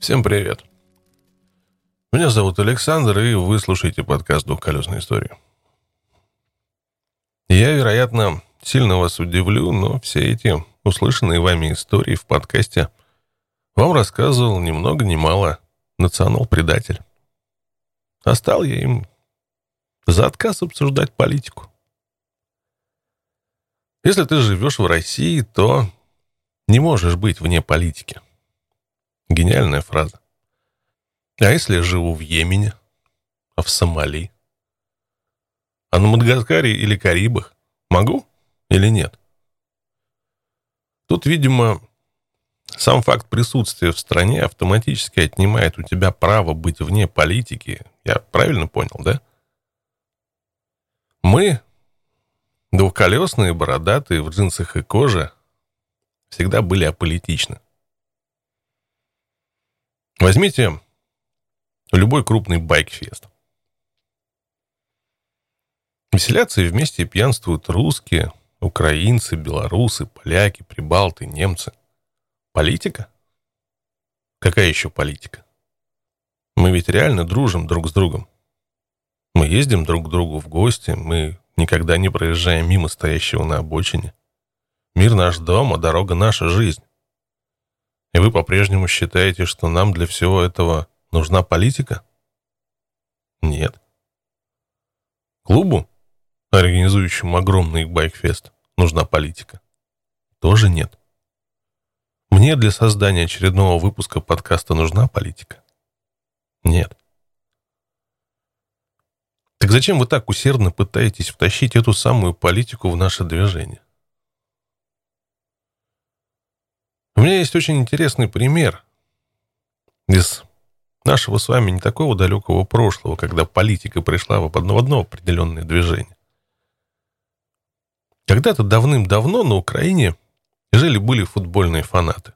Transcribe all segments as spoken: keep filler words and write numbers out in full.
Всем привет. Меня зовут Александр, и вы слушаете подкаст «Двухколесные истории». Я, вероятно, сильно вас удивлю, но все эти услышанные вами истории в подкасте вам рассказывал ни много ни мало национал-предатель. А стал я им за отказ обсуждать политику. Если ты живешь в России, то не можешь быть вне политики. Гениальная фраза. А если я живу в Йемене, а в Сомали, а на Мадагаскаре или Карибах, могу или нет? Тут, видимо, сам факт присутствия в стране автоматически отнимает у тебя право быть вне политики. Я правильно понял, да? Мы, двухколесные, бородатые, в джинсах и коже, всегда были аполитичны. Возьмите любой крупный байк-фест. Веселятся и вместе пьянствуют русские, украинцы, белорусы, поляки, прибалты, немцы. Политика? Какая еще политика? Мы ведь реально дружим друг с другом. Мы ездим друг к другу в гости, мы никогда не проезжаем мимо стоящего на обочине. Мир наш дом, а дорога наша жизнь. И вы по-прежнему считаете, что нам для всего этого нужна политика? Нет. Клубу, организующему огромный байк-фест, нужна политика? Тоже нет. Мне для создания очередного выпуска подкаста нужна политика? Нет. Так зачем вы так усердно пытаетесь втащить эту самую политику в наше движение? У меня есть очень интересный пример из нашего с вами не такого далекого прошлого, когда политика пришла в одно, в одно определенное движение. Когда-то давным-давно на Украине жили-были футбольные фанаты.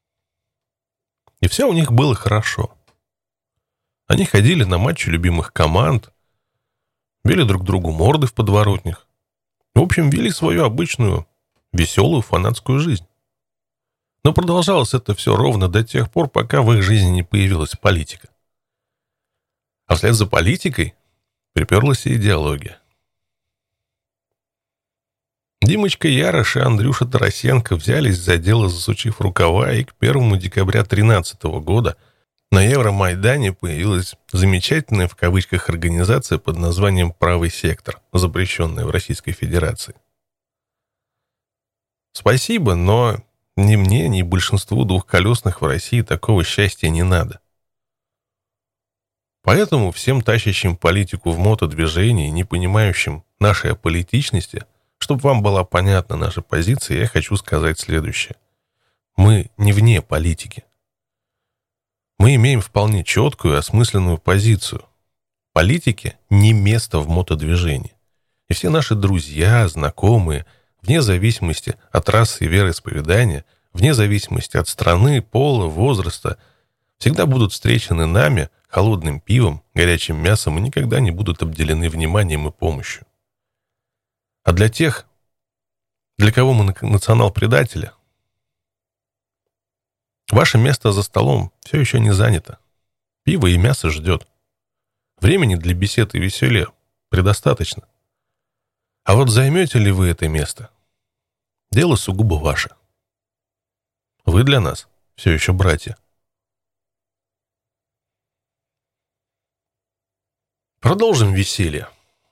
И все у них было хорошо. Они ходили на матчи любимых команд, били друг другу морды в подворотнях. В общем, вели свою обычную, веселую фанатскую жизнь. Но продолжалось это все ровно до тех пор, пока в их жизни не появилась политика. А вслед за политикой приперлась и идеология. Димочка Ярош и Андрюша Тарасенко взялись за дело, засучив рукава, и к первому декабря две тысячи тринадцатого года на Евромайдане появилась замечательная в кавычках организация под названием «Правый сектор», запрещенная в Российской Федерации. Спасибо, но ни мне, ни большинству двухколесных в России такого счастья не надо. Поэтому всем тащащим политику в мотодвижении, не понимающим нашей аполитичности, чтобы вам была понятна наша позиция, я хочу сказать следующее. Мы не вне политики. Мы имеем вполне четкую и осмысленную позицию. Политике не место в мотодвижении. И все наши друзья, знакомые, вне зависимости от расы и вероисповедания, вне зависимости от страны, пола, возраста, всегда будут встречены нами холодным пивом, горячим мясом и никогда не будут обделены вниманием и помощью. А для тех, для кого мы национал-предатели, ваше место за столом все еще не занято. Пиво и мясо ждет. Времени для бесед и веселья предостаточно. А вот займете ли вы это место? Дело сугубо ваше. Вы для нас все еще братья. Продолжим веселье.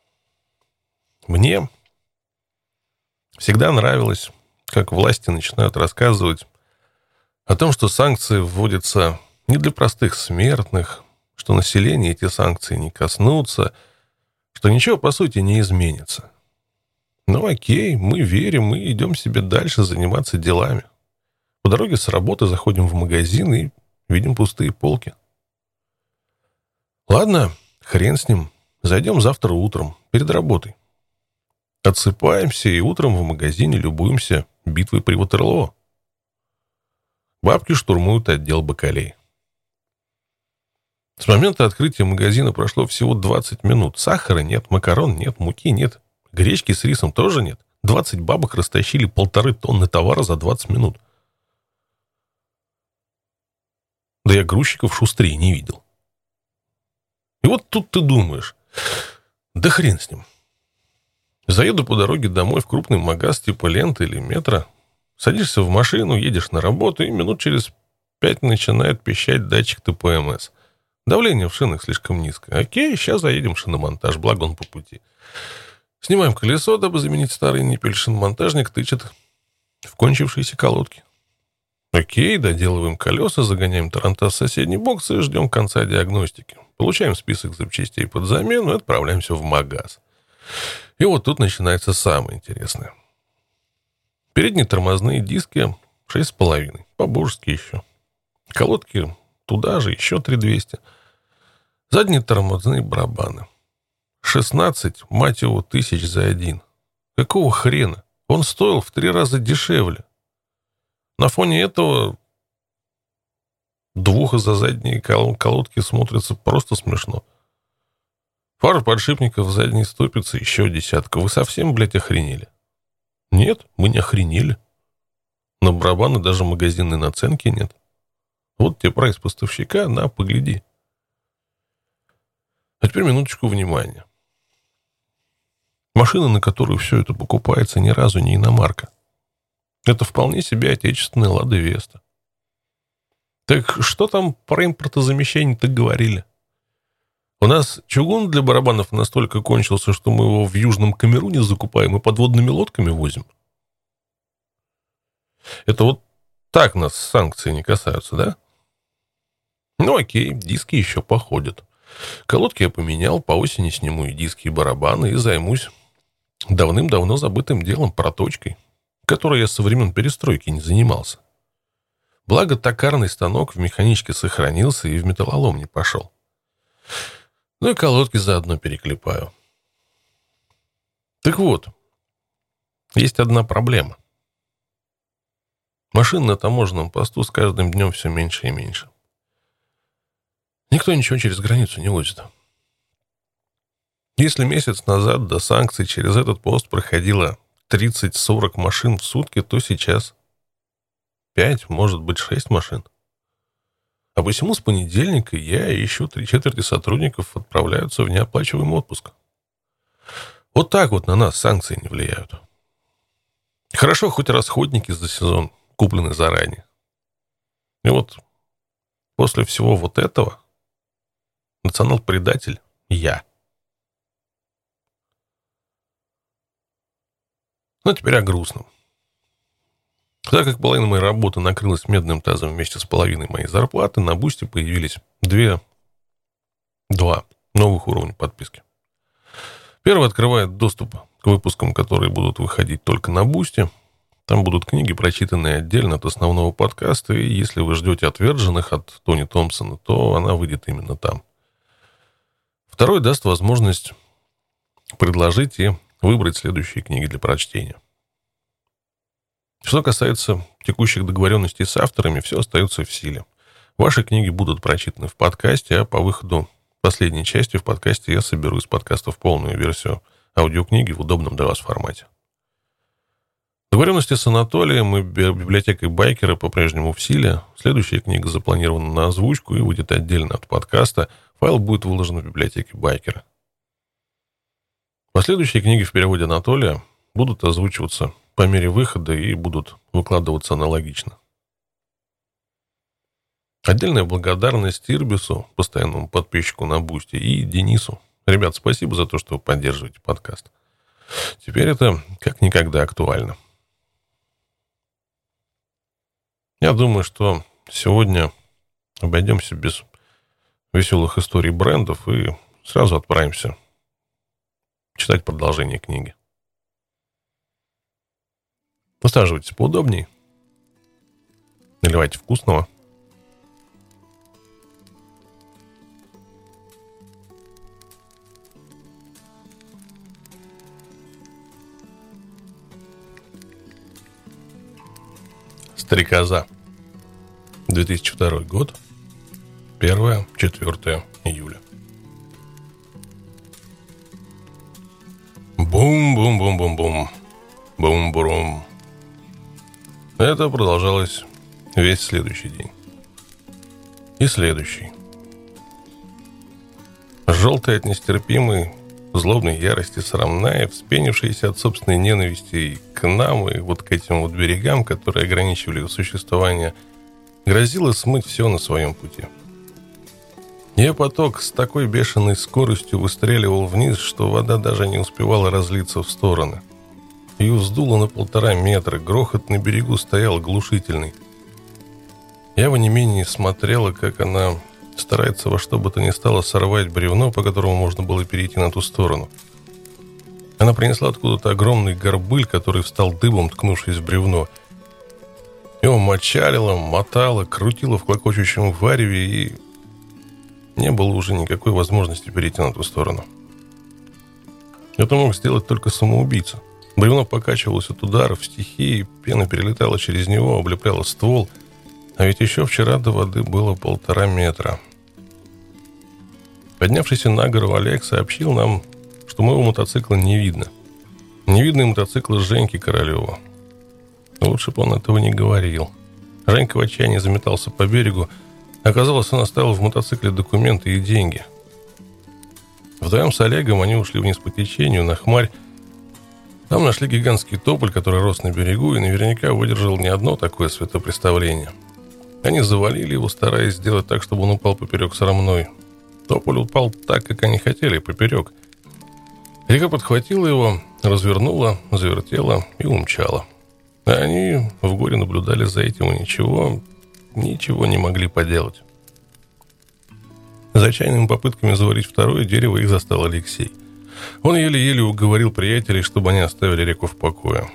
Мне всегда нравилось, как власти начинают рассказывать о том, что санкции вводятся не для простых смертных, что население эти санкции не коснутся, что ничего, по сути, не изменится. Ну окей, мы верим, мы идем себе дальше заниматься делами. По дороге с работы заходим в магазин и видим пустые полки. Ладно, хрен с ним, зайдем завтра утром, перед работой. Отсыпаемся и утром в магазине любуемся битвой при Ватерлоо. Бабки штурмуют отдел бакалей. С момента открытия магазина прошло всего двадцать минут. Сахара нет, макарон нет, муки нет. Гречки с рисом тоже нет. двадцать бабок растащили полторы тонны товара за двадцать минут. Да я грузчиков шустрее не видел. И вот тут ты думаешь, да хрен с ним. Заеду по дороге домой в крупный магаз типа ленты или метро, садишься в машину, едешь на работу, и минут через пять начинает пищать датчик тэ пэ эм эс. Давление в шинах слишком низкое. Окей, сейчас заедем в шиномонтаж, благо он по пути. Снимаем колесо, дабы заменить старый ниппель. Шиномонтажник тычет в кончившиеся колодки. Окей, доделываем колеса, загоняем тарантас в соседний бокс и ждем конца диагностики. Получаем список запчастей под замену и отправляемся в магаз. И вот тут начинается самое интересное. Передние тормозные диски шесть с половиной, по-божески еще. Колодки туда же, еще три тысячи двести. Задние тормозные барабаны. шестнадцать, мать его, тысяч за один. Какого хрена? Он стоил в три раза дешевле. На фоне этого двух за задние колодки смотрится просто смешно. Фары подшипников в задней ступице еще десятка. Вы совсем, блядь, охренели? Нет, мы не охренели. На барабаны даже магазинной наценки нет. Вот тебе прайс поставщика, на, погляди. А теперь минуточку внимания. Машина, на которую все это покупается, ни разу не иномарка. Это вполне себе отечественная «Лада Веста». Так что там про импортозамещение-то говорили? У нас чугун для барабанов настолько кончился, что мы его в Южном Камеруне закупаем и подводными лодками возим. Это вот так нас санкции не касаются, да? Ну окей, диски еще походят. Колодки я поменял, по осени сниму и диски, и барабаны, и займусь давным-давно забытым делом, проточкой, которой я со времен перестройки не занимался. Благо, токарный станок в механичке сохранился и в металлолом не пошел. Ну и колодки заодно переклепаю. Так вот, есть одна проблема. Машин на таможенном посту с каждым днем все меньше и меньше. Никто ничего через границу не возит. Если месяц назад до санкций через этот пост проходило тридцать-сорок машин в сутки, то сейчас пять, может быть, шесть машин. А посему с понедельника я и еще три четверти сотрудников отправляются в неоплачиваемый отпуск. Вот так вот на нас санкции не влияют. Хорошо, хоть расходники за сезон куплены заранее. И вот после всего вот этого национал-предатель я. Но теперь о грустном. Так как половина моей работы накрылась медным тазом вместе с половиной моей зарплаты, на Бусти появились две, два новых уровня подписки. Первый открывает доступ к выпускам, которые будут выходить только на Бусти. Там будут книги, прочитанные отдельно от основного подкаста, и если вы ждете «Отверженных» от Тони Томпсона, то она выйдет именно там. Второй даст возможность предложить и выбрать следующие книги для прочтения. Что касается текущих договоренностей с авторами, все остается в силе. Ваши книги будут прочитаны в подкасте, а по выходу последней части в подкасте я соберу из подкастов полную версию аудиокниги в удобном для вас формате. Договоренности с Анатолием и библиотекой Байкера по-прежнему в силе. Следующая книга запланирована на озвучку и выйдет отдельно от подкаста. Файл будет выложен в библиотеке Байкера. Последующие книги в переводе Анатолия будут озвучиваться по мере выхода и будут выкладываться аналогично. Отдельная благодарность Ирбису, постоянному подписчику на Бусти, и Денису. Ребят, спасибо за то, что вы поддерживаете подкаст. Теперь это как никогда актуально. Я думаю, что сегодня обойдемся без веселых историй брендов и сразу отправимся читать продолжение книги. Усаживайтесь поудобнее. Наливайте вкусного. Стрекоза. две тысячи второй год. первое-четвёртое июля. Бум-бум-бум-бум-бум. Бум-бурум. Это продолжалось весь следующий день. И следующий. Желтый от нестерпимой злобной ярости срамная, вспенившаяся от собственной ненависти к нам и вот к этим вот берегам, которые ограничивали его существование, грозила смыть все на своем пути. Ее поток с такой бешеной скоростью выстреливал вниз, что вода даже не успевала разлиться в стороны. Ее вздуло на полтора метра, грохот на берегу стоял оглушительный. Я в онемении смотрела, как она старается во что бы то ни стало сорвать бревно, по которому можно было перейти на ту сторону. Она принесла откуда-то огромный горбыль, который встал дыбом, ткнувшись в бревно. Его мочалило, мотало, крутило в клокочущем вареве, и не было уже никакой возможности перейти на ту сторону. Это мог сделать только самоубийца. Бревно покачивалось от ударов, стихии, пена перелетала через него, облепляла ствол. А ведь еще вчера до воды было полтора метра. Поднявшийся на гору Олег сообщил нам, что моего мотоцикла не видно. Не видно и мотоцикла Женьки Королева. Но лучше бы он этого не говорил. Женька в отчаянии заметался по берегу. Оказалось, он оставил в мотоцикле документы и деньги. Вдвоем с Олегом они ушли вниз по течению, на хмарь. Там нашли гигантский тополь, который рос на берегу и наверняка выдержал не одно такое светопреставление. Они завалили его, стараясь сделать так, чтобы он упал поперек срамной. Тополь упал так, как они хотели, поперек. Река подхватила его, развернула, завертела и умчала. А они в горе наблюдали за этим и ничего, ничего не могли поделать. За отчаянными попытками заварить второе дерево их застал Алексей. Он еле-еле уговорил приятелей, чтобы они оставили реку в покое.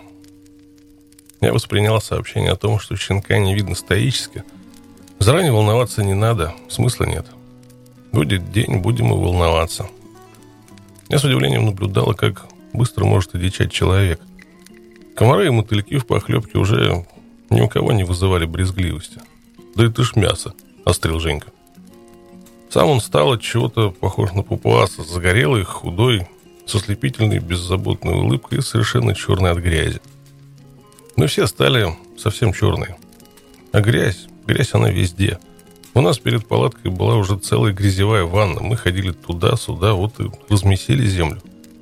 Я воспринял сообщение о том, что щенка не видно стоически. Заранее волноваться не надо, смысла нет. Будет день, будем и волноваться. Я с удивлением наблюдала, как быстро может одичать человек. Комары и мотыльки в похлебке уже ни у кого не вызывали брезгливости. «Да это ж мясо», — острил Женька. Сам он стал от чего-то похож на папуаса, загорелый, худой, со слепительной беззаботной улыбкой и совершенно черный от грязи. Но все стали совсем черные. А грязь, грязь она везде. У нас перед палаткой была уже целая грязевая ванна. Мы ходили туда-сюда, вот и размесили землю.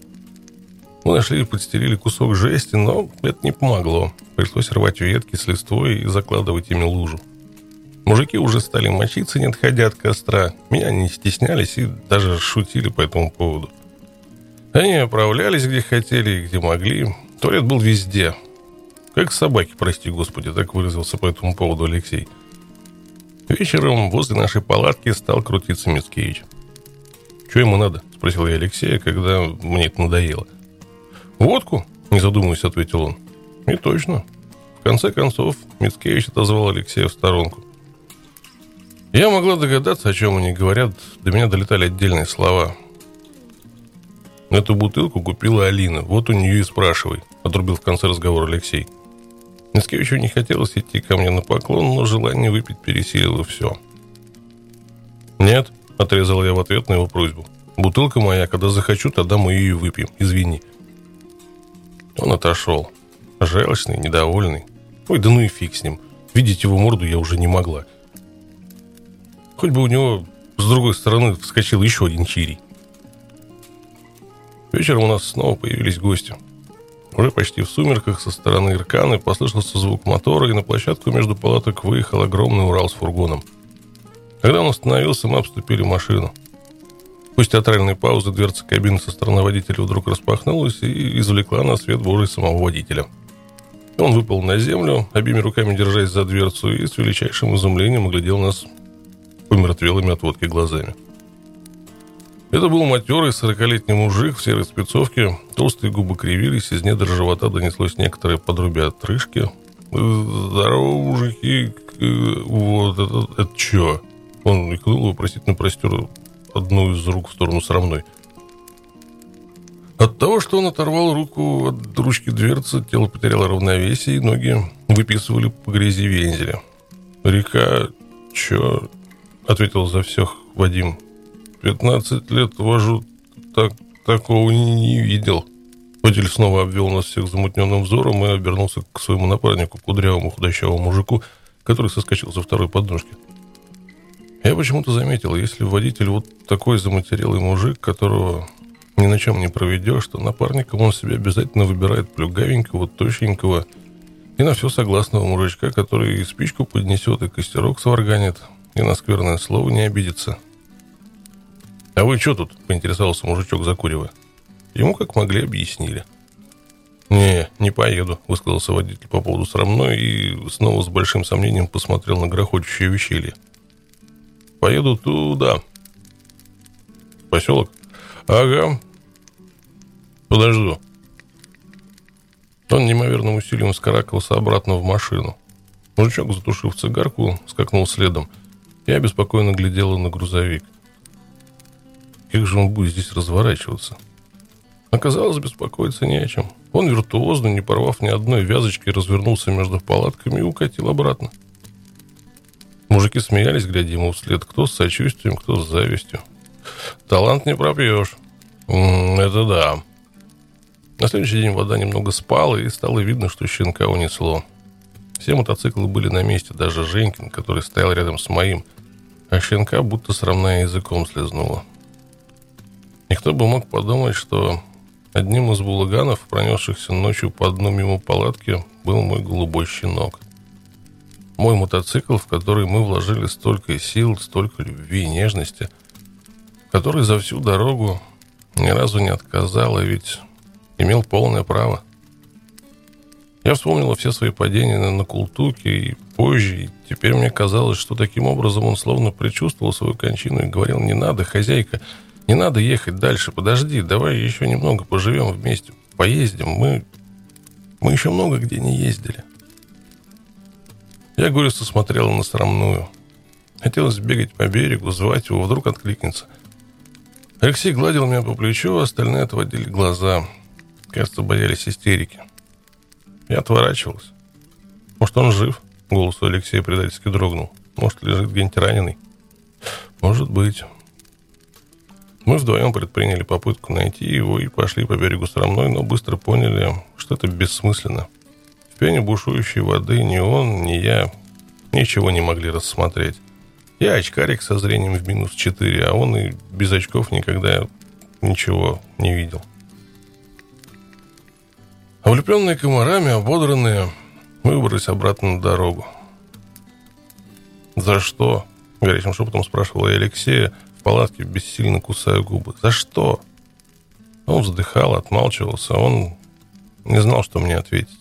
Мы нашли и подстелили кусок жести, но это не помогло. Пришлось рвать ветки с листвой и закладывать ими лужу. Мужики уже стали мочиться, не отходя от костра. Меня не стеснялись и даже шутили по этому поводу. Они оправлялись где хотели и где могли. Туалет был везде. Как собаки, прости господи, так выразился по этому поводу Алексей. Вечером возле нашей палатки стал крутиться Мицкевич. «Что ему надо?» – спросил я Алексея, когда мне это надоело. «Водку?» – не задумываясь, ответил он. И точно. В конце концов, Мицкевич отозвал Алексея в сторонку. Я могла догадаться, о чем они говорят. До меня долетали отдельные слова. «Эту бутылку купила Алина. Вот у нее и спрашивай», – отрубил в конце разговора Алексей. Мицкевичу не хотелось идти ко мне на поклон, но желание выпить пересилило все. «Нет», – отрезал я в ответ на его просьбу. «Бутылка моя, когда захочу, тогда мы ее и выпьем. Извини». Он отошел. Жалостный, недовольный. Ой, да ну и фиг с ним. Видеть его морду я уже не могла. Хоть бы у него с другой стороны вскочил еще один чирий. Вечером у нас снова появились гости. Уже почти в сумерках со стороны Ирканы послышался звук мотора, и на площадку между палаток выехал огромный Урал с фургоном. Когда он остановился, мы обступили машину. После театральной паузы дверца кабины со стороны водителя вдруг распахнулась и извлекла на свет Божий самого водителя. Он выпал на землю, обеими руками держась за дверцу, и с величайшим изумлением оглядел нас помертвелыми от водки глазами. Это был матерый сорокалетний мужик в серой спецовке. Толстые губы кривились, из недр живота донеслось некоторое подрубие отрыжки. «Здорово, мужики! Вот это, это что?» Он икнул и вопросительно простер одну из рук в сторону срамной. От того, что он оторвал руку от ручки дверцы, тело потеряло равновесие, и ноги выписывали по грязи вензеля. «Река... чё?» — ответил за всех Вадим. «Пятнадцать лет вожу, так, такого не, не видел». Водитель снова обвел нас всех замутненным взором и обернулся к своему напарнику, кудрявому худощавому мужику, который соскочил со второй подножки. Я почему-то заметил, если водитель вот такой заматерелый мужик, которого ни на чем не проведешь, то напарником он себе обязательно выбирает плюгавенького, тощенького и на все согласного мужичка, который и спичку поднесет, и костерок сварганит, и на скверное слово не обидится. «А вы что тут?» — поинтересовался мужичок, закуривая. Ему как могли объяснили. «Не, не поеду», — высказался водитель по поводу срамной и снова с большим сомнением посмотрел на грохочущее ущелье. «Поеду туда». «Поселок?» «Ага. Подожду». Он неимоверным усилием вскарабкался обратно в машину. Мужичок, затушив цигарку, скакнул следом. Я беспокойно глядела на грузовик. Как же он будет здесь разворачиваться? Оказалось, беспокоиться не о чем. Он виртуозно, не порвав ни одной вязочки, развернулся между палатками и укатил обратно. Мужики смеялись, глядя ему вслед, кто с сочувствием, кто с завистью. «Талант не пропьешь». М-м, это да. На следующий день вода немного спала, и стало видно, что щенка унесло. Все мотоциклы были на месте, даже Женькин, который стоял рядом с моим, а щенка будто срамная языком слезнула. И кто бы мог подумать, что одним из булаганов, пронесшихся ночью по дну мимо палатки, был мой голубой щенок. Мой мотоцикл, в который мы вложили столько сил, столько любви и нежности, который за всю дорогу ни разу не отказал, и ведь имел полное право. Я вспомнила все свои падения на Култуке и позже, и теперь мне казалось, что таким образом он словно предчувствовал свою кончину и говорил: «Не надо, хозяйка, не надо ехать дальше, подожди, давай еще немного поживем вместе, поездим, мы, мы еще много где не ездили». Я горестно смотрела на срамную. Хотелось бегать по берегу, звать его, вдруг откликнется. Алексей гладил меня по плечу, остальные отводили глаза. Кажется, боялись истерики. Я отворачивался. Может, он жив? Голос у Алексея предательски дрогнул. Может, лежит где-нибудь раненый? Может быть. Мы вдвоем предприняли попытку найти его и пошли по берегу срамной, но быстро поняли, что это бессмысленно. В пене бушующей воды ни он, ни я ничего не могли рассмотреть. Я очкарик со зрением в минус четыре, а он и без очков никогда ничего не видел. Облепленные комарами, ободранные, мы выбрались обратно на дорогу. «За что?» — горячим шепотом спрашивал я Алексея, в палатке бессильно кусая губы. «За что?» Он вздыхал, отмалчивался, он не знал, что мне ответить.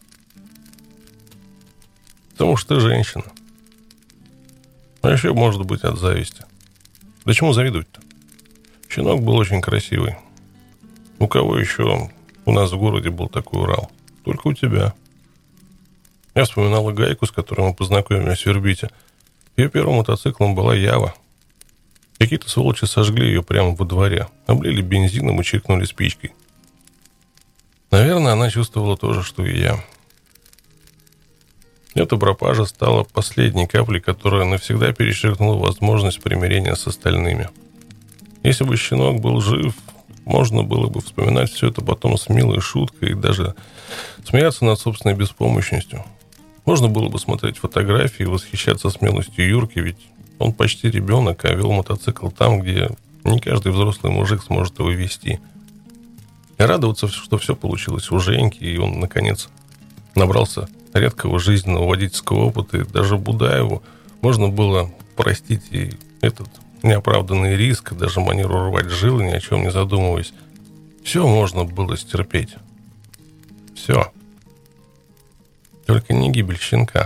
«Потому что ты женщина. А еще, может быть, от зависти. Да чему завидовать-то? Щенок был очень красивый. У кого еще у нас в городе был такой Урал? Только у тебя». Я вспоминала Гайку, с которой мы познакомились в Ирбите. Ее первым мотоциклом была Ява. Какие-то сволочи сожгли ее прямо во дворе, облили бензином и чиркнули спичкой. Наверное, она чувствовала то же, что и я. Эта пропажа стала последней каплей, которая навсегда перечеркнула возможность примирения с остальными. Если бы щенок был жив, можно было бы вспоминать все это потом с милой шуткой и даже смеяться над собственной беспомощностью. Можно было бы смотреть фотографии и восхищаться смелостью Юрки, ведь он почти ребенок, а вел мотоцикл там, где не каждый взрослый мужик сможет его вести. И радоваться, что все получилось у Женьки, и он, наконец, набрался редкого жизненного водительского опыта, и даже Будаеву можно было простить и этот неоправданный риск, даже манеру рвать жилы, ни о чем не задумываясь. Все можно было стерпеть. Все. Только не гибель щенка.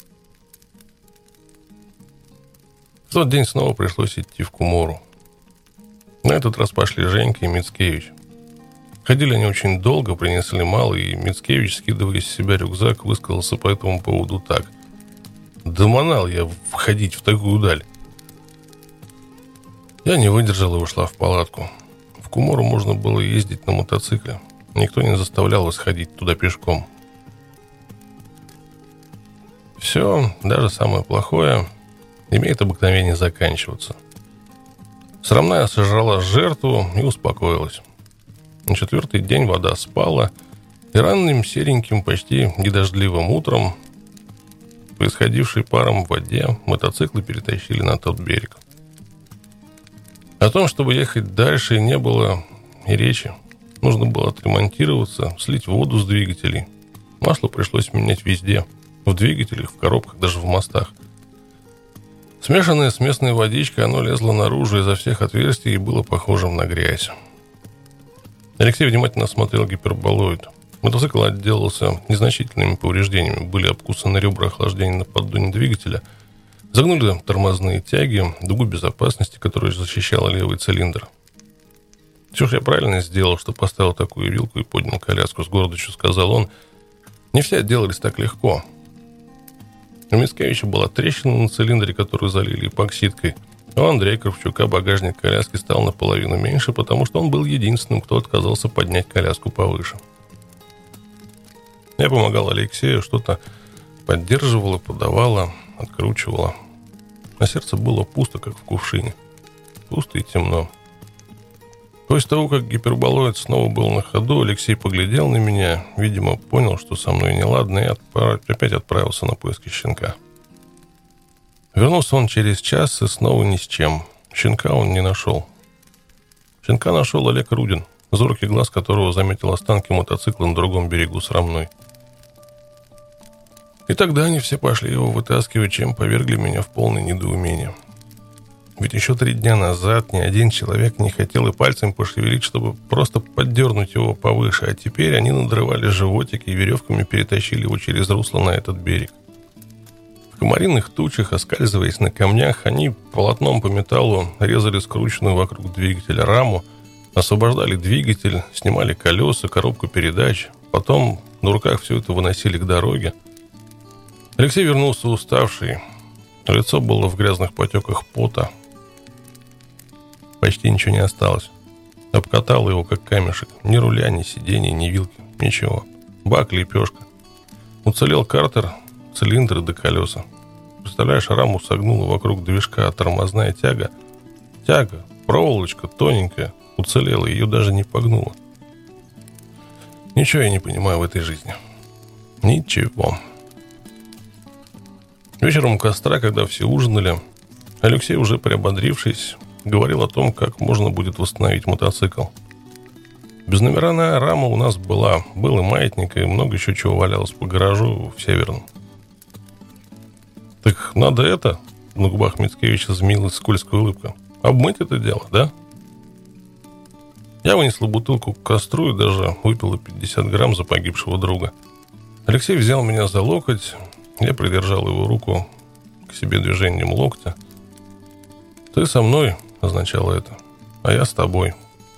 В тот день снова пришлось идти в Кумору. На этот раз пошли Женька и Мицкевич. Ходили они очень долго, принесли мало, и Мицкевич, скидывая с себя рюкзак, высказался по этому поводу так: «Доманал я входить в такую даль». Я не выдержал и ушла в палатку. В Кумору можно было ездить на мотоцикле. Никто не заставлял вас ходить туда пешком. Все, даже самое плохое, имеет обыкновение заканчиваться. Срамная сожрала жертву и успокоилась. На четвертый день вода спала, и ранним сереньким, почти недождливым утром По исходившей паром в воде мотоциклы перетащили на тот берег. О том, чтобы ехать дальше, не было и речи. Нужно было отремонтироваться, слить воду с двигателей. Масло пришлось менять везде. В двигателях, в коробках, даже в мостах. Смешанное с местной водичкой, оно лезло наружу изо всех отверстий и было похожим на грязь. Алексей внимательно осмотрел гиперболоид. Мотоцикл отделался незначительными повреждениями. Были обкусаны ребра охлаждения на поддоне двигателя, загнули тормозные тяги, дугу безопасности, которая защищала левый цилиндр. «Все же я правильно сделал, что поставил такую вилку и поднял коляску», — с гордостью сказал он. «Не все отделались так легко». У Мицкевича была трещина на цилиндре, которую залили эпоксидкой. У Андрея Кравчука багажник коляски стал наполовину меньше, потому что он был единственным, кто отказался поднять коляску повыше. Я помогал Алексею, что-то поддерживала, подавала, откручивала. На сердце было пусто, как в кувшине. Пусто и темно. После того, как гиперболоид снова был на ходу, Алексей поглядел на меня, видимо, понял, что со мной неладно, и отправ... опять отправился на поиски щенка. Вернулся он через час и снова ни с чем. Щенка он не нашел. Щенка нашел Олег Рудин, зоркий глаз которого заметил останки мотоцикла на другом берегу Срамной. И тогда они все пошли его вытаскивать, чем повергли меня в полное недоумение. Ведь еще три дня назад ни один человек не хотел и пальцем пошевелить, чтобы просто поддернуть его повыше, а теперь они надрывали животики и веревками перетащили его через русло на этот берег. В комариных тучах, оскальзываясь на камнях, они полотном по металлу резали скрученную вокруг двигателя раму, освобождали двигатель, снимали колеса, коробку передач, потом на руках все это выносили к дороге. Алексей вернулся уставший, лицо было в грязных потеках пота. Почти ничего не осталось. Обкатал его, как камешек. Ни руля, ни сиденья, ни вилки. Ничего. Бак, лепешка. Уцелел картер, цилиндры до колеса. Представляешь, раму согнула вокруг движка, а тормозная тяга. Тяга, проволочка тоненькая, уцелела, ее даже не погнула. Ничего я не понимаю в этой жизни. Ничего. Вечером у костра, когда все ужинали, Алексей, уже приободрившись, говорил о том, как можно будет восстановить мотоцикл. Безномерная рама у нас была. Был и маятник, и много еще чего валялось по гаражу в Северном. «Так надо это?» — на губах Мицкевича змеилась скользкая улыбка. «Обмыть это дело, да?» Я вынесла бутылку к костру и даже выпила пятьдесят грамм за погибшего друга. Алексей взял меня за локоть. Я придержал его руку к себе движением локтя. «Ты со мной», — означало это, — «а я с тобой».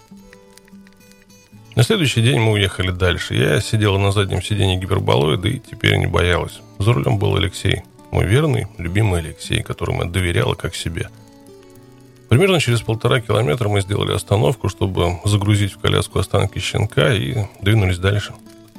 На следующий день мы уехали дальше. Я сидела на заднем сиденье гиперболоида и теперь не боялась. За рулем был Алексей, мой верный, любимый Алексей, которому я доверяла как себе. Примерно через полтора километра мы сделали остановку, чтобы загрузить в коляску останки щенка, и двинулись дальше.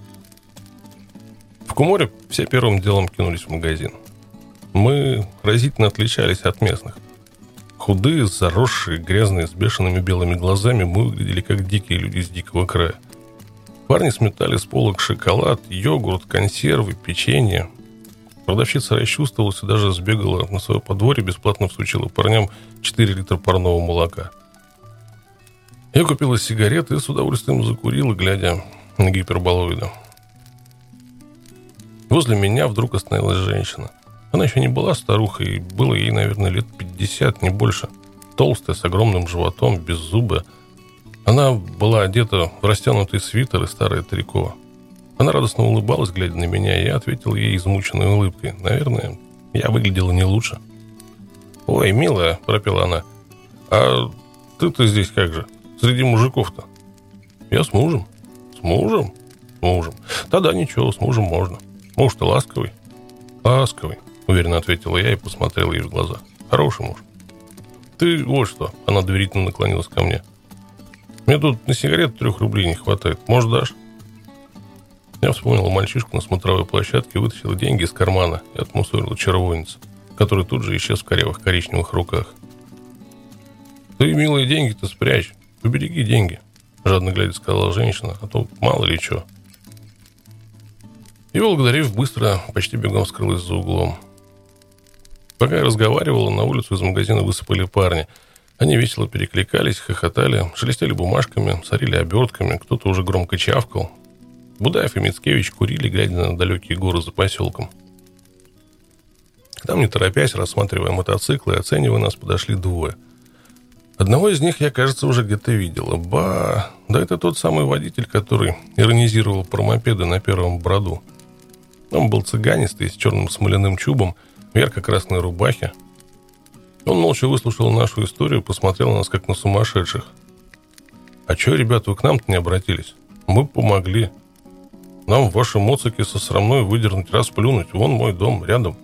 В Куморе все первым делом кинулись в магазин. Мы разительно отличались от местных. Худые, заросшие, грязные, с бешеными белыми глазами, мы выглядели как дикие люди с дикого края. Парни сметали с полок шоколад, йогурт, консервы, печенье. Продавщица расчувствовалась и даже сбегала на свое подворье, бесплатно всучила парням четыре литра парного молока. Я купила сигареты и с удовольствием закурила, глядя на гиперболоида. Возле меня вдруг остановилась женщина. Она еще не была старухой, было ей, наверное, лет пятьдесят, не больше. Толстая, с огромным животом, беззубая. Она была одета в растянутый свитер и старое трико. Она радостно улыбалась, глядя на меня, и я ответил ей измученной улыбкой. Наверное, я выглядела не лучше. «Ой, милая», — пропела она, — «а ты-то здесь как же? Среди мужиков-то?» «Я с мужем». «С мужем?» «С мужем. Да-да, ничего, с мужем можно. Муж-то ласковый». «Ласковый», — уверенно ответила я и посмотрела ей в глаза. «Хороший муж». «Ты вот что», — она доверительно наклонилась ко мне. «Мне тут на сигарету трех рублей не хватает. Может, дашь?» Я вспомнил мальчишку на смотровой площадке, вытащил деньги из кармана и отмусорил червонец, который тут же исчез в корявых коричневых руках. «Ты, милые, деньги-то спрячь. Побереги деньги», — жадно глядя сказала женщина, «а то мало ли что». И, благодарив, быстро, почти бегом скрылась за углом. Пока я разговаривал, на улицу из магазина высыпали парни. Они весело перекликались, хохотали, шелестели бумажками, сорили обертками, кто-то уже громко чавкал. Будаев и Мицкевич курили, глядя на далекие горы за поселком. К нам, не торопясь, рассматривая мотоциклы и оценивая нас, подошли двое. Одного из них я, кажется, уже где-то видела. Ба, да это тот самый водитель, который иронизировал про мопеды на первом броду. Он был цыганистый, с черным смоляным чубом, в ярко-красной рубахе. Он молча выслушал нашу историю, посмотрел на нас, как на сумасшедших. «А чё, ребята, вы к нам-то не обратились? Мы помогли. Нам в вашем моцике со срамной выдернуть, расплюнуть. Вон мой дом, рядом».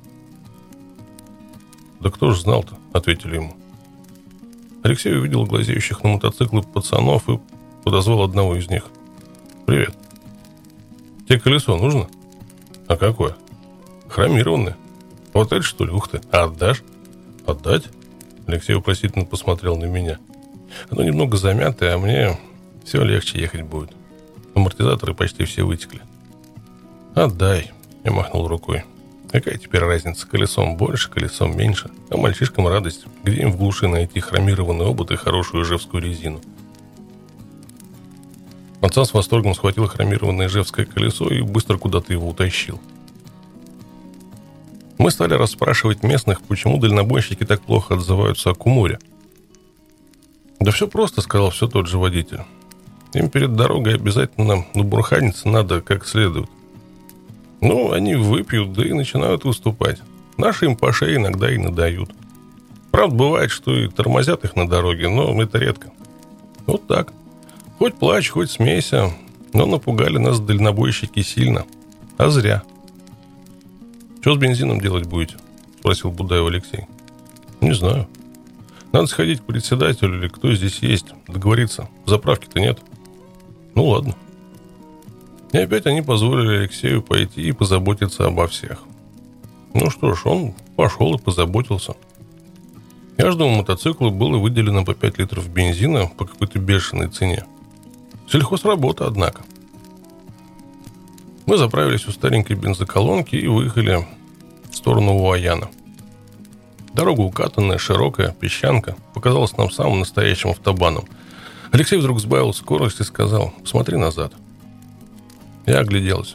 «Да кто ж знал-то?» — ответили ему. Алексей увидел глазеющих на мотоциклы пацанов и подозвал одного из них. «Привет. Тебе колесо нужно?» «А какое?» «Хромированное. Вот это, что ли? Ух ты. А отдашь?» «Отдать?» Алексей вопросительно посмотрел на меня. Оно немного замятое, а мне все легче ехать будет. Амортизаторы почти все вытекли. «Отдай», — я махнул рукой. «Какая теперь разница? Колесом больше, колесом меньше. А мальчишкам радость. Где им в глуши найти хромированный обод и хорошую ижевскую резину?» Пацан с восторгом схватил хромированное ижевское колесо и быстро куда-то его утащил. Мы стали расспрашивать местных, почему дальнобойщики так плохо отзываются о Куморе. «Да все просто», — сказал все тот же водитель. «Им перед дорогой обязательно набурханиться надо как следует. Ну, они выпьют, да и начинают выступать. Наши им по шее иногда и надают. Правда, бывает, что и тормозят их на дороге, но это редко. Вот так. Хоть плачь, хоть смейся, но напугали нас дальнобойщики сильно. А зря». «Что с бензином делать будете?» — спросил Будаев Алексей. «Не знаю. Надо сходить к председателю или кто здесь есть, договориться. Заправки-то нет». «Ну ладно». И опять они позволили Алексею пойти и позаботиться обо всех. Ну что ж, он пошел и позаботился. Каждому мотоциклу было выделено по пять литров бензина по какой-то бешеной цене. Сельхозработа, однако. Мы заправились у старенькой бензоколонки и выехали в сторону Уаяна. Дорога укатанная, широкая, песчанка, показалась нам самым настоящим автобаном. Алексей вдруг сбавил скорость и сказал: «Посмотри назад». Я огляделся.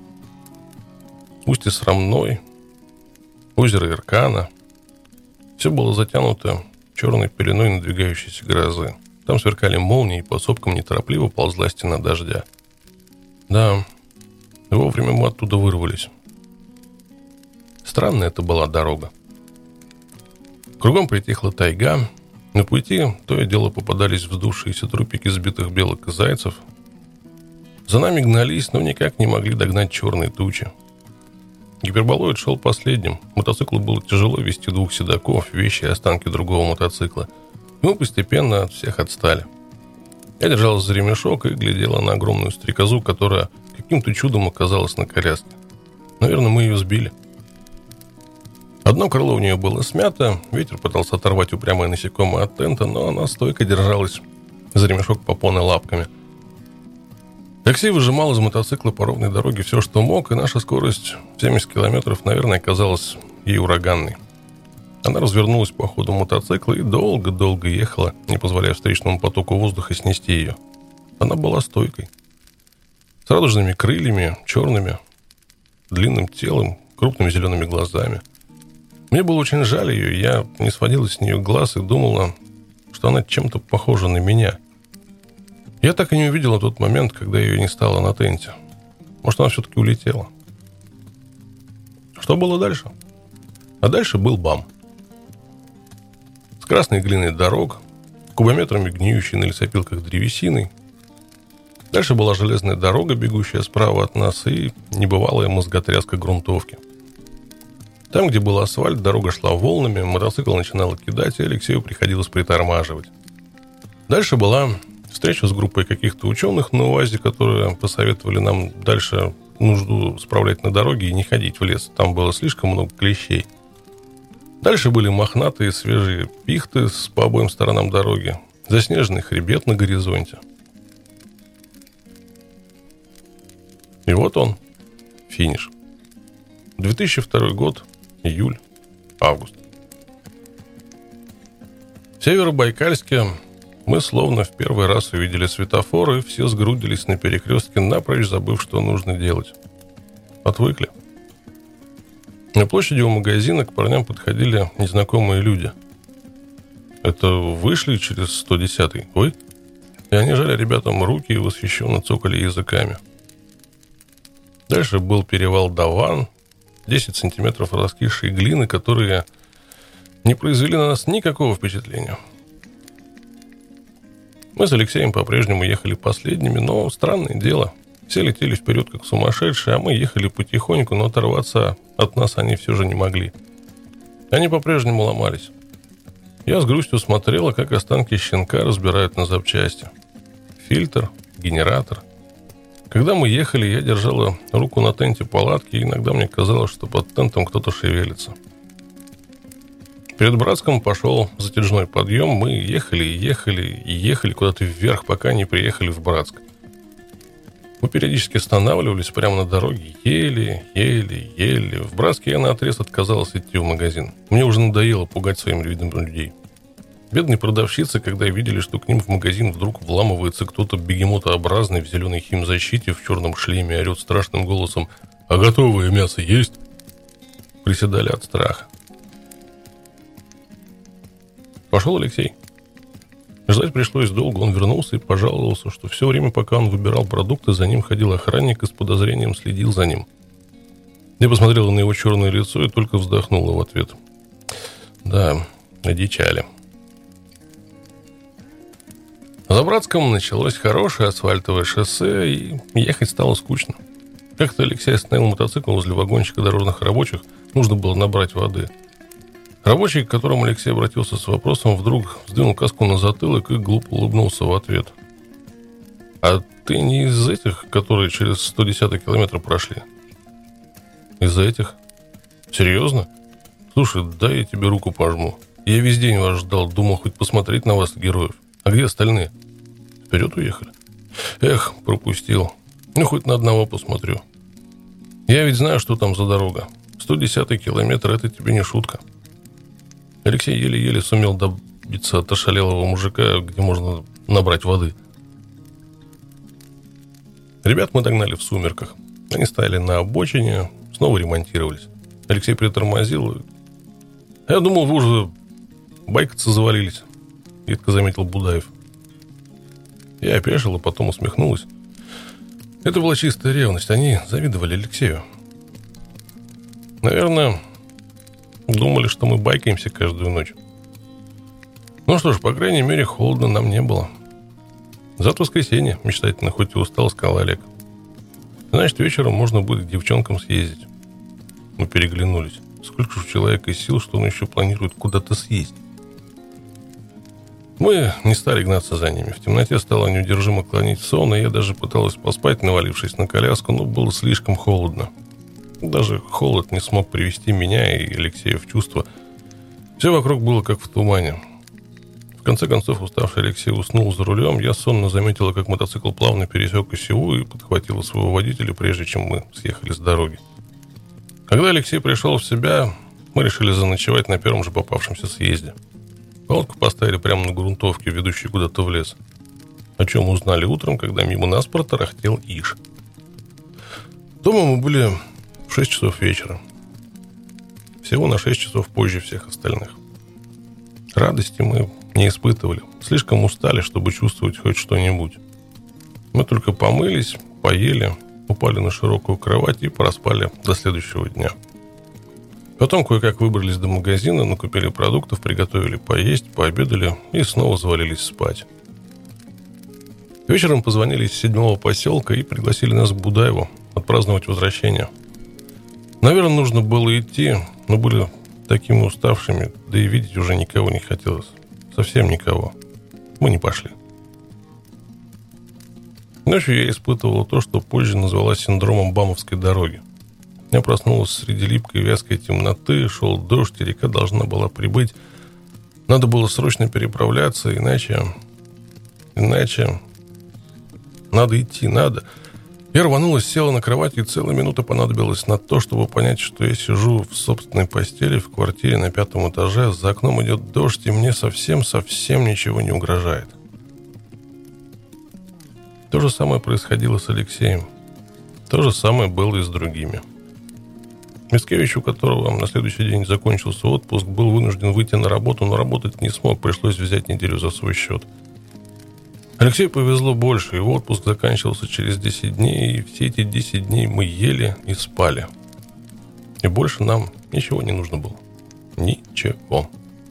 Устье Срамной, озеро Иркана. Все было затянуто черной пеленой надвигающейся грозы. Там сверкали молнии, и по сопкам неторопливо ползла стена дождя. Да, вовремя мы оттуда вырвались. Странная это была дорога. Кругом притихла тайга. На пути то и дело попадались вздувшиеся трупики сбитых белок и зайцев. За нами гнались, но никак не могли догнать черные тучи. Гиперболоид шел последним. Мотоциклу было тяжело вести двух седаков, вещи и останки другого мотоцикла. И мы постепенно от всех отстали. Я держалась за ремешок и глядела на огромную стрекозу, которая каким-то чудом оказалась на коляске. Наверное, мы ее сбили. Одно крыло у нее было смято, ветер пытался оторвать упрямое насекомое от тента, но она стойко держалась за ремешок попоны лапками. Такси выжимал из мотоцикла по ровной дороге все, что мог, и наша скорость семьдесят километров, наверное, казалась ей ураганной. Она развернулась по ходу мотоцикла и долго-долго ехала, не позволяя встречному потоку воздуха снести ее. Она была стойкой. С радужными крыльями, черными, длинным телом, крупными зелеными глазами. Мне было очень жаль ее, я не сводила с нее глаз и думала, что она чем-то похожа на меня. Я так и не увидела тот момент, когда ее не стало на тенте. Может, она все-таки улетела. Что было дальше? А дальше был БАМ. С красной глиной дорог, кубометрами гниющей на лесопилках древесиной. Дальше была железная дорога, бегущая справа от нас, и небывалая мозготряска грунтовки. Там, где был асфальт, дорога шла волнами, мотоцикл начинал кидать, и Алексею приходилось притормаживать. Дальше была встреча с группой каких-то ученых на УАЗе, которые посоветовали нам дальше нужду справлять на дороге и не ходить в лес. Там было слишком много клещей. Дальше были мохнатые свежие пихты с по обоим сторонам дороги, заснеженный хребет на горизонте. И вот он, финиш. две тысячи второй год, июль, Август. В Северобайкальске мы словно в первый раз увидели светофор, и все сгрудились на перекрестке, напрочь забыв, что нужно делать. Отвыкли. На площади у магазина к парням подходили незнакомые люди. Это вышли через сто десятый, вы? И они жали ребятам руки и восхищенно цокали языками. Дальше был перевал Даван, десять сантиметров раскисшей глины, которые не произвели на нас никакого впечатления. Мы с Алексеем по-прежнему ехали последними, но странное дело. Все летели вперед, как сумасшедшие, а мы ехали потихоньку, но оторваться от нас они все же не могли. Они по-прежнему ломались. Я с грустью смотрела, как останки щенка разбирают на запчасти. Фильтр, генератор. Когда мы ехали, я держала руку на тенте палатки, и иногда мне казалось, что под тентом кто-то шевелится. Перед Братском пошел затяжной подъем. Мы ехали и ехали и ехали куда-то вверх, пока не приехали в Братск. Мы периодически останавливались прямо на дороге, ели, ели, ели. В Братске я наотрез отказалась идти в магазин. Мне уже надоело пугать своим видом людей. Бедные продавщицы, когда видели, что к ним в магазин вдруг вламывается кто-то бегемотообразный в зеленой химзащите, в черном шлеме, орет страшным голосом: «А готовое мясо есть?» Приседали от страха. Пошел Алексей. Ждать пришлось долго. Он вернулся и пожаловался, что все время, пока он выбирал продукты, за ним ходил охранник и с подозрением следил за ним. Я посмотрела на его черное лицо и только вздохнула в ответ. Да, одичали. За Братском началось хорошее асфальтовое шоссе, и ехать стало скучно. Как-то Алексей остановил мотоцикл возле вагончика дорожных рабочих. Нужно было набрать воды. Рабочий, к которому Алексей обратился с вопросом, вдруг сдвинул каску на затылок и глупо улыбнулся в ответ. «А ты не из этих, которые через сто десятый километр прошли?» «Из этих? Серьезно? Слушай, дай я тебе руку пожму. Я весь день вас ждал, думал хоть посмотреть на вас, героев. А где остальные? Вперед уехали? Эх, пропустил. Ну, хоть на одного посмотрю. Я ведь знаю, что там за дорога. сто десятый километр — это тебе не шутка». Алексей еле-еле сумел добиться от ошалелого мужика, где можно набрать воды. Ребят мы догнали в сумерках. Они стояли на обочине, снова ремонтировались. Алексей притормозил. «Я думал, вы уже байкаться завалились», — едко заметил Будаев. Я опешил, а потом усмехнулась. Это была чистая ревность. Они завидовали Алексею. Наверное, думали, что мы байкаемся каждую ночь. Ну что ж, по крайней мере, холодно нам не было. Завтра воскресенье, мечтательно, хоть и устал, сказал Олег. Значит, вечером можно будет к девчонкам съездить. Мы переглянулись. Сколько же у человека сил, что он еще планирует куда-то съездить. Мы не стали гнаться за ними. В темноте стало неудержимо клонить сон, и я даже пыталась поспать, навалившись на коляску, но было слишком холодно. Даже холод не смог привести меня и Алексея в чувство. Все вокруг было как в тумане. В конце концов, уставший Алексей уснул за рулем. Я сонно заметила, как мотоцикл плавно пересек осевую и подхватила своего водителя, прежде чем мы съехали с дороги. Когда Алексей пришел в себя, мы решили заночевать на первом же попавшемся съезде. Палатку поставили прямо на грунтовке, ведущей куда-то в лес. О чем узнали утром, когда мимо нас протарахтел Иш. Дома мы были в шесть часов вечера. Всего на шесть часов позже всех остальных. Радости мы не испытывали. Слишком устали, чтобы чувствовать хоть что-нибудь. Мы только помылись, поели, упали на широкую кровать и проспали до следующего дня. Потом кое-как выбрались до магазина, накупили продуктов, приготовили поесть, пообедали и снова завалились спать. Вечером позвонили из седьмого поселка и пригласили нас к Будаеву отпраздновать возвращение. Наверное, нужно было идти, но были такими уставшими, да и видеть уже никого не хотелось. Совсем никого. Мы не пошли. Ночью я испытывала то, что позже назвала синдромом Бамовской дороги. Я проснулась среди липкой вязкой темноты, шел дождь, и река должна была прибыть. Надо было срочно переправляться, иначе... Иначе... Надо идти, надо. Я рванулась, села на кровати, и целая минута понадобилась на то, чтобы понять, что я сижу в собственной постели в квартире на пятом этаже, за окном идет дождь, и мне совсем-совсем ничего не угрожает. То же самое происходило с Алексеем. То же самое было и с другими. Мицкевич, у которого на следующий день закончился отпуск, был вынужден выйти на работу, но работать не смог, пришлось взять неделю за свой счет. Алексею повезло больше, его отпуск заканчивался через десять дней, и все эти десять дней мы ели и спали. И больше нам ничего не нужно было. Ничего.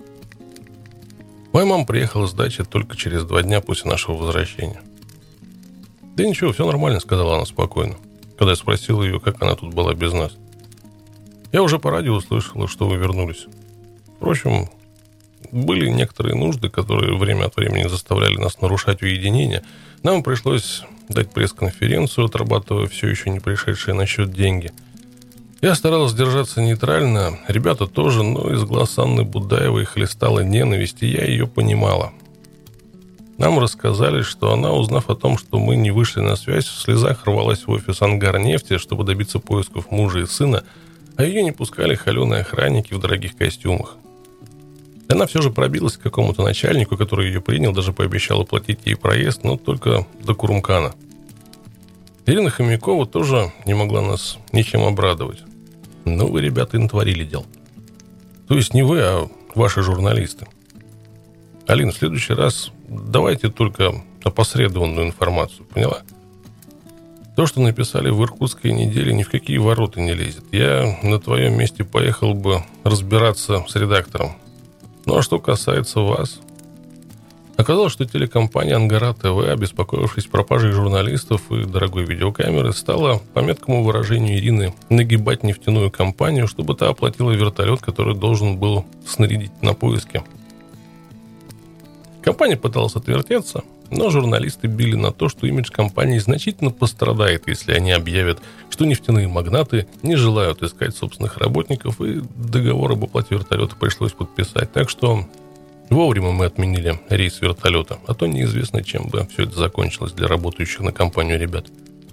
Моя мама приехала с дачи только через два дня после нашего возвращения. «Да ничего, все нормально», — сказала она спокойно, когда я спросил ее, как она тут была без нас. «Я уже по радио услышала, что вы вернулись. Впрочем, были некоторые нужды, которые время от времени заставляли нас нарушать уединение. Нам пришлось дать пресс-конференцию, отрабатывая все еще не пришедшие на счет деньги. Я старалась держаться нейтрально, ребята тоже, но из глаз Анны Будаевой хлестала ненависть, и я ее понимала. Нам рассказали, что она, узнав о том, что мы не вышли на связь, в слезах рвалась в офис «Ангарнефти», чтобы добиться поисков мужа и сына, а ее не пускали холеные охранники в дорогих костюмах. Она все же пробилась к какому-то начальнику, который ее принял, даже пообещал оплатить ей проезд, но только до Курумкана. Ирина Хомякова тоже не могла нас ничем обрадовать. Ну, вы, ребята, и натворили дел. То есть не вы, а ваши журналисты. Алина, в следующий раз давайте только опосредованную информацию, поняла? То, что написали в «Иркутской неделе», ни в какие ворота не лезет. Я на твоем месте поехал бы разбираться с редактором. Ну а что касается вас, оказалось, что телекомпания «Ангара ТВ», обеспокоившись пропажей журналистов и дорогой видеокамеры, стала, по меткому выражению Ирины, нагибать нефтяную компанию, чтобы та оплатила вертолет, который должен был снарядить на поиски. Компания пыталась отвертеться, но журналисты били на то, что имидж компании значительно пострадает, если они объявят, что нефтяные магнаты не желают искать собственных работников, и договор об оплате вертолета пришлось подписать. Так что вовремя мы отменили рейс вертолета, а то неизвестно, чем бы все это закончилось для работающих на компанию ребят.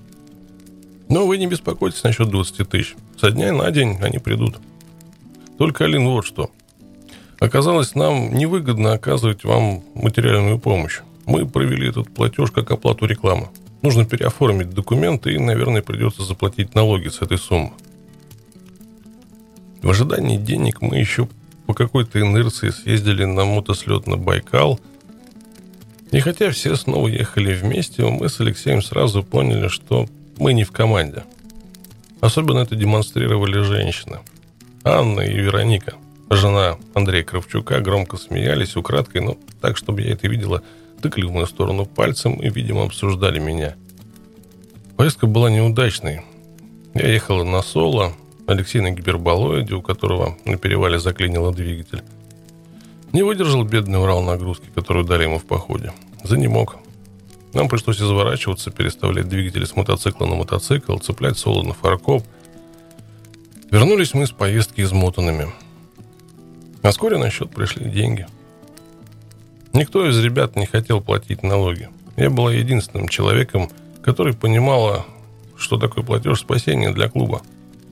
Но вы не беспокойтесь насчет двадцати тысяч. Со дня на день они придут. Только, Алин, вот что. Оказалось, нам невыгодно оказывать вам материальную помощь. Мы провели этот платеж как оплату рекламы. Нужно переоформить документы, и, наверное, придется заплатить налоги с этой суммы. В ожидании денег мы еще по какой-то инерции съездили на мотослет на Байкал. И хотя все снова ехали вместе, мы с Алексеем сразу поняли, что мы не в команде. Особенно это демонстрировали женщины. Анна и Вероника, жена Андрея Кравчука, громко смеялись украдкой, но так, чтобы я это видела, тыкали в мою сторону пальцем и, видимо, обсуждали меня. Поездка была неудачной. Я ехала на соло, Алексей на гиперболоиде, у которого на перевале заклинило двигатель. Не выдержал бедный Урал нагрузки, которую дали ему в походе. Занемог. Нам пришлось изворачиваться, переставлять двигатели с мотоцикла на мотоцикл, цеплять соло на фаркоп. Вернулись мы с поездки измотанными. А вскоре на счет пришли деньги. Никто из ребят не хотел платить налоги. Я была единственным человеком, который понимала, что такое платеж спасения для клуба.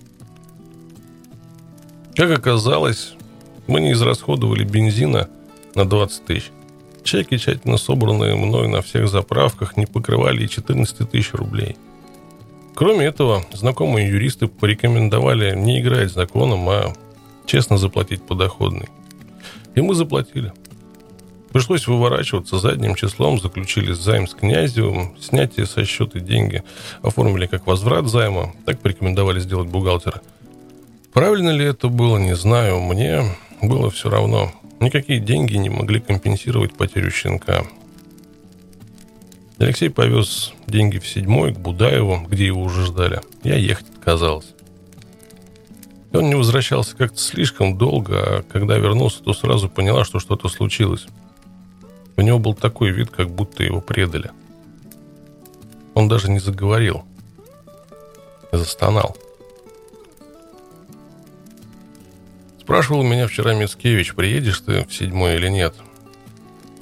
Как оказалось, мы не израсходовали бензина на двадцать тысяч. Чеки, тщательно собранные мной на всех заправках, не покрывали и четырнадцать тысяч рублей. Кроме этого, знакомые юристы порекомендовали не играть законом, а честно заплатить подоходный. И мы заплатили. Пришлось выворачиваться задним числом, заключили займ с Князевым, снятие со счета деньги оформили как возврат займа, так порекомендовали сделать бухгалтеры. Правильно ли это было, не знаю, мне было все равно. Никакие деньги не могли компенсировать потерю щенка. Алексей повез деньги в седьмой, к Будаеву, где его уже ждали. Я ехать отказался. И он не возвращался как-то слишком долго, а когда вернулся, то сразу поняла, что что-то случилось. У него был такой вид, как будто его предали. Он даже не заговорил. Застонал. Спрашивал меня вчера Мицкевич, приедешь ты в седьмой или нет.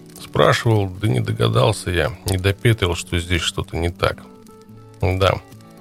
Спрашивал, да не догадался я, не допетрил, что здесь что-то не так. Да,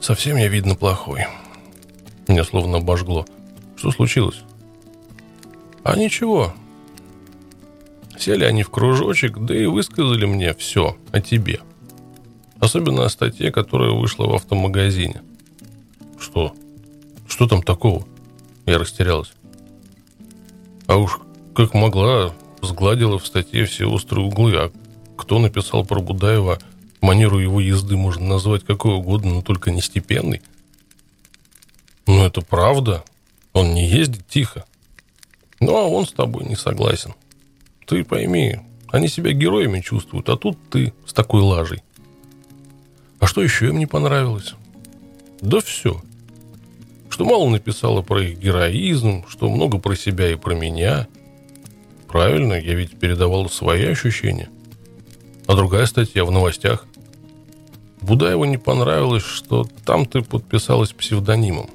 Совсем я, видно, плохой. Меня словно обожгло. Что случилось? А ничего. Сели они в кружочек, да и высказали мне все о тебе. Особенно о статье, которая вышла в автомагазине. Что? Что там такого? Я растерялась. А уж как могла, сгладила в статье все острые углы. А кто написал про Будаева, манеру его езды можно назвать какой угодно, но только не степенной. Ну, это правда. Он не ездит тихо. Ну, а он с тобой не согласен. Ты пойми, они себя героями чувствуют, а тут ты с такой лажей. А что еще им не понравилось? Да все. Что мало написала про их героизм, что много про себя и про меня. Правильно, я ведь передавал свои ощущения. А другая статья в новостях. Будаеву не понравилось, что там ты подписалась псевдонимом.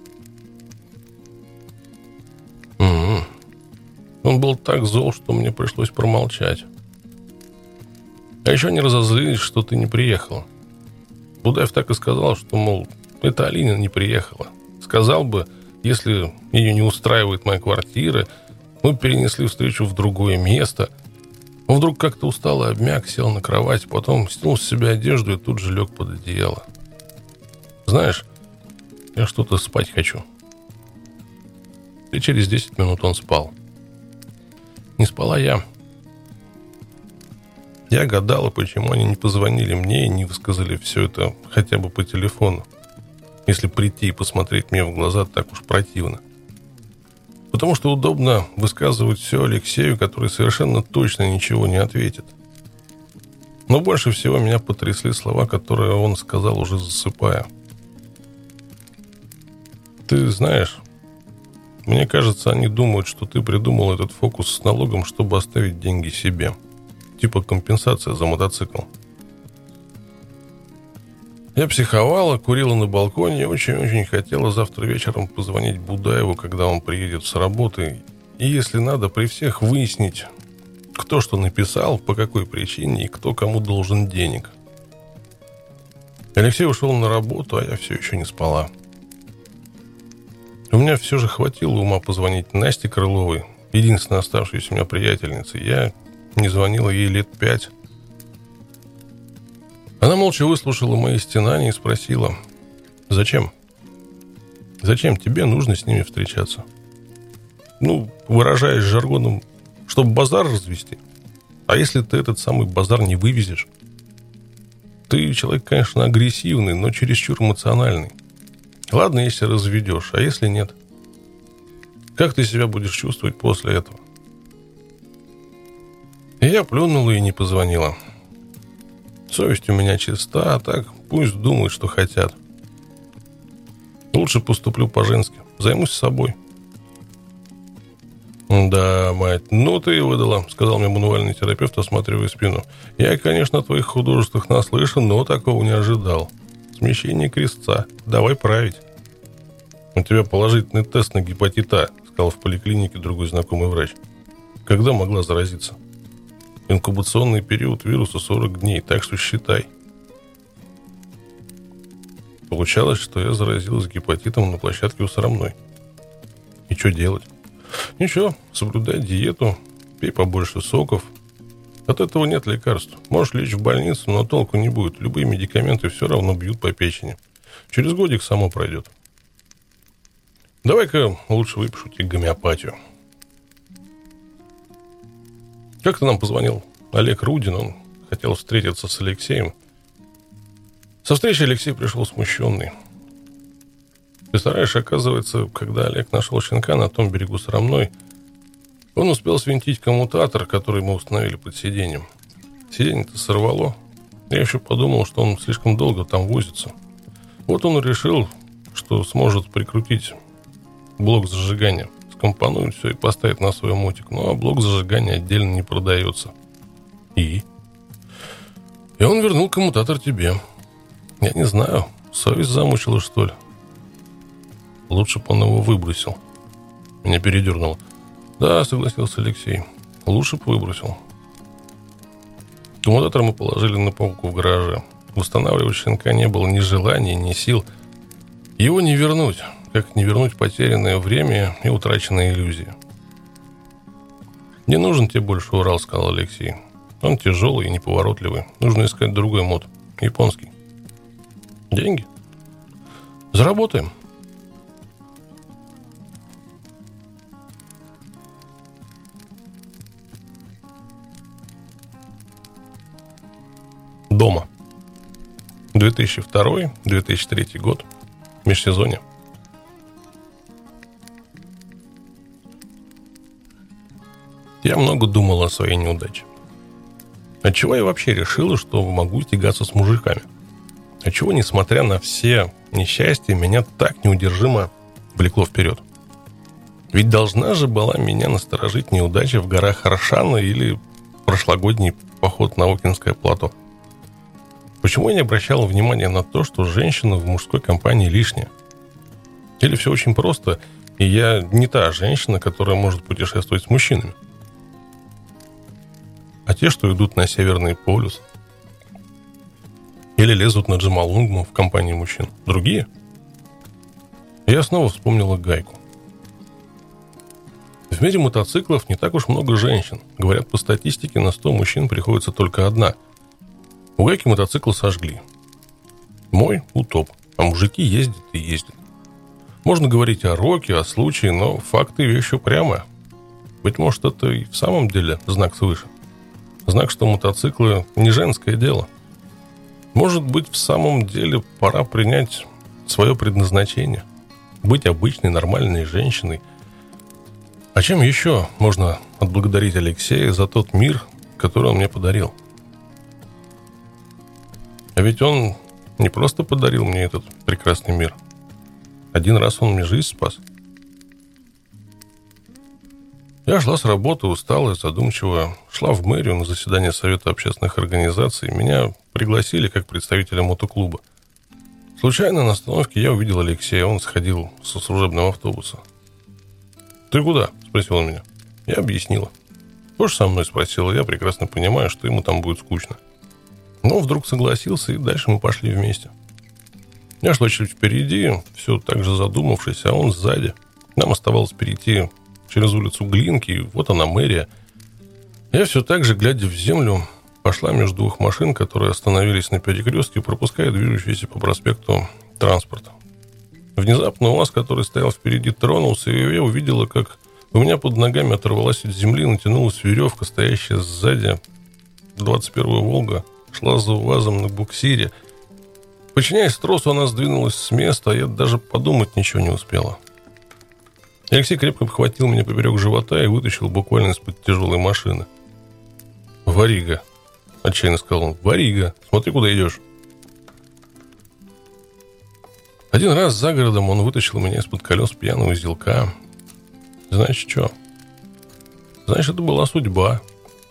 Угу. Он был так зол, что мне пришлось промолчать. А еще не разозлились, что ты не приехала. Будаев так и сказал, что, мол, это Алина не приехала. Сказал бы, если ее не устраивает моя квартира, мы перенесли встречу в другое место. Он вдруг как-то устал и обмяк, сел на кровать, потом стянул с себя одежду и тут же лег под одеяло. Знаешь, я что-то спать хочу. И через десять минут он спал. Не спала я. Я гадала, почему они не позвонили мне и не высказали все это хотя бы по телефону. Если прийти и посмотреть мне в глаза, так уж противно. Потому что удобно высказывать все Алексею, который совершенно точно ничего не ответит. Но больше всего меня потрясли слова, которые он сказал, уже засыпая. Ты знаешь, мне кажется, они думают, что ты придумал этот фокус с налогом, чтобы оставить деньги себе. Типа компенсация за мотоцикл. Я психовала, курила на балконе и очень-очень хотела завтра вечером позвонить Будаеву, когда он приедет с работы. И если надо, при всех выяснить, кто что написал, по какой причине и кто кому должен денег. Алексей ушел на работу, а я все еще не спала. У меня все же хватило ума позвонить Насте Крыловой, единственной оставшейся у меня приятельнице. Я не звонила ей лет пять. Она молча выслушала мои стенания и спросила: «Зачем? Зачем тебе нужно с ними встречаться? Ну, выражаясь жаргоном, чтобы базар развести. А если ты этот самый базар не вывезешь? Ты человек, конечно, агрессивный, но чересчур эмоциональный. Ладно, если разведешь, а если нет? Как ты себя будешь чувствовать после этого?» И я плюнула и не позвонила. Совесть у меня чиста, а так пусть думают, что хотят. Лучше поступлю по-женски, займусь собой. «Да, мать, ну ты и выдала», — сказал мне мануальный терапевт, осматривая спину. «Я, конечно, о твоих художествах наслышан, но такого не ожидал. Смещение крестца. Давай править». «У тебя положительный тест на гепатит А», — сказал в поликлинике другой знакомый врач. «Когда могла заразиться?» «Инкубационный период вируса сорок дней, так что считай». Получалось, что я заразилась гепатитом на площадке у Сарамной. И что делать? Ничего, соблюдай диету, пей побольше соков. От этого нет лекарств. Можешь лечь в больницу, но толку не будет. Любые медикаменты все равно бьют по печени. Через годик само пройдет. Давай-ка лучше выпишу тебе гомеопатию. Как-то нам позвонил Олег Рудин. Он хотел встретиться с Алексеем. Со встречи Алексей пришел смущенный. Представляешь, оказывается, когда Олег нашел щенка на том берегу Сарамной, он успел свинтить коммутатор, который мы установили под сиденьем. Сиденье-то сорвало. Я еще подумал, что он слишком долго там возится. Вот он решил, что сможет прикрутить блок зажигания. Скомпонует все и поставит на свой мотик. Ну, а блок зажигания отдельно не продается. И? И он вернул коммутатор тебе. Я не знаю, совесть замучила, что ли. Лучше бы он его выбросил. Меня передернуло. Да, согласился Алексей. Лучше бы выбросил. Коммутатор мы положили на полку в гараже. Восстанавливать щенка не было ни желания, ни сил. Его не вернуть, как не вернуть потерянное время и утраченные иллюзии. «Не нужен тебе больше Урал», — сказал Алексей. «Он тяжелый и неповоротливый. Нужно искать другой мод. Японский». «Деньги? Заработаем». Дома. две тысячи второй - две тысячи третий год. Межсезонье. Я много думал о своей неудаче. Отчего я вообще решила, что могу тягаться с мужиками? Отчего, несмотря на все несчастья, меня так неудержимо влекло вперед? Ведь должна же была меня насторожить неудача в горах Аршана или прошлогодний поход на Окинское плато. Почему я не обращала внимания на то, что женщина в мужской компании лишняя? Или все очень просто, и я не та женщина, которая может путешествовать с мужчинами? А те, что идут на Северный полюс или лезут на Джомолунгму в компании мужчин, другие? Я снова вспомнила Гайку. В мире мотоциклов не так уж много женщин. Говорят, по статистике на сто мужчин приходится только одна. У Гайки мотоцикл сожгли. Мой утоп, а мужики ездят и ездят. Можно говорить о роке, о случае, но факты вещь упрямая. Быть может, это и в самом деле знак свыше. Знак, что мотоциклы не женское дело. Может быть, в самом деле пора принять свое предназначение. Быть обычной, нормальной женщиной. А чем еще можно отблагодарить Алексея за тот мир, который он мне подарил? А ведь он не просто подарил мне этот прекрасный мир. Один раз он мне жизнь спас. Я шла с работы, усталая, задумчивая, шла в мэрию на заседание Совета общественных организаций. Меня пригласили как представителя мотоклуба. Случайно на остановке я увидел Алексея, он сходил со служебного автобуса. «Ты куда?» – спросил он меня. Я объяснила. «Хочешь со мной?» – спросила я, прекрасно понимая, что ему там будет скучно. Но вдруг согласился, и дальше мы пошли вместе. Я шла чуть впереди, все так же задумавшись, а он сзади. Нам оставалось перейти через улицу Глинки, и вот она, мэрия. Я все так же, глядя в землю, пошла между двух машин, которые остановились на перекрестке, пропуская движущийся по проспекту транспорт. Внезапно УАЗ, который стоял впереди, тронулся, и я увидела, как у меня под ногами оторвалась от земли, натянулась веревка, стоящая сзади. двадцать первая «Волга» шла за УАЗом на буксире. Подчиняясь тросу, она сдвинулась с места, а я даже подумать ничего не успела. Алексей крепко обхватил меня поперек живота и вытащил буквально из-под тяжелой машины. «Варига», — отчаянно сказал он, — «Варига, смотри, куда идешь». Один раз за городом он вытащил меня из-под колес пьяного зилка. Знаешь что? Знаешь, это была судьба.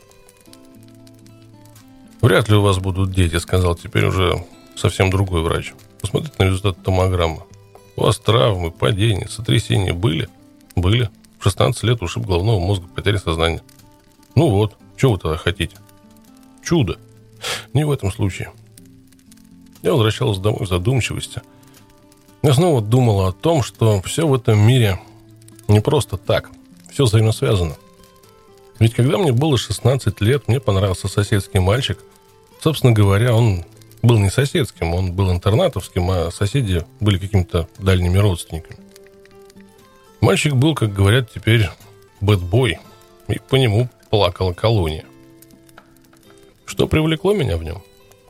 «Вряд ли у вас будут дети», — сказал теперь уже совсем другой врач. «Посмотрите на результат томограммы. У вас травмы, падения, сотрясения были?» «Были. В шестнадцать лет ушиб головного мозга, потеря сознания». «Ну вот, что вы тогда хотите?» «Чудо». Не в этом случае. Я возвращалась домой в задумчивости. Я снова думала о том, что все в этом мире не просто так. Все взаимосвязано. Ведь когда мне было шестнадцать лет, мне понравился соседский мальчик. Собственно говоря, он был не соседским, он был интернатовским, а соседи были какими-то дальними родственниками. Мальчик был, как говорят теперь, бэдбой, и по нему плакала колония. Что привлекло меня в нем?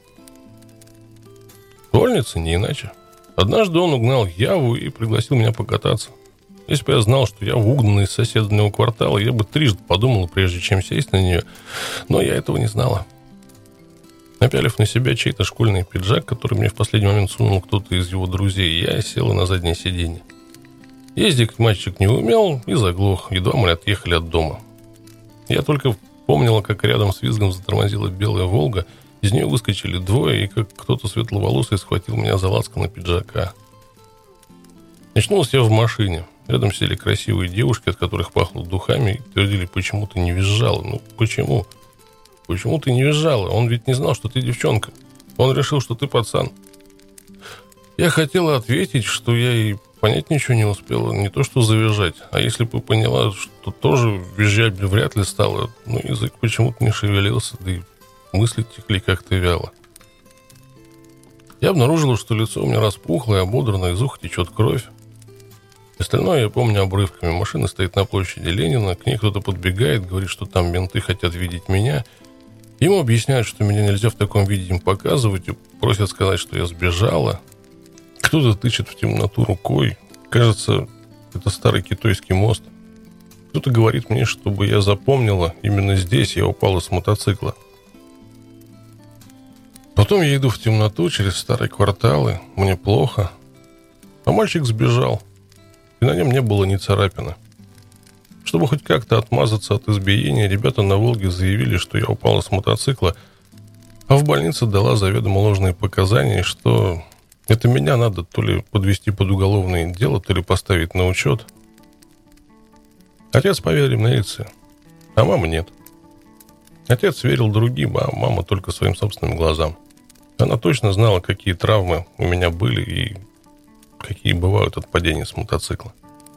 Школьница, не иначе. Однажды он угнал Яву и пригласил меня покататься. Если бы я знал, что я угнан из соседнего квартала, я бы трижды подумал, прежде чем сесть на нее, но я этого не знала. Напялив на себя чей-то школьный пиджак, который мне в последний момент сунул кто-то из его друзей, я села на заднее сиденье. Ездить мальчик не умел и заглох, едва мы отъехали от дома. Я только помнила, как рядом с визгом затормозила белая «Волга», из нее выскочили двое, и как кто-то светловолосый схватил меня за лацканы пиджака. Очнулась я в машине. Рядом сидели красивые девушки, от которых пахло духами, и твердили: «Почему ты не визжала?» Ну, почему? Почему ты не визжала? Он ведь не знал, что ты девчонка. Он решил, что ты пацан. Я хотела ответить, что я и понять ничего не успела, не то что завизжать, а если бы поняла, что тоже визжать бы вряд ли стало, но язык почему-то не шевелился, да и мысли текли как-то вяло. Я обнаружила, что лицо у меня распухло и ободрано, из уха течет кровь. Остальное я помню обрывками. Машина стоит на площади Ленина, к ней кто-то подбегает, говорит, что там менты хотят видеть меня. Ему объясняют, что меня нельзя в таком виде им показывать, и просят сказать, что я сбежала. Кто-то тычет в темноту рукой. Кажется, это старый Китайский мост. Кто-то говорит мне, чтобы я запомнила, именно здесь я упала с мотоцикла. Потом я иду в темноту через старые кварталы, мне плохо. А мальчик сбежал, и на нем не было ни царапины. Чтобы хоть как-то отмазаться от избиения, ребята на Волге заявили, что я упала с мотоцикла, а в больнице дала заведомо ложные показания, что это меня надо то ли подвести под уголовное дело, то ли поставить на учет. Отец поверил в милицию, а мама нет. Отец верил другим, а мама только своим собственным глазам. Она точно знала, какие травмы у меня были и какие бывают от падения с мотоцикла.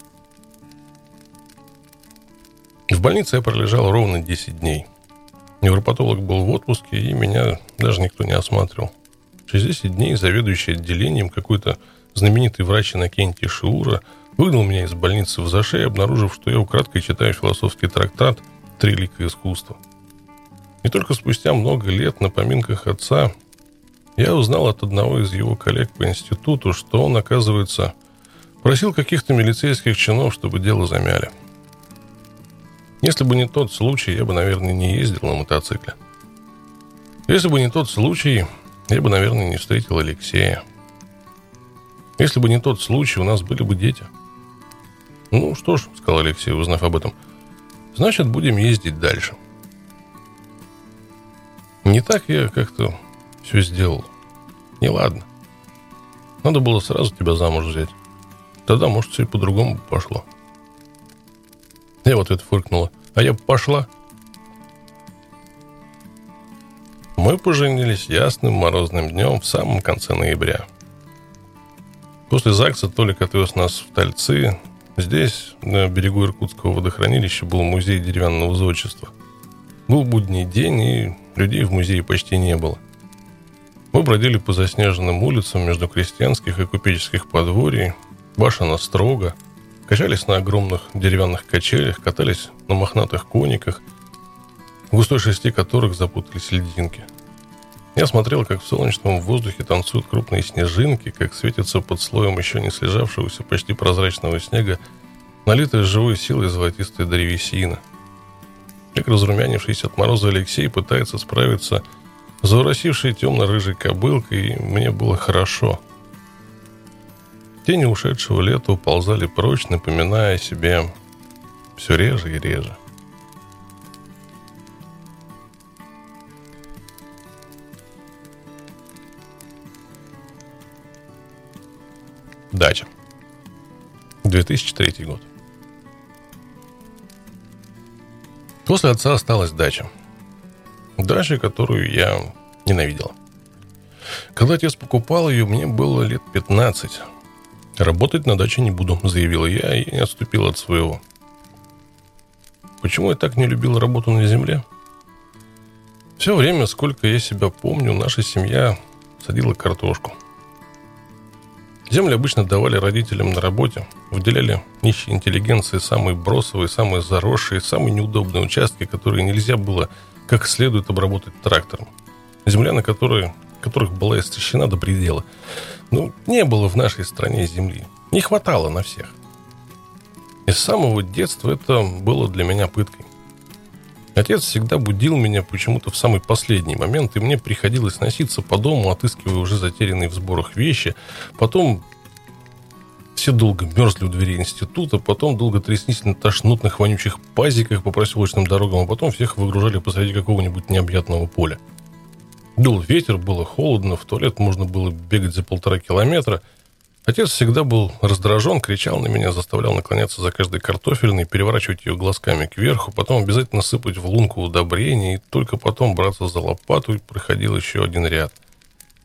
В больнице я пролежал ровно десять дней. Невропатолог был в отпуске, и меня даже никто не осматривал. Через десять дней заведующий отделением, какой-то знаменитый врач Иннокентий Шиура, выгнал меня из больницы в зашей, обнаружив, что я украдкой читаю философский трактат «Три лика искусства». И только спустя много лет на поминках отца я узнал от одного из его коллег по институту, что он, оказывается, просил каких-то милицейских чинов, чтобы дело замяли. Если бы не тот случай, я бы, наверное, не ездил на мотоцикле. Если бы не тот случай, я бы, наверное, не встретил Алексея. Если бы не тот случай, у нас были бы дети. «Ну что ж», — сказал Алексей, узнав об этом, — «значит, будем ездить дальше». Не так я как-то все сделал. Неладно. Надо было сразу тебя замуж взять. Тогда, может, все и по-другому бы пошло. Я в ответ фыркнула. А я бы пошла. Мы поженились ясным морозным днем в самом конце ноября. После ЗАГСа Толик отвез нас в Тальцы. Здесь, на берегу Иркутского водохранилища, был музей деревянного зодчества. Был будний день, и людей в музее почти не было. Мы бродили по заснеженным улицам между крестьянских и купеческих подворий, башен острога, качались на огромных деревянных качелях, катались на мохнатых кониках, в густой шерсти которых запутались льдинки. Я смотрел, как в солнечном воздухе танцуют крупные снежинки, как светится под слоем еще не слежавшегося почти прозрачного снега налитая живой силой золотистая древесина. Как разрумянившийся от мороза Алексей пытается справиться с зауросившей темно-рыжей кобылкой, и мне было хорошо. Тени ушедшего лета уползали прочь, напоминая о себе все реже и реже. Дача. две тысячи третий год. После отца осталась дача. Дача, которую я ненавидела. Когда отец покупал ее, мне было лет пятнадцать. «Работать на даче не буду», — заявила я и не отступила от своего. Почему я так не любила работу на земле? Все время, сколько я себя помню, наша семья садила картошку. Земли обычно давали родителям на работе, выделяли нищей интеллигенции самые бросовые, самые заросшие, самые неудобные участки, которые нельзя было как следует обработать трактором. Земля, на которой, которых была истощена до предела. Ну, не было в нашей стране земли. Не хватало на всех. И с самого детства это было для меня пыткой. Отец всегда будил меня почему-то в самый последний момент, и мне приходилось носиться по дому, отыскивая уже затерянные в сборах вещи. Потом все долго мерзли у дверей института, потом долго тряслись на тошнотных вонючих пазиках по проселочным дорогам, а потом всех выгружали посреди какого-нибудь необъятного поля. Дул ветер, было холодно, в туалет можно было бегать за полтора километра. Отец всегда был раздражен, кричал на меня, заставлял наклоняться за каждой картофельной, переворачивать ее глазками кверху, потом обязательно сыпать в лунку удобрений, и только потом браться за лопату, и проходил еще один ряд.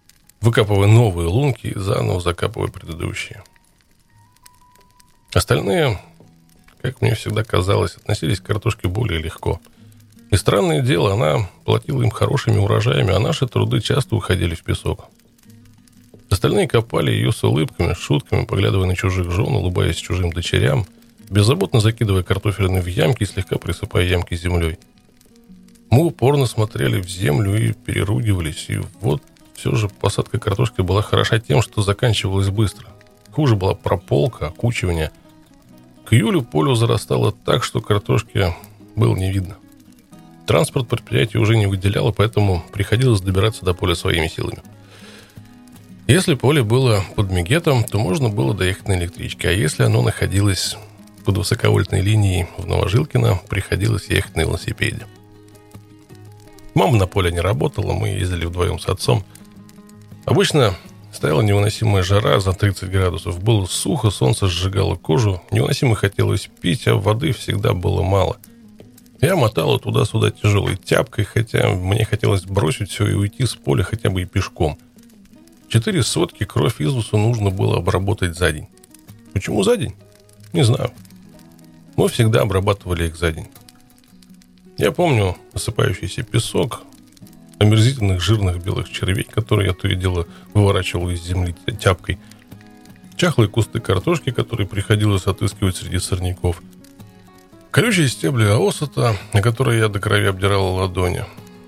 выкапывая новые лунки и заново закапывая предыдущие. Остальные, как мне всегда казалось, относились к картошке более легко. И странное дело, она платила им хорошими урожаями, а наши труды часто уходили в песок. Остальные копали ее с улыбками, с шутками, поглядывая на чужих жен, улыбаясь чужим дочерям, беззаботно закидывая картофелины в ямки и слегка присыпая ямки землей. Мы упорно смотрели в землю и переругивались, и вот все же посадка картошки была хороша тем, что заканчивалась быстро. Хуже была прополка, окучивание. К июлю поле зарастало так, что картошки было не видно. Транспорт предприятие уже не выделяло, поэтому приходилось добираться до поля своими силами. Если поле было под Мегетом, то можно было доехать на электричке, а если оно находилось под высоковольтной линией в Новожилкино, приходилось ехать на велосипеде. Мама на поле не работала, мы ездили вдвоем с отцом. Обычно стояла невыносимая жара за тридцать градусов. Было сухо, солнце сжигало кожу. Невыносимо хотелось пить, а воды всегда было мало. Я мотала туда-сюда тяжелой тяпкой, хотя мне хотелось бросить все и уйти с поля хотя бы и пешком. Четыре сотки кровь из носу нужно было обработать за день. Почему за день? Не знаю. Мы всегда обрабатывали их за день. Я помню осыпающийся песок, омерзительных жирных белых червей, которые я то и дело выворачивал из земли тяпкой, чахлые кусты картошки, которые приходилось отыскивать среди сорняков, колючие стебли аосата, на которые я до крови обдирал ладони.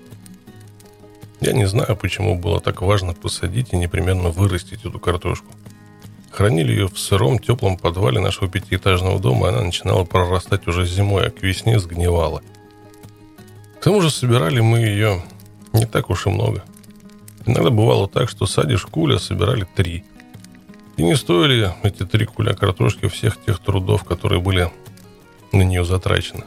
Я не знаю, почему было так важно посадить и непременно вырастить эту картошку. Хранили ее в сыром, теплом подвале нашего пятиэтажного дома, и она начинала прорастать уже зимой, а к весне сгнивала. К тому же собирали мы ее не так уж и много. Иногда бывало так, что садишь куль, а собирали три. И не стоили эти три куля картошки всех тех трудов, которые были на нее затрачены.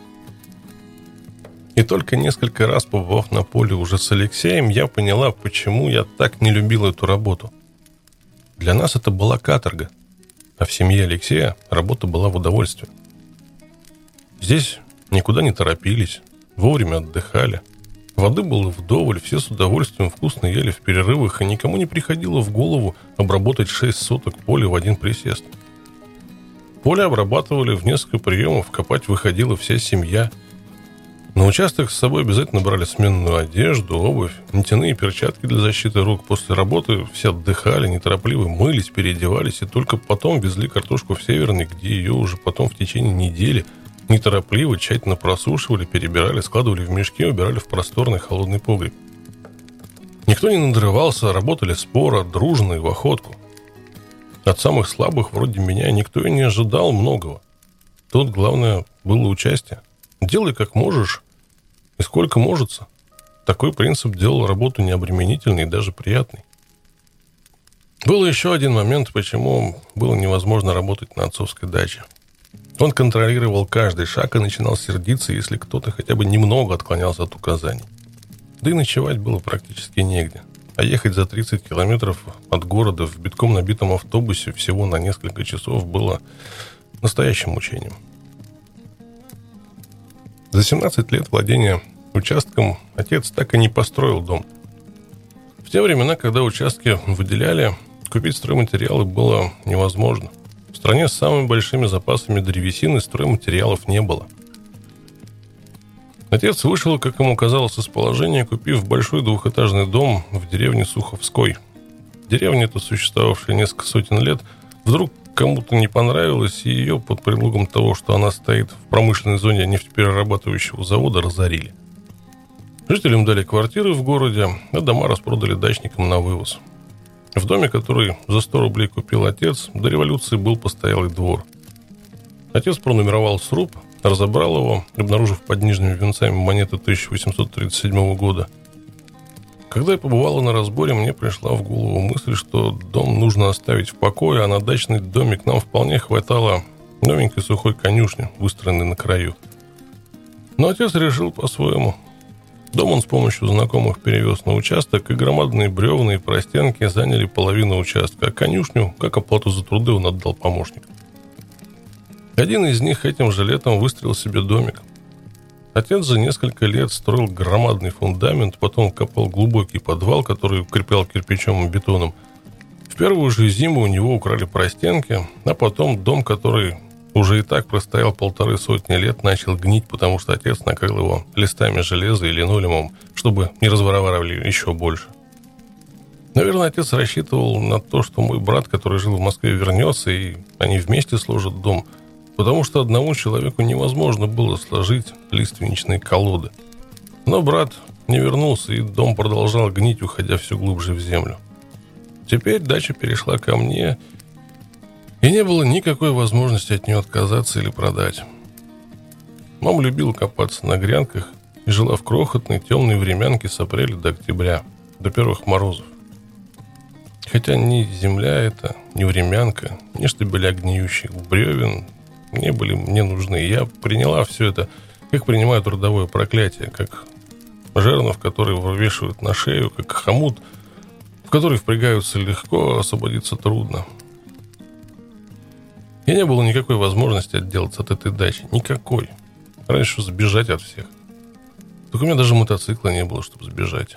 И только несколько раз побывав на поле уже с Алексеем, я поняла, почему я так не любил эту работу. Для нас это была каторга, а в семье Алексея работа была в удовольствие. Здесь никуда не торопились, вовремя отдыхали. Воды было вдоволь, все с удовольствием вкусно ели в перерывах, и никому не приходило в голову обработать шесть соток поля в один присест. Поле обрабатывали в несколько приемов, копать выходила вся семья. На участок с собой обязательно брали сменную одежду, обувь, нитяные перчатки для защиты рук. После работы все отдыхали, неторопливо мылись, переодевались и только потом везли картошку в Северный, где ее уже потом в течение недели неторопливо, тщательно просушивали, перебирали, складывали в мешки, убирали в просторный холодный погреб. Никто не надрывался, работали споро, дружно и в охотку. От самых слабых, вроде меня, никто и не ожидал многого. Тут главное было участие. Делай как можешь и сколько можется. Такой принцип делал работу необременительной и даже приятной. Был еще один момент, почему было невозможно работать на отцовской даче. Он контролировал каждый шаг и начинал сердиться, если кто-то хотя бы немного отклонялся от указаний. Да и ночевать было практически негде. А ехать за тридцать километров от города в битком набитом автобусе всего на несколько часов было настоящим мучением. За семнадцать лет владения участком отец так и не построил дом. В те времена, когда участки выделяли, купить стройматериалы было невозможно. В стране с самыми большими запасами древесины стройматериалов не было. Отец вышел, как ему казалось, из положения, купив большой двухэтажный дом в деревне Суховской. Деревня эта, существовавшая несколько сотен лет, вдруг кому-то не понравилась, и ее под предлогом того, что она стоит в промышленной зоне нефтеперерабатывающего завода, разорили. Жителям дали квартиры в городе, а дома распродали дачникам на вывоз. В доме, который за сто рублей купил отец, до революции был постоялый двор. Отец пронумеровал сруб, разобрал его, обнаружив под нижними венцами монеты тысяча восемьсот тридцать седьмого года. Когда я побывала на разборе, мне пришла в голову мысль, что дом нужно оставить в покое, а на дачный домик нам вполне хватало новенькой сухой конюшни, выстроенной на краю. Но отец решил по-своему. Дом он с помощью знакомых перевез на участок, и громадные бревна и простенки заняли половину участка, а конюшню, как оплату за труды, он отдал помощникам. Один из них этим же летом выстроил себе домик. Отец за несколько лет строил громадный фундамент, потом копал глубокий подвал, который укреплял кирпичом и бетоном. В первую же зиму у него украли простенки, а потом дом, который уже и так простоял полторы сотни лет, начал гнить, потому что отец накрыл его листами железа и линолеумом, чтобы не разворовали еще больше. Наверное, отец рассчитывал на то, что мой брат, который жил в Москве, вернется, и они вместе сложат дом, потому что одному человеку невозможно было сложить лиственничные колоды. Но брат не вернулся, и дом продолжал гнить, уходя все глубже в землю. Теперь дача перешла ко мне, и не было никакой возможности от нее отказаться или продать. Мама любила копаться на грядках и жила в крохотной темной времянке с апреля до октября, до первых морозов. Хотя ни земля эта, ни времянка, ни штабеля гниющих бревен не были мне нужны. Я приняла все это, как принимают родовое проклятие, как жернов, которые вывешивают на шею, как хомут, в который впрягаются легко, а освободиться трудно. И не было никакой возможности отделаться от этой дачи. Никакой. Раньше сбежать от всех. Только у меня даже мотоцикла не было, чтобы сбежать.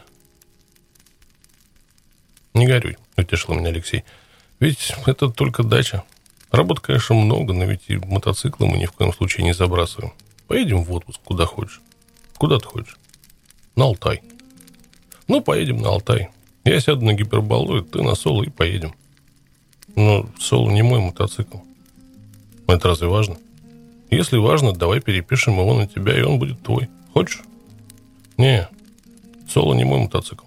«Не горюй», — утешил меня Алексей. «Ведь это только дача. Работы, конечно, много, но ведь и мотоциклы мы ни в коем случае не забрасываем. Поедем в отпуск, куда хочешь». «Куда ты хочешь?» «На Алтай». «Ну, поедем на Алтай. Я сяду на гиперболу, ты на соло и поедем». «Но соло не мой мотоцикл». «Это разве важно?» «Если важно, давай перепишем его на тебя, и он будет твой. Хочешь?» «Не, соло не мой мотоцикл».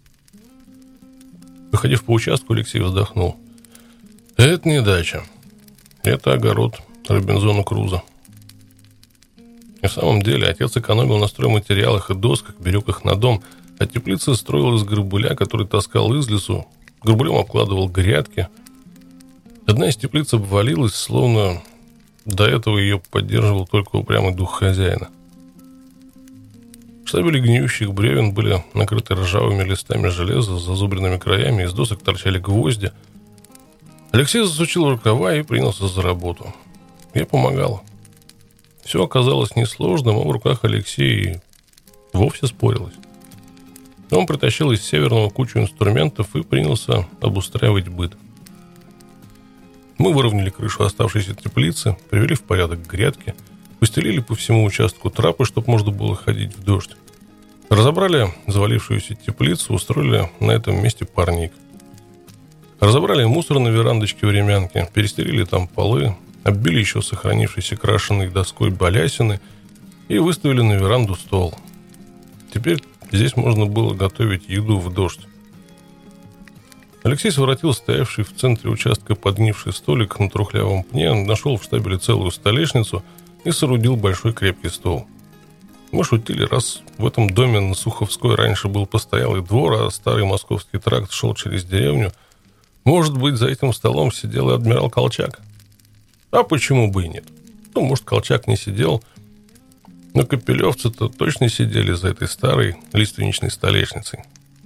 Выходив по участку, Алексей вздохнул. «Это не дача. Это огород Робинзона Круза». И в самом деле отец экономил на стройматериалах и досках, берег их на дом, а теплица строил из горбыля, который таскал из лесу, горбылем обкладывал грядки. Одна из теплиц обвалилась, словно до этого ее поддерживал только упрямый дух хозяина. Штабели гниющих бревен были накрыты ржавыми листами железа с зазубренными краями, из досок торчали гвозди. Алексей засучил рукава и принялся за работу. Я помогал. Все оказалось несложным, а в руках Алексея вовсе спорилось. Он притащил из Северного кучу инструментов и принялся обустраивать быт. Мы выровняли крышу оставшейся теплицы, привели в порядок грядки, постелили по всему участку трапы, чтобы можно было ходить в дождь. Разобрали завалившуюся теплицу, устроили на этом месте парник. Разобрали мусор на верандочке времянки, перестелили там полы, оббили еще сохранившейся крашеной доской балясины и выставили на веранду стол. Теперь здесь можно было готовить еду в дождь. Алексей своротил стоявший в центре участка подгнивший столик на трухлявом пне, нашел в штабеле целую столешницу и соорудил большой крепкий стол. Мы шутили, раз в этом доме на Суховской раньше был постоялый двор, а старый московский тракт шел через деревню, может быть, за этим столом сидел и адмирал Колчак? А почему бы и нет? Ну, может, Колчак не сидел, но капелевцы-то точно сидели за этой старой лиственничной столешницей.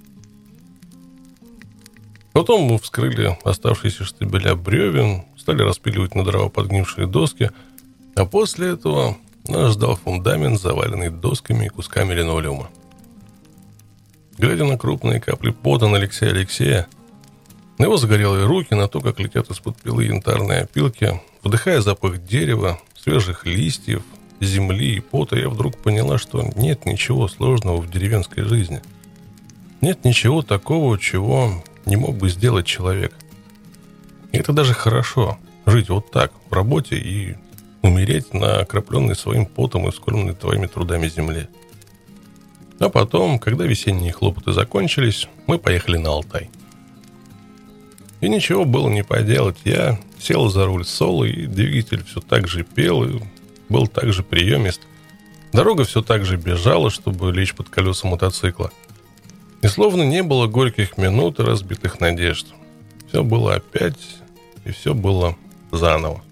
Потом мы вскрыли оставшиеся штабеля бревен, стали распиливать на дрова подгнившие доски, а после этого нас ждал фундамент, заваленный досками и кусками линолеума. Глядя на крупные капли пота на Алексея Алексея, на его загорелые руки, на то, как летят из-под пилы янтарные опилки, вдыхая запах дерева, свежих листьев, земли и пота, я вдруг поняла, что нет ничего сложного в деревенской жизни. Нет ничего такого, чего не мог бы сделать человек. И это даже хорошо, жить вот так, в работе и умереть на окропленной своим потом и вскормленной твоими трудами земле. А потом, когда весенние хлопоты закончились, мы поехали на Алтай. И ничего было не поделать. Я сел за руль соло, и двигатель все так же пел, и был так же приемист. Дорога все так же бежала, чтобы лечь под колеса мотоцикла. И словно не было горьких минут и разбитых надежд. Все было опять, и все было заново.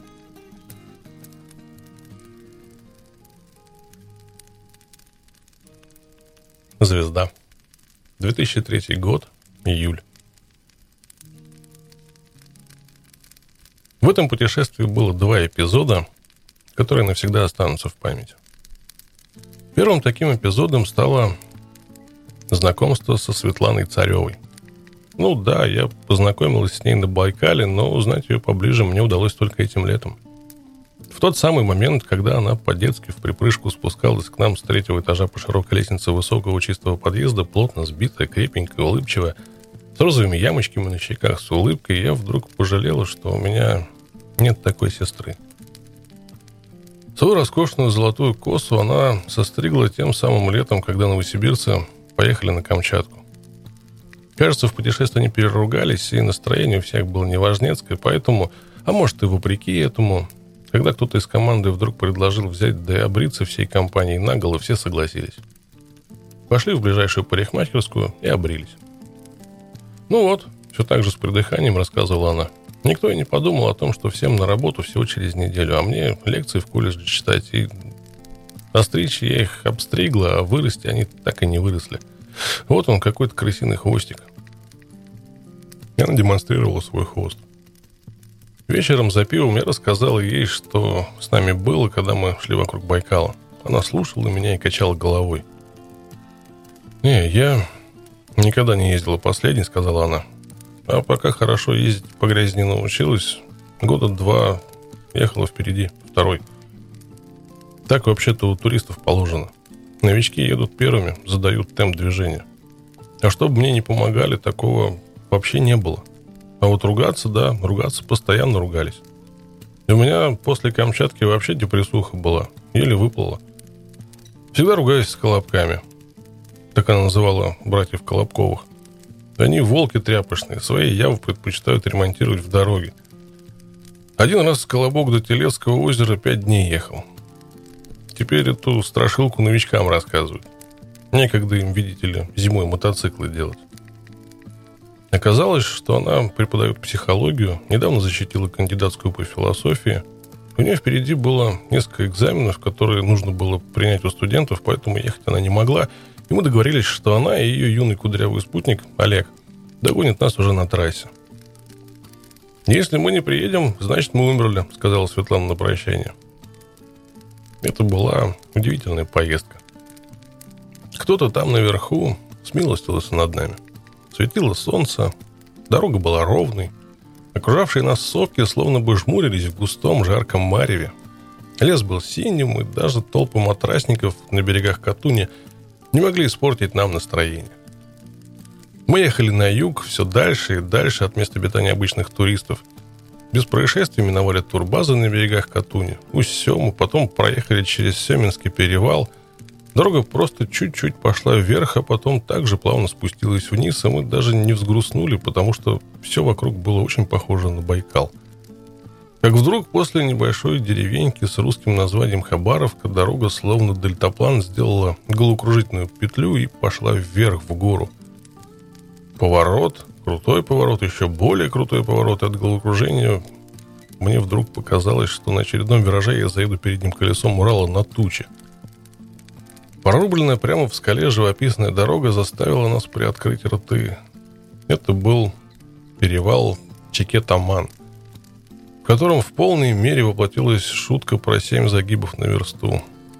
Звезда. две тысячи третий год, июль. В этом путешествии было два эпизода, которые навсегда останутся в памяти. Первым таким эпизодом стало знакомство со Светланой Царевой. Ну да, я познакомилась с ней на Байкале, но узнать ее поближе мне удалось только этим летом. В тот самый момент, когда она по-детски в припрыжку спускалась к нам с третьего этажа по широкой лестнице высокого чистого подъезда, плотно сбитая, крепенькая, улыбчивая, с розовыми ямочками на щеках, с улыбкой, я вдруг пожалела, что у меня нет такой сестры. Свою роскошную золотую косу она состригла тем самым летом, когда новосибирцы поехали на Камчатку. Кажется, в путешествии они переругались, и настроение у всех было неважнецкое, поэтому, а может и вопреки этому, когда кто-то из команды вдруг предложил взять да и обриться всей компанией наголо, все согласились. Пошли в ближайшую парикмахерскую и обрились. Ну вот, все так же с придыханием рассказывала она. Никто и не подумал о том, что всем на работу всего через неделю, а мне лекции в колледже читать. И остричь я их обстригла, а вырасти они так и не выросли. Вот он, какой-то крысиный хвостик. Она демонстрировала свой хвост. Вечером за пивом я рассказал ей, что с нами было, когда мы шли вокруг Байкала. Она слушала меня и качала головой. «Не, я никогда не ездила последней», — сказала она. «А пока хорошо ездить по грязи не научилась, года два ехала впереди, второй. Так вообще-то у туристов положено. Новички едут первыми, задают темп движения. А чтобы мне не помогали, такого вообще не было. А вот ругаться, да, ругаться постоянно ругались. И у меня после Камчатки вообще депрессуха была, еле выплыла. Всегда ругаюсь с Колобками». Так она называла братьев Колобковых. Они волки тряпочные, свои явы предпочитают ремонтировать в дороге. Один раз Колобок до Телецкого озера пять дней ехал. Теперь эту страшилку новичкам рассказывают. Некогда им, видите ли, зимой мотоциклы делать. Оказалось, что она преподает психологию, недавно защитила кандидатскую по философии. У нее впереди было несколько экзаменов, которые нужно было принять у студентов, поэтому ехать она не могла. И мы договорились, что она и ее юный кудрявый спутник, Олег, догонят нас уже на трассе. «Если мы не приедем, значит, мы умерли», — сказала Светлана на прощание. Это была удивительная поездка. Кто-то там наверху смилостивился над нами. Светило солнце, дорога была ровной. Окружавшие нас сопки словно бы жмурились в густом жарком мареве. Лес был синим, и даже толпы матрасников на берегах Катуни не могли испортить нам настроение. Мы ехали на юг, все дальше и дальше от места обитания обычных туристов. Без происшествий миновали турбазы на берегах Катуни, Усть-Сему, потом проехали через Семенский перевал. Дорога просто чуть-чуть пошла вверх, а потом также плавно спустилась вниз, и мы даже не взгрустнули, потому что все вокруг было очень похоже на Байкал. Как вдруг после небольшой деревеньки с русским названием Хабаровка дорога словно дельтаплан сделала головокружительную петлю и пошла вверх в гору. Поворот, крутой поворот, еще более крутой поворот от головокружения. Мне вдруг показалось, что на очередном вираже я заеду передним колесом Урала на тучи. Прорубленная прямо в скале живописная дорога заставила нас приоткрыть рты. Это был перевал Чекет-Аман, в котором в полной мере воплотилась шутка про семь загибов на версту.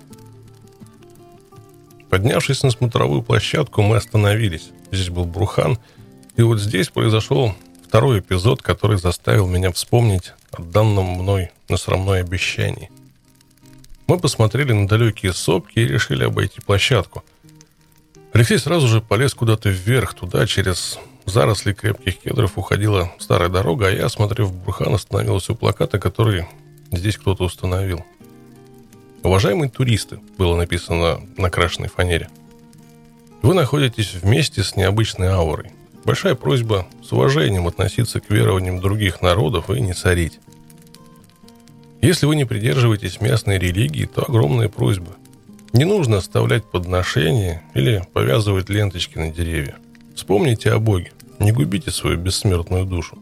Поднявшись на смотровую площадку, мы остановились. Здесь был Брухан, и вот здесь произошел второй эпизод, который заставил меня вспомнить о данном мной на срамное обещании. Мы посмотрели на далекие сопки и решили обойти площадку. Алексей сразу же полез куда-то вверх, туда, через заросли крепких кедров уходила старая дорога, а я, осмотрев Брухан, остановился у плаката, который здесь кто-то установил. «Уважаемые туристы», было написано на крашеной фанере, «вы находитесь вместе с необычной аурой. Большая просьба с уважением относиться к верованиям других народов и не сорить. Если вы не придерживаетесь местной религии, то огромная просьба. Не нужно оставлять подношения или повязывать ленточки на деревья. Вспомните о Боге, не губите свою бессмертную душу».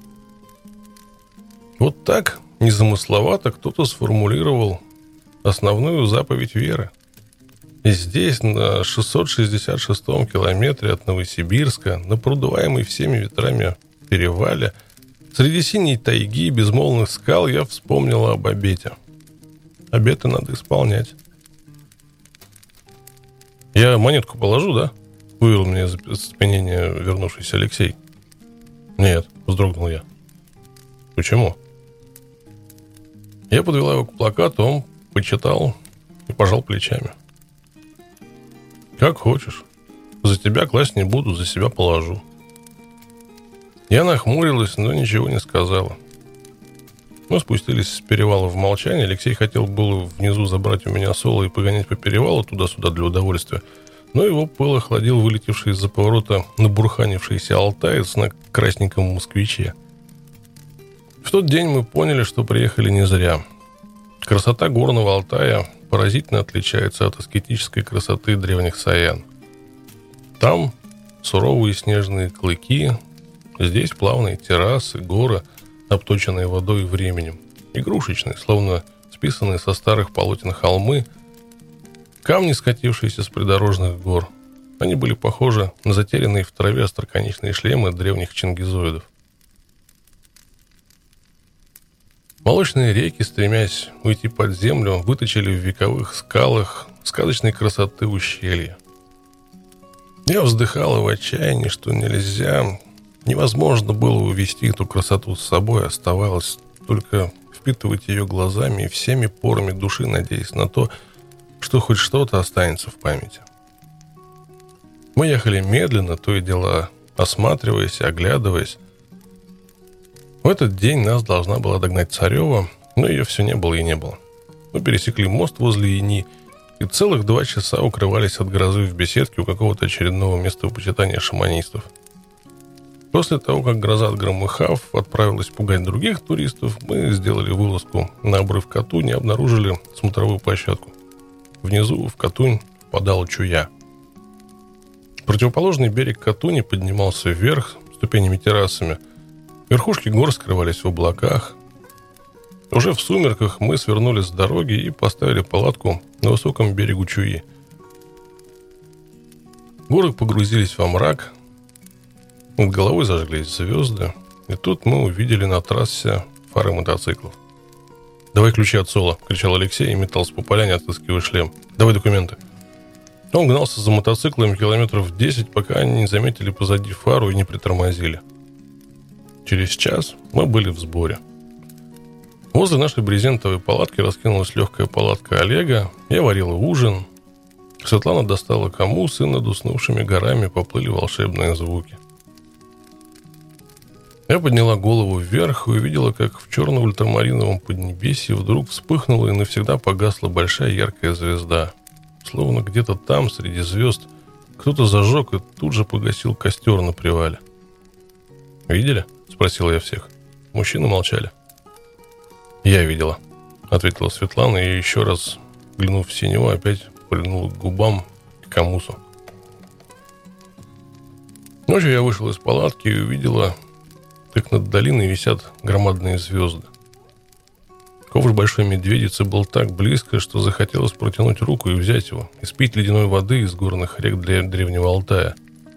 Вот так, незамысловато, кто-то сформулировал основную заповедь веры. И здесь, на шестьсот шестьдесят шестом километре от Новосибирска, на продуваемой всеми ветрами перевале, среди синей тайги и безмолвных скал, я вспомнила об обете. Обеты надо исполнять. «Я монетку положу, да?» — вывел меня из оцепенения вернувшийся Алексей. «Нет», — вздрогнул я. «Почему?» Я подвела его к плакату, он почитал и пожал плечами. «Как хочешь. За тебя класть не буду, за себя положу». Я нахмурилась, но ничего не сказала. Мы спустились с перевала в молчание. Алексей хотел было внизу забрать у меня соло и погонять по перевалу туда-сюда для удовольствия, но его пыл охладил вылетевший из-за поворота набурханившийся алтаец на красненьком москвиче. В тот день мы поняли, что приехали не зря. Красота горного Алтая поразительно отличается от аскетической красоты древних саян. Там суровые снежные клыки, здесь плавные террасы, горы, обточенные водой и временем, игрушечные, словно списанные со старых полотен холмы, камни, скатившиеся с придорожных гор. Они были похожи на затерянные в траве остроконечные шлемы древних чингизоидов. Молочные реки, стремясь уйти под землю, выточили в вековых скалах сказочной красоты ущелья. Я вздыхала в отчаянии, что нельзя, невозможно было увести эту красоту с собой, оставалось только впитывать ее глазами и всеми порами души, надеясь на то, что хоть что-то останется в памяти. Мы ехали медленно, то и дело осматриваясь, оглядываясь. В этот день нас должна была догнать Царева, но ее все не было и не было. Мы пересекли мост возле Ини и целых два часа укрывались от грозы в беседке у какого-то очередного места почитания шаманистов. После того, как гроза, отгромыхав, отправилась пугать других туристов, мы сделали вылазку на обрыв Катунь и обнаружили смотровую площадку. Внизу в Катунь впадала Чуя. Противоположный берег Катуни поднимался вверх ступенями-террасами. Верхушки гор скрывались в облаках. Уже в сумерках мы свернули с дороги и поставили палатку на высоком берегу Чуи. Горы погрузились во мрак, над головой зажглись звезды, и тут мы увидели на трассе фары мотоциклов. «Давай ключи от Соло!» — кричал Алексей и метался по поляне, отыскивая шлем. «Давай документы!» Он гнался за мотоциклами километров десять, пока они не заметили позади фару и не притормозили. Через час мы были в сборе. Возле нашей брезентовой палатки раскинулась легкая палатка Олега. Я варила ужин. Светлана достала камус, и над уснувшими горами поплыли волшебные звуки. Я подняла голову вверх и увидела, как в черно-ультрамариновом поднебесье вдруг вспыхнула и навсегда погасла большая яркая звезда. Словно где-то там, среди звезд, кто-то зажег и тут же погасил костер на привале. «Видели?» — спросила я всех. Мужчины молчали. «Я видела», — ответила Светлана, и еще раз, глянув в синеву, опять прильнула к губам и к камусу. Ночью я вышел из палатки и увидела, как над долиной висят громадные звезды. Ковш большой медведицы был так близко, что захотелось протянуть руку и взять его, и спить ледяной воды из горных рек для древнего Алтая.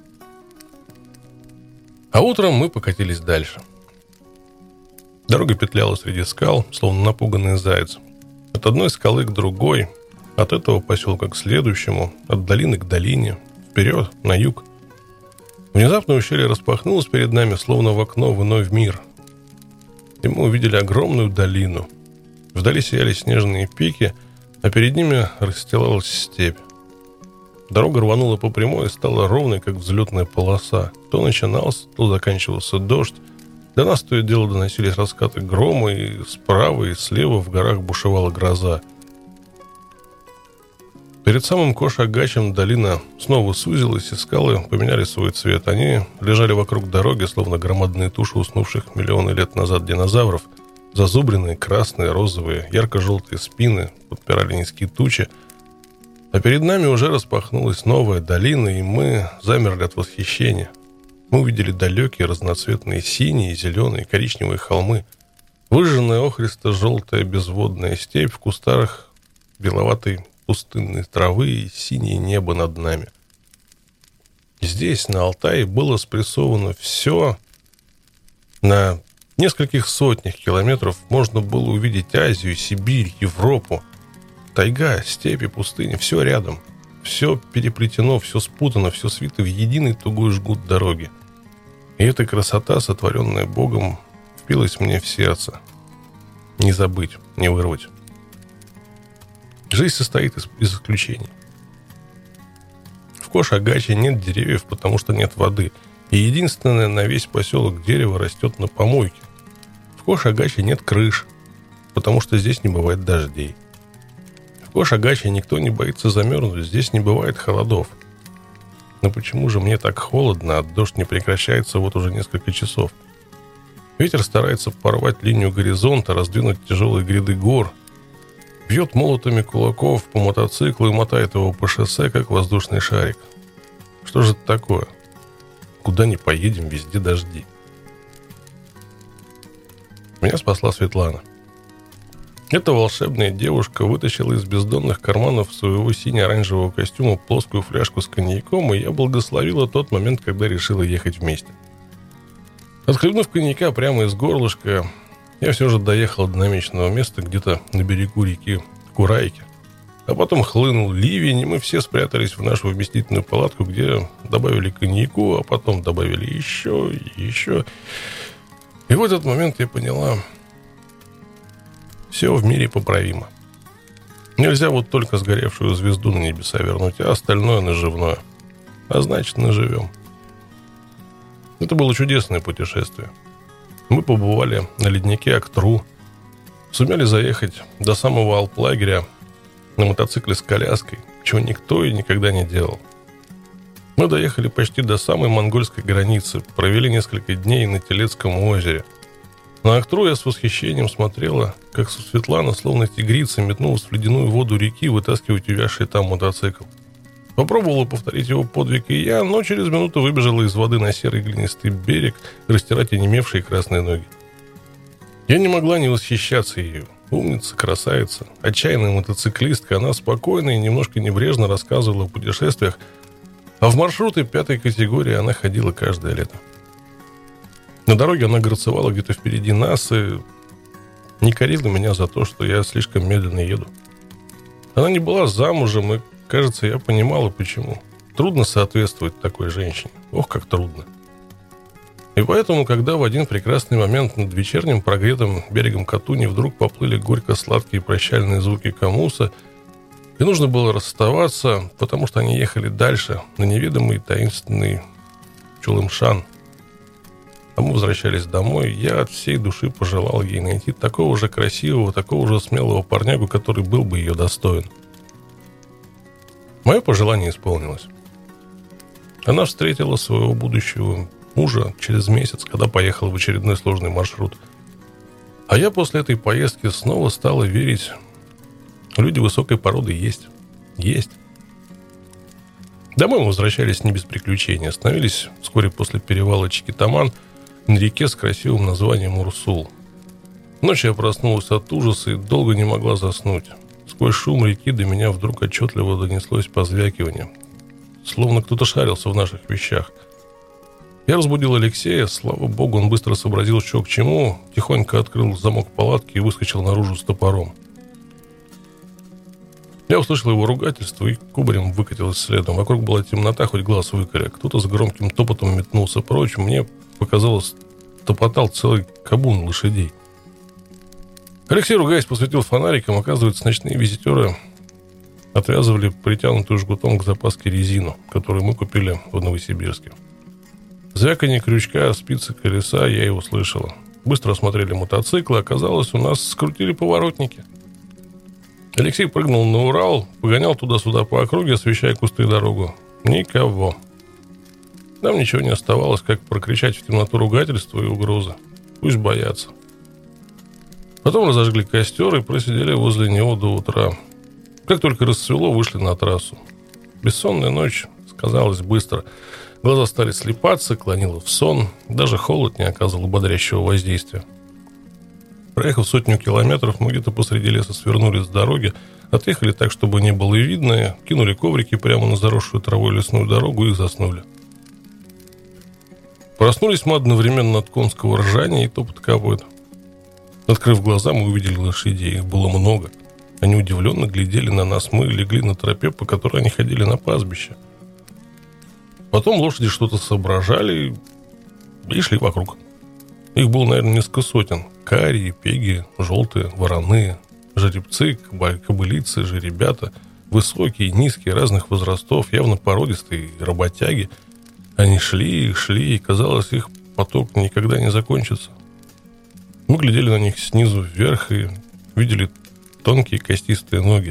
А утром мы покатились дальше. Дорога петляла среди скал, словно напуганный заяц. От одной скалы к другой, от этого поселка к следующему, от долины к долине, вперед, на юг. Внезапно ущелье распахнулось перед нами, словно в окно в иной мир. И мы увидели огромную долину. Вдали сияли снежные пики, а перед ними расстилалась степь. Дорога рванула по прямой и стала ровной, как взлетная полоса. То начинался, то заканчивался дождь. До нас то и дело доносились раскаты грома, и справа и слева в горах бушевала гроза. Перед самым Кош-Агачем долина снова сузилась, и скалы поменяли свой цвет. Они лежали вокруг дороги, словно громадные туши уснувших миллионы лет назад динозавров. Зазубренные, красные, розовые, ярко-желтые спины подпирали низкие тучи. А перед нами уже распахнулась новая долина, и мы замерли от восхищения. Мы увидели далекие разноцветные синие, зеленые, коричневые холмы, выжженная охристо-желтая безводная степь, в кустарах беловатой пустынной травы и синее небо над нами. Здесь, на Алтае, было спрессовано все. На нескольких сотнях километров можно было увидеть Азию, Сибирь, Европу. Тайга, степи, пустыни — все рядом. все переплетено, все спутано, все свито в единый тугой жгут дороги. И эта красота, сотворенная Богом, впилась мне в сердце. Не забыть, не вырвать. Жизнь состоит из, из исключений. В Кош-Агаче нет деревьев, потому что нет воды. И единственное на весь поселок дерево растет на помойке. В Кош-Агаче нет крыш, потому что здесь не бывает дождей. В Кош-Агаче никто не боится замерзнуть, здесь не бывает холодов. Но почему же мне так холодно, а дождь не прекращается вот уже несколько часов? Ветер старается порвать линию горизонта, раздвинуть тяжелые гряды гор, бьет молотами кулаков по мотоциклу и мотает его по шоссе, как воздушный шарик. Что же это такое? Куда ни поедем, везде дожди. Меня спасла Светлана. Эта волшебная девушка вытащила из бездонных карманов своего сине-оранжевого костюма плоскую фляжку с коньяком, и я благословила тот момент, когда решила ехать вместе. Отхлебнув коньяка прямо из горлышка, я все же доехал до намеченного места где-то на берегу реки Курайки. А потом хлынул ливень, и мы все спрятались в нашу вместительную палатку, где добавили коньяку, а потом добавили еще и еще. И в этот момент я поняла, все в мире поправимо. Нельзя вот только сгоревшую звезду на небеса вернуть, а остальное наживное. А значит, наживем. Это было чудесное путешествие. Мы побывали на леднике Актру, сумели заехать до самого Алплагеря на мотоцикле с коляской, чего никто и никогда не делал. Мы доехали почти до самой монгольской границы, провели несколько дней на Телецком озере. На Актру я с восхищением смотрела, как Светлана, словно тигрица, метнулась в ледяную воду реки вытаскивать увязший там мотоцикл. Попробовала повторить его подвиг и я, но через минуту выбежала из воды на серый глинистый берег растирать онемевшие красные ноги. Я не могла не восхищаться ею. Умница, красавица, отчаянная мотоциклистка, она спокойно и немножко небрежно рассказывала о путешествиях, а в маршруты пятой категории она ходила каждое лето. На дороге она горцевала где-то впереди нас и не корила меня за то, что я слишком медленно еду. Она не была замужем, и, кажется, я понимала, почему. Трудно соответствовать такой женщине. Ох, как трудно. И поэтому, когда в один прекрасный момент над вечерним прогретым берегом Катуни вдруг поплыли горько-сладкие прощальные звуки камуса, и нужно было расставаться, потому что они ехали дальше, на неведомый таинственный Чулымшан, а мы возвращались домой, я от всей души пожелал ей найти такого же красивого, такого же смелого парнягу, который был бы ее достоин. Мое пожелание исполнилось. Она встретила своего будущего мужа через месяц, когда поехала в очередной сложный маршрут. А я после этой поездки снова стала верить, люди высокой породы есть. Есть. Домой мы возвращались не без приключений. Остановились вскоре после перевала Чикитаман на реке с красивым названием Урсул. Ночью я проснулась от ужаса и долго не могла заснуть. Сквозь шум реки до меня вдруг отчетливо донеслось позвякивание. Словно кто-то шарился в наших вещах. Я разбудил Алексея, слава богу, он быстро сообразил, что к чему, тихонько открыл замок палатки и выскочил наружу с топором. Я услышал его ругательство и кубарем выкатилась следом. Вокруг была темнота, хоть глаз выколи. Кто-то с громким топотом метнулся прочь. Мне показалось, топотал целый кабун лошадей. Алексей, ругаясь, посветил фонариком. Оказывается, ночные визитеры отвязывали притянутую жгутом к запаске резину, которую мы купили в Новосибирске. Звяканье крючка, спицы колеса я и услышала. Быстро осмотрели мотоциклы. Оказалось, у нас скрутили поворотники. Алексей прыгнул на Урал, погонял туда-сюда по округе, освещая кусты и дорогу. Никого. Нам ничего не оставалось, как прокричать в темноту ругательства и угрозы. Пусть боятся. Потом разожгли костер и просидели возле него до утра. Как только расцвело, вышли на трассу. Бессонная ночь сказалась быстро. Глаза стали слипаться, клонило в сон. Даже холод не оказывал бодрящего воздействия. Проехав сотню километров, мы где-то посреди леса свернули с дороги, отъехали так, чтобы не было видно, кинули коврики прямо на заросшую травой лесную дорогу и заснули. Проснулись мы одновременно от конского ржания и топот копыт. Открыв глаза, мы увидели лошадей. Их было много. Они удивленно глядели на нас. Мы легли на тропе, по которой они ходили на пастбище. Потом лошади что-то соображали и шли вокруг. Их было, наверное, несколько сотен. Карии, пеги, желтые, вороные, жеребцы, кобылицы, жеребята. Высокие, низкие, разных возрастов, явно породистые, работяги. Они шли, шли, и, казалось, их поток никогда не закончится. Мы глядели на них снизу вверх и видели тонкие костистые ноги.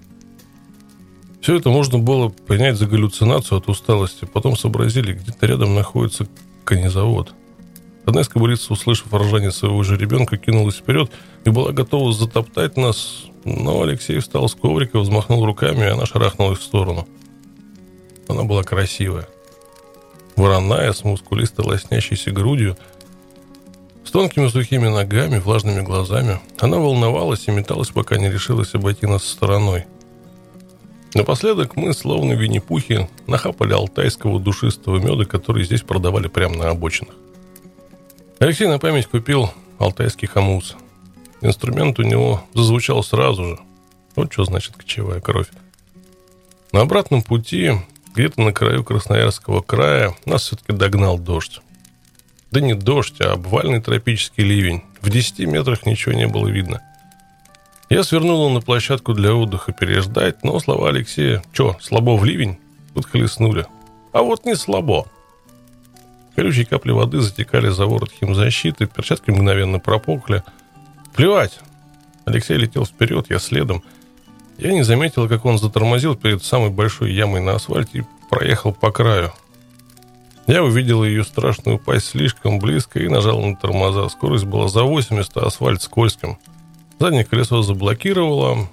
Все это можно было принять за галлюцинацию от усталости. Потом сообразили, где-то рядом находится конезавод. Одна из кобылиц, услышав ржание своего жеребенка, кинулась вперед и была готова затоптать нас, но Алексей встал с коврика, взмахнул руками, и она шарахнулась в сторону. Она была красивая. Вороная, с мускулистой лоснящейся грудью, с тонкими сухими ногами, влажными глазами. Она волновалась и металась, пока не решилась обойти нас стороной. Напоследок мы, словно винни-пухи, нахапали алтайского душистого меда, который здесь продавали прямо на обочинах. Алексей на память купил алтайский хомус. Инструмент у него зазвучал сразу же. Вот что значит кочевая кровь. На обратном пути, где-то на краю Красноярского края, нас все-таки догнал дождь. Да не дождь, а обвальный тропический ливень. В десяти метрах ничего не было видно. Я свернул на площадку для отдыха переждать, но слова Алексея «Че, слабо в ливень?» подхлестнули. А вот не слабо. Колючие капли воды затекали за ворот химзащиты, перчатки мгновенно пропухли. Плевать. Алексей летел вперед, я следом. Я не заметил, как он затормозил перед самой большой ямой на асфальте и проехал по краю. Я увидел ее страшную пасть слишком близко и нажал на тормоза. Скорость была за восемьдесят, а асфальт скользким. Заднее колесо заблокировало.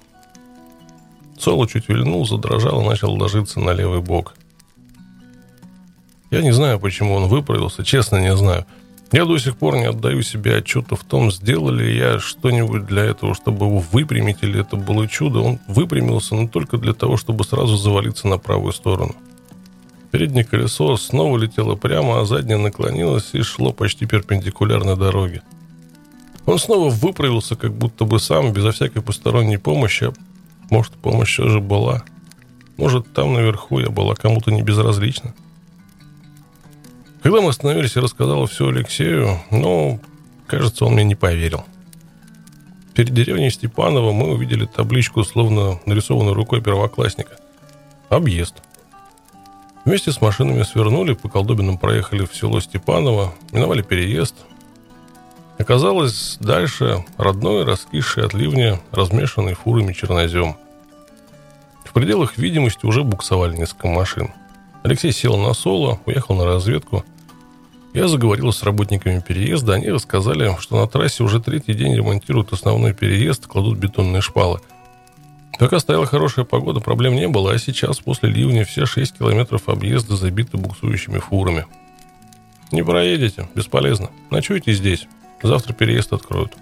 Соло чуть вильнул, задрожал и начал ложиться на левый бок. Я не знаю, почему он выправился, честно не знаю. Я до сих пор не отдаю себе отчета в том, сделали ли я что-нибудь для этого, чтобы его выпрямить, или это было чудо. Он выпрямился, но только для того, чтобы сразу завалиться на правую сторону. Переднее колесо снова летело прямо, а заднее наклонилось и шло почти перпендикулярно дороге. Он снова выправился, как будто бы сам, безо всякой посторонней помощи. А может, помощь все же была? Может, там наверху я была кому-то не безразлична? Когда мы остановились, я рассказал все Алексею, но, кажется, он мне не поверил. Перед деревней Степаново мы увидели табличку, словно нарисованную рукой первоклассника. Объезд. Вместе с машинами свернули, по колдобинам проехали в село Степаново, миновали переезд. Оказалось, дальше родной, раскисший от ливня, размешанный фурами чернозем. В пределах видимости уже буксовали несколько машин. Алексей сел на соло, уехал на разведку. Я заговорил с работниками переезда. Они рассказали, что на трассе уже третий день ремонтируют основной переезд, кладут бетонные шпалы. Пока стояла хорошая погода, проблем не было, а сейчас, после ливня, все шесть километров объезда забиты буксующими фурами. Не проедете, бесполезно. Ночуйте здесь. Завтра переезд откроют.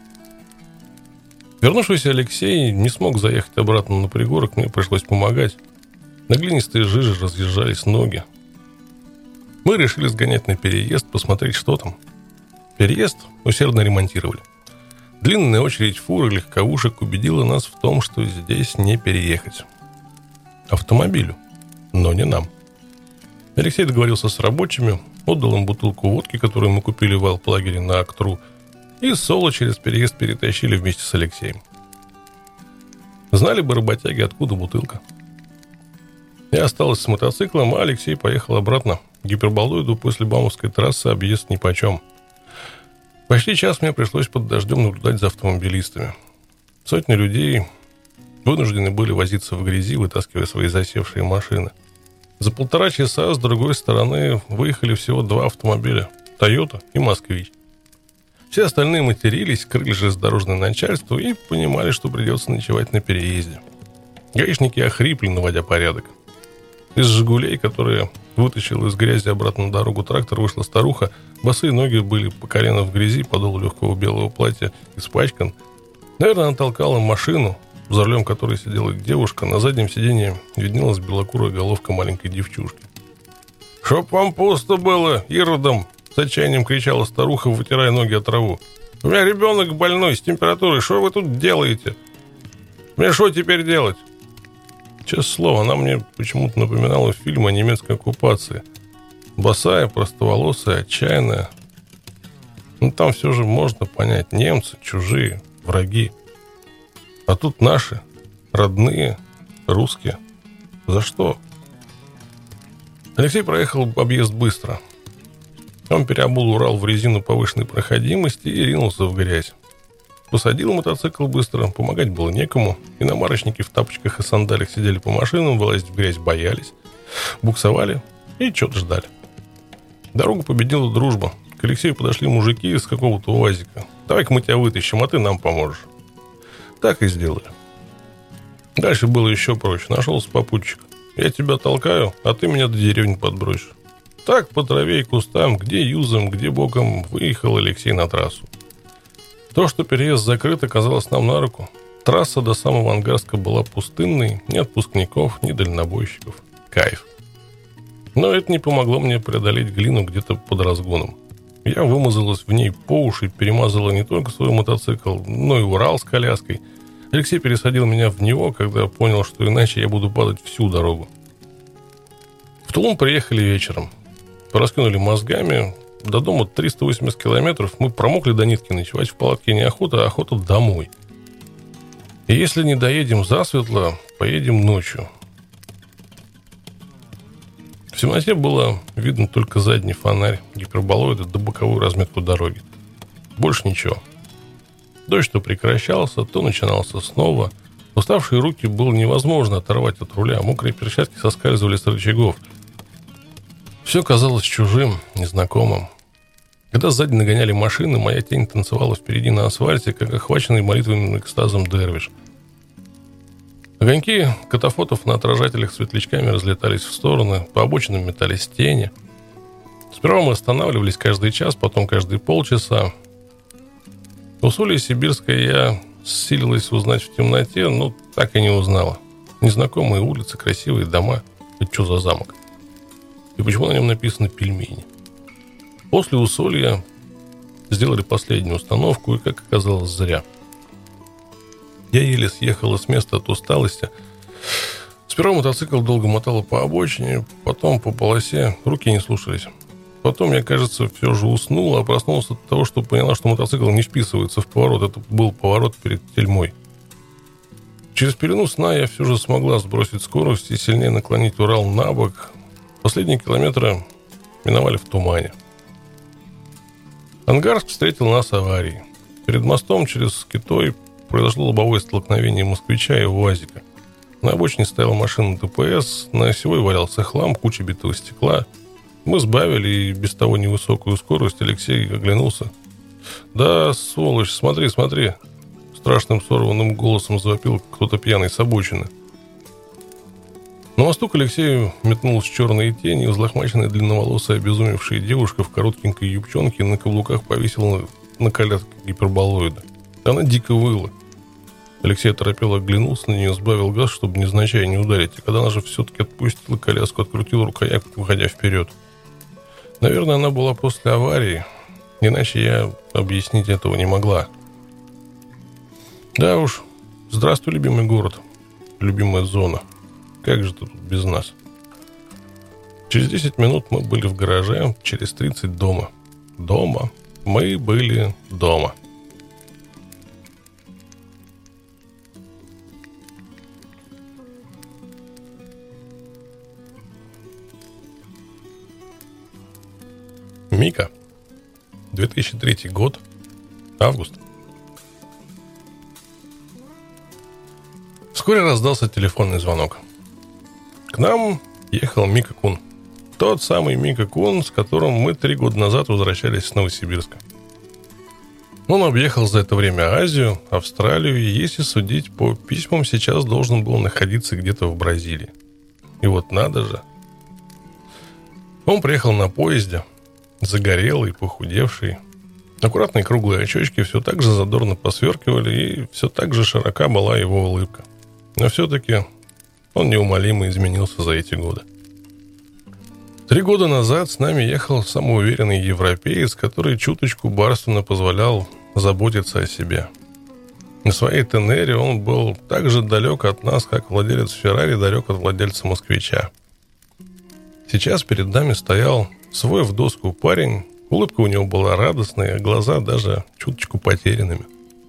Вернувшийся Алексей не смог заехать обратно на пригорок, мне пришлось помогать. На глинистой жиже разъезжались ноги. Мы решили сгонять на переезд, посмотреть, что там. Переезд усердно ремонтировали. Длинная очередь фур и легковушек убедила нас в том, что здесь не переехать. Автомобилю, но не нам. Алексей договорился с рабочими, отдал им бутылку водки, которую мы купили в Алплагере на Актру, и соло через переезд перетащили вместе с Алексеем. Знали бы работяги, откуда бутылка. Я осталась с мотоциклом, а Алексей поехал обратно. К гиперболоиду после Бауманской трассы объезд нипочем. Почти час мне пришлось под дождем наблюдать за автомобилистами. Сотни людей вынуждены были возиться в грязи, вытаскивая свои засевшие машины. За полтора часа с другой стороны выехали всего два автомобиля – «Тойота» и «Москвич». Все остальные матерились, крыли железнодорожное начальство и понимали, что придется ночевать на переезде. Гаишники охрипли, наводя порядок. Из «Жигулей», которые вытащил из грязи обратно на дорогу трактор, вышла старуха. Босые ноги были по колено в грязи, подол легкого белого платья испачкан. Наверное, она толкала машину, за рулем которой сидела девушка. На заднем сиденье виднелась белокурая головка маленькой девчушки. «Чтоб вам пусто было, иродом!» — с отчаянием кричала старуха, вытирая ноги от траву. «У меня ребенок больной, с температурой. Что вы тут делаете? Мне что теперь делать? Честное слово, она мне почему-то напоминала фильм о немецкой оккупации. Босая, простоволосая, отчаянная. Ну, там все же можно понять. Немцы, чужие, враги. А тут наши, родные, русские. За что? Алексей проехал объезд быстро. Он переобул Урал в резину повышенной проходимости и ринулся в грязь. Посадил мотоцикл быстро, помогать было некому. Иномарочники в тапочках и сандалях сидели по машинам, вылазить в грязь боялись. Буксовали и что-то ждали. Дорогу победила дружба. К Алексею подошли мужики из какого-то УАЗика. Давай-ка мы тебя вытащим, а ты нам поможешь. Так и сделали. Дальше было еще проще. Нашелся попутчик. Я тебя толкаю, а ты меня до деревни подбросишь. Так по траве и кустам, где юзом, где боком, выехал Алексей на трассу. То, что переезд закрыт, оказалось нам на руку. Трасса до самого Ангарска была пустынной, ни отпускников, ни дальнобойщиков. Кайф. Но это не помогло мне преодолеть глину где-то под разгоном. Я вымазалась в ней по уши, перемазала не только свой мотоцикл, но и Урал с коляской. Алексей пересадил меня в него, когда понял, что иначе я буду падать всю дорогу. В Тулун приехали вечером. Пораскинули мозгами. До дома триста восемьдесят километров. Мы промокли до нитки. Ночевать в палатке неохота, а охота домой. И если не доедем засветло, поедем ночью. В темноте было видно только задний фонарь, гиперболоиды да боковую разметку дороги. Больше ничего. Дождь то прекращался, то начинался снова. Уставшие руки было невозможно оторвать от руля. Мокрые перчатки соскальзывали с рычагов. Все казалось чужим, незнакомым. Когда сзади нагоняли машины, моя тень танцевала впереди на асфальте, как охваченный молитвенным экстазом дервиш. Огоньки катафотов на отражателях светлячками разлетались в стороны, по обочинам метались тени. Сперва мы останавливались каждый час, потом каждые полчаса. Усолье Сибирское я силилась узнать в темноте, но так и не узнала. Незнакомые улицы, красивые дома. Это что за замок? И почему на нем написано «пельмени»? После Усолья сделали последнюю установку, и, как оказалось, зря. Я еле съехала с места от усталости. Сперва мотоцикл долго мотало по обочине, потом по полосе, руки не слушались. Потом я, кажется, все же уснула, а проснулся от того, что поняла, что мотоцикл не вписывается в поворот. Это был поворот перед тельмой. Через пелену сна я все же смогла сбросить скорость и сильнее наклонить Урал на бок. Последние километры миновали в тумане. Ангарск встретил нас аварией. Перед мостом через Китой произошло лобовое столкновение москвича и УАЗика. На обочине стояла машина ДПС, на осевой валялся хлам, куча битого стекла. Мы сбавили и без того невысокую скорость. Алексей оглянулся. «Да, сволочь, смотри, смотри!» Страшным сорванным голосом завопил кто-то пьяный с обочины. На мосту к Алексею метнулась черные тени, и взлохмаченная длинноволосая обезумевшая девушка в коротенькой юбчонке на каблуках повисела на коляске гиперболоида. Она дико выла. Алексей оторопело оглянулся на нее, сбавил газ, чтобы невзначай не ударить, и когда она же все-таки отпустила коляску, открутила рукоятку, выходя вперед. Наверное, она была после аварии, иначе я объяснить этого не могла. Да уж, здравствуй, любимый город, любимая зона. Как же тут без нас? Через десять минут мы были в гараже, через тридцать дома. Дома. Мы были дома. Мика. две тысячи третий год. Август. Вскоре раздался телефонный звонок. К нам ехал Мика Кун. Тот самый Мика Кун, с которым мы три года назад возвращались с Новосибирска. Он объехал за это время Азию, Австралию, и, если судить по письмам, сейчас должен был находиться где-то в Бразилии. И вот надо же. Он приехал на поезде, загорелый, похудевший. Аккуратные круглые очечки все так же задорно посверкивали, и все так же широка была его улыбка. Но все-таки он неумолимо изменился за эти годы. Три года назад с нами ехал самоуверенный европеец, который чуточку барственно позволял заботиться о себе. На своей Тенере он был так же далек от нас, как владелец Феррари далек от владельца Москвича. Сейчас перед нами стоял свой в доску парень. Улыбка у него была радостная, а глаза даже чуточку потерянными.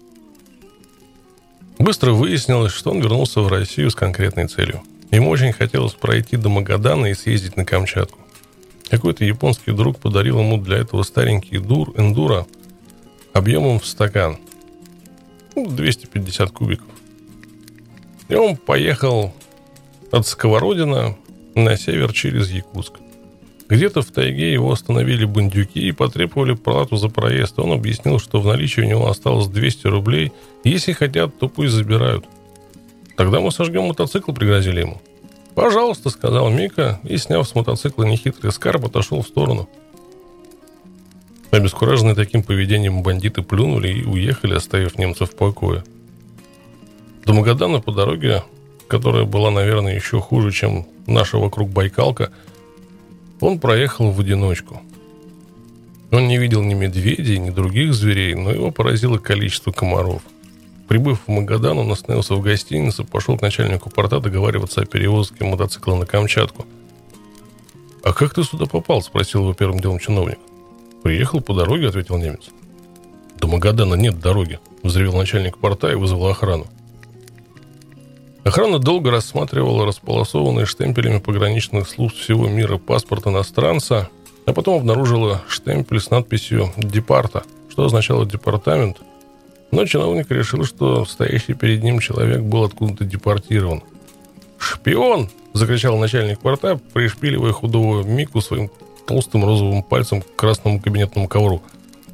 Быстро выяснилось, что он вернулся в Россию с конкретной целью. Ему очень хотелось пройти до Магадана и съездить на Камчатку. Какой-то японский друг подарил ему для этого старенький дур, эндуро объемом в стакан. двести пятьдесят кубиков. И он поехал от Сковородина на север через Якутск. Где-то в тайге его остановили бандюки и потребовали плату за проезд. Он объяснил, что в наличии у него осталось двести рублей. Если хотят, то пусть забирают. Тогда мы сожгем мотоцикл, пригрозили ему. «Пожалуйста», — сказал Мика, и, сняв с мотоцикла нехитрый скарб, отошел в сторону. Обескураженные таким поведением бандиты плюнули и уехали, оставив немцев в покое. До Магадана по дороге, которая была, наверное, еще хуже, чем наша вокруг Байкалка, он проехал в одиночку. Он не видел ни медведей, ни других зверей, но его поразило количество комаров. Прибыв в Магадан, он остановился в гостинице, пошел к начальнику порта договариваться о перевозке мотоцикла на Камчатку. «А как ты сюда попал?» – спросил его первым делом чиновник. «Приехал по дороге», – ответил немец. «До Магадана нет дороги», – взревел начальник порта и вызвал охрану. Охрана долго рассматривала располосованные штемпелями пограничных служб всего мира паспорт иностранца, а потом обнаружила штемпель с надписью «Департа», что означало «департамент», но чиновник решил, что стоящий перед ним человек был откуда-то депортирован. «Шпион!» – закричал начальник порта, пришпиливая худого Мику своим толстым розовым пальцем к красному кабинетному ковру.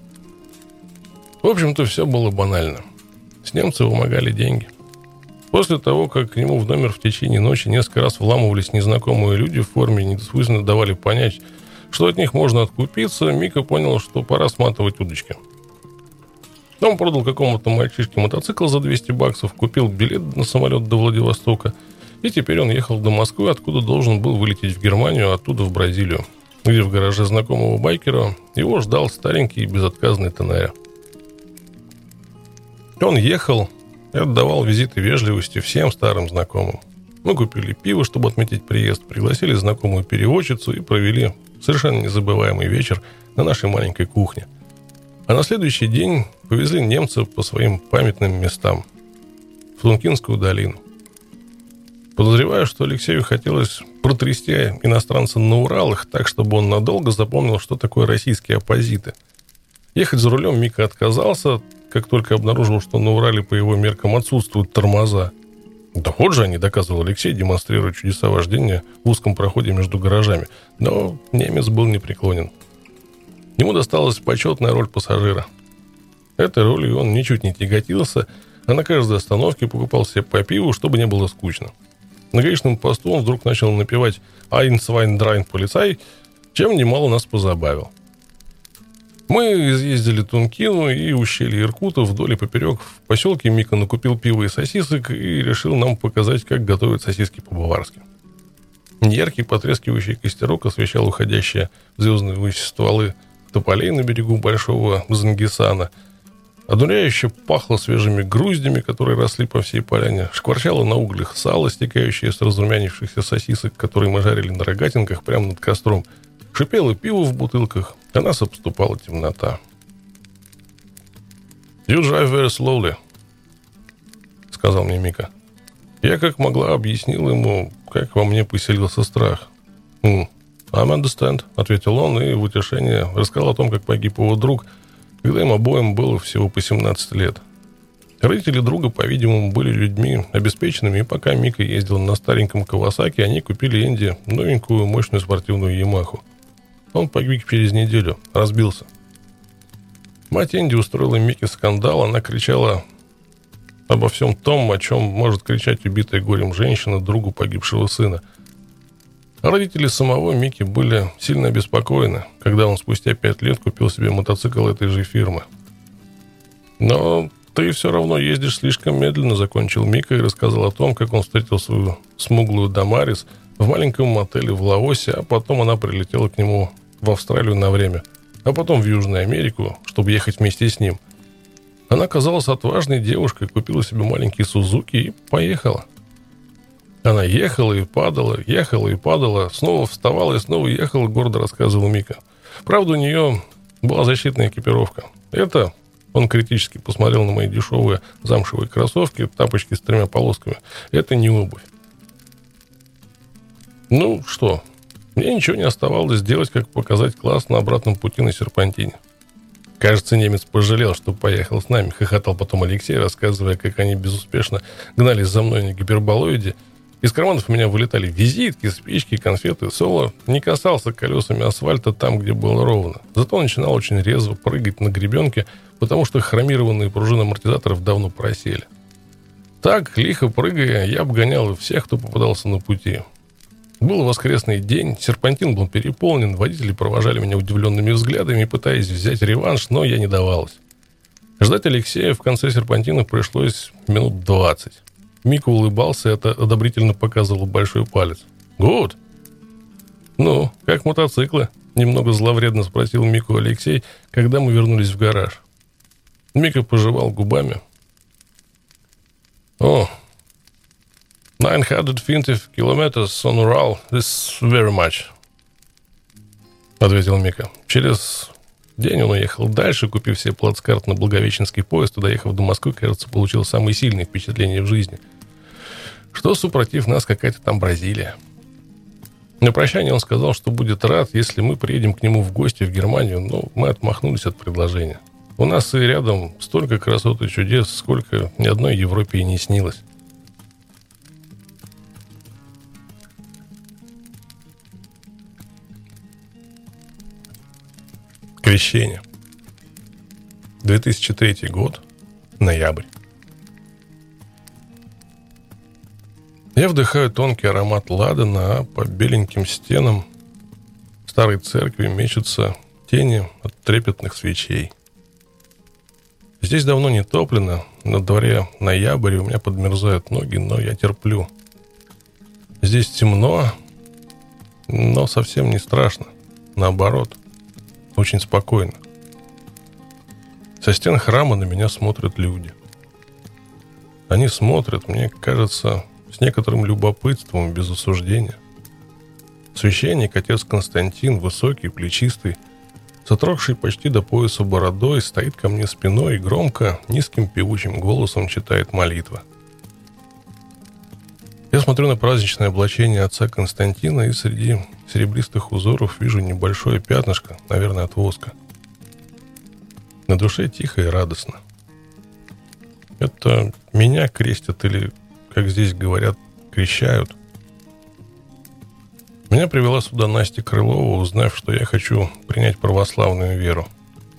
В общем-то, все было банально. С немца вымогали деньги. После того, как к нему в номер в течение ночи несколько раз вламывались незнакомые люди в форме и недвусмысленно давали понять, что от них можно откупиться, Мика понял, что пора сматывать удочки. Он продал какому-то мальчишке мотоцикл за двести баксов, купил билет на самолет до Владивостока, и теперь он ехал до Москвы, откуда должен был вылететь в Германию, а оттуда в Бразилию, где в гараже знакомого байкера его ждал старенький и безотказный Тенере. Он ехал и отдавал визиты вежливости всем старым знакомым. Мы купили пиво, чтобы отметить приезд, пригласили знакомую переводчицу и провели совершенно незабываемый вечер на нашей маленькой кухне. А на следующий день повезли немцев по своим памятным местам в Тункинскую долину. Подозреваю, что Алексею хотелось протрясти иностранца на Уралах так, чтобы он надолго запомнил, что такое российские оппозиты. Ехать за рулем Мика отказался, как только обнаружил, что на Урале по его меркам отсутствуют тормоза. Да вот же они, доказывал Алексей, демонстрируя чудеса вождения в узком проходе между гаражами. Но немец был непреклонен. Ему досталась почетная роль пассажира. Этой ролью он ничуть не тяготился, а на каждой остановке покупал себе по пиву, чтобы не было скучно. На гаишном посту он вдруг начал напевать «Ein, zwei, drei, полицай», чем немало нас позабавил. Мы изъездили Тункину и ущелье Иркута вдоль и поперек. В поселке Мика накупил пиво и сосисок и решил нам показать, как готовят сосиски по-баварски. Яркий потрескивающий костерок освещал уходящие в звездные выси стволы тополей на берегу Большого Зангисана. Одуряюще пахло свежими груздями, которые росли по всей поляне. Шкварчало на углях сало, стекающее с разрумянившихся сосисок, которые мы жарили на рогатинках прямо над костром. Шипело пиво в бутылках, а нас обступала темнота. «You drive very slowly», — сказал мне Мика. Я как могла объяснил ему, как во мне поселился страх. «I understand», — ответил он, и в утешение рассказал о том, как погиб его друг, когда им обоим было всего по семнадцать лет. Родители друга, по-видимому, были людьми обеспеченными, и пока Мика ездил на стареньком Кавасаки, они купили Энди новенькую мощную спортивную Ямаху. Он погиб через неделю, разбился. Мать Энди устроила Мике скандал, она кричала обо всем том, о чем может кричать убитая горем женщина другу погибшего сына. А родители самого Мики были сильно обеспокоены, когда он спустя пять лет купил себе мотоцикл этой же фирмы. «Но ты все равно ездишь слишком медленно», — закончил Мика и рассказал о том, как он встретил свою смуглую Дамарис в маленьком мотеле в Лаосе, а потом она прилетела к нему в Австралию на время, а потом в Южную Америку, чтобы ехать вместе с ним. Она казалась отважной девушкой, купила себе маленький Сузуки и поехала. Она ехала и падала, ехала и падала, снова вставала и снова ехала, гордо рассказывал Мика. Правда, у нее была защитная экипировка. Это, он критически посмотрел на мои дешевые замшевые кроссовки, тапочки с тремя полосками. Это не обувь. Ну что, мне ничего не оставалось сделать, как показать класс на обратном пути на серпантине. Кажется, немец пожалел, что поехал с нами, хохотал потом Алексей, рассказывая, как они безуспешно гнались за мной на гиперболоиде. Из карманов у меня вылетали визитки, спички, конфеты. Соло не касался колесами асфальта там, где было ровно. Зато начинал очень резво прыгать на гребенке, потому что хромированные пружины амортизаторов давно просели. Так, лихо прыгая, я обгонял всех, кто попадался на пути. Был воскресный день, серпантин был переполнен, водители провожали меня удивленными взглядами, пытаясь взять реванш, но я не давалась. Ждать Алексея в конце серпантина пришлось минут двадцать. Мика улыбался и это одобрительно показывал большой палец. «Гуд!» «Ну, как мотоциклы?» — немного зловредно спросил Мику Алексей, когда мы вернулись в гараж. Мика пожевал губами. «О, девятьсот пятьдесят километров on Ural is very much», — ответил Мика. Через день он уехал дальше, купив себе плацкарт на Благовещенский поезд, и, доехав до Москвы, кажется, получил самые сильные впечатления в жизни. Что, супротив нас, какая-то там Бразилия. На прощание он сказал, что будет рад, если мы приедем к нему в гости в Германию, но мы отмахнулись от предложения. У нас и рядом столько красот и чудес, сколько ни одной Европе и не снилось. Крещение. две тысячи третий год. Ноябрь. Я вдыхаю тонкий аромат ладана, а по беленьким стенам старой церкви мечутся тени от трепетных свечей. Здесь давно не топлено, на дворе ноябрь, у меня подмерзают ноги, но я терплю. Здесь темно, но совсем не страшно. Наоборот, очень спокойно. Со стен храма на меня смотрят люди. Они смотрят, мне кажется, с некоторым любопытством, без осуждения. Священник, отец Константин, высокий, плечистый, с отросшей почти до пояса бородой, стоит ко мне спиной и громко, низким певучим голосом читает молитвы. Я смотрю на праздничное облачение отца Константина и среди серебристых узоров вижу небольшое пятнышко, наверное, от воска. На душе тихо и радостно. Это меня крестят или, как здесь говорят, крещают. Меня привела сюда Настя Крылова, узнав, что я хочу принять православную веру.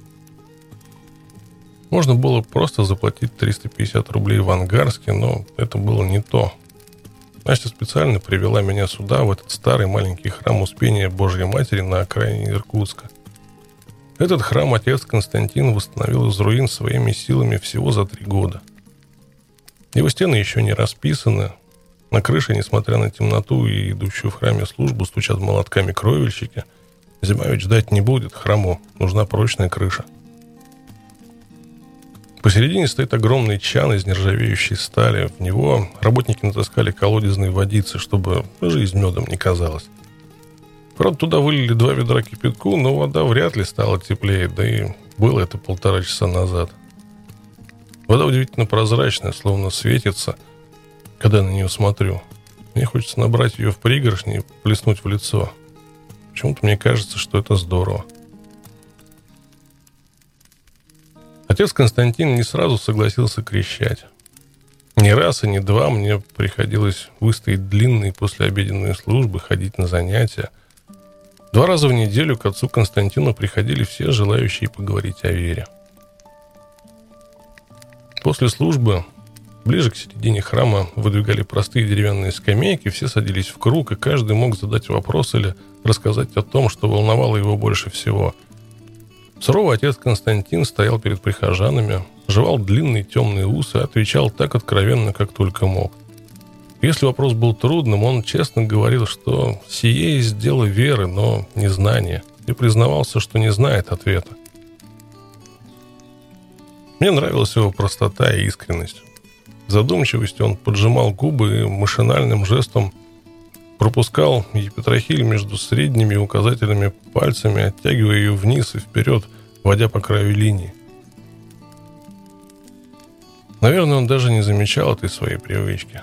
Можно было просто заплатить триста пятьдесят рублей в Ангарске, но это было не то. Настя специально привела меня сюда, в этот старый маленький храм Успения Божьей Матери на окраине Иркутска. Этот храм отец Константин восстановил из руин своими силами всего за три года. Его стены еще не расписаны. На крыше, несмотря на темноту и идущую в храме службу, стучат молотками кровельщики. Зима ведь ждать не будет, храму нужна прочная крыша. Посередине стоит огромный чан из нержавеющей стали. В него работники натаскали колодезные водицы, чтобы жизнь медом не казалась. Правда, туда вылили два ведра кипятку, но вода вряд ли стала теплее, да и было это полтора часа назад. Вода удивительно прозрачная, словно светится, когда я на нее смотрю. Мне хочется набрать ее в пригоршни и плеснуть в лицо. Почему-то мне кажется, что это здорово. Отец Константин не сразу согласился крещать. Ни раз и ни два мне приходилось выстоять длинные послеобеденные службы, ходить на занятия. Два раза в неделю к отцу Константину приходили все желающие поговорить о вере. После службы ближе к середине храма выдвигали простые деревянные скамейки, все садились в круг, и каждый мог задать вопрос или рассказать о том, что волновало его больше всего. Суровый отец Константин стоял перед прихожанами, жевал длинные темные усы и отвечал так откровенно, как только мог. Если вопрос был трудным, он честно говорил, что сие есть дело веры, но не знания, и признавался, что не знает ответа. Мне нравилась его простота и искренность. В задумчивости он поджимал губы и машинальным жестом пропускал епитрахиль между средними и указательными пальцами, оттягивая ее вниз и вперед, водя по краю линии. Наверное, он даже не замечал этой своей привычки.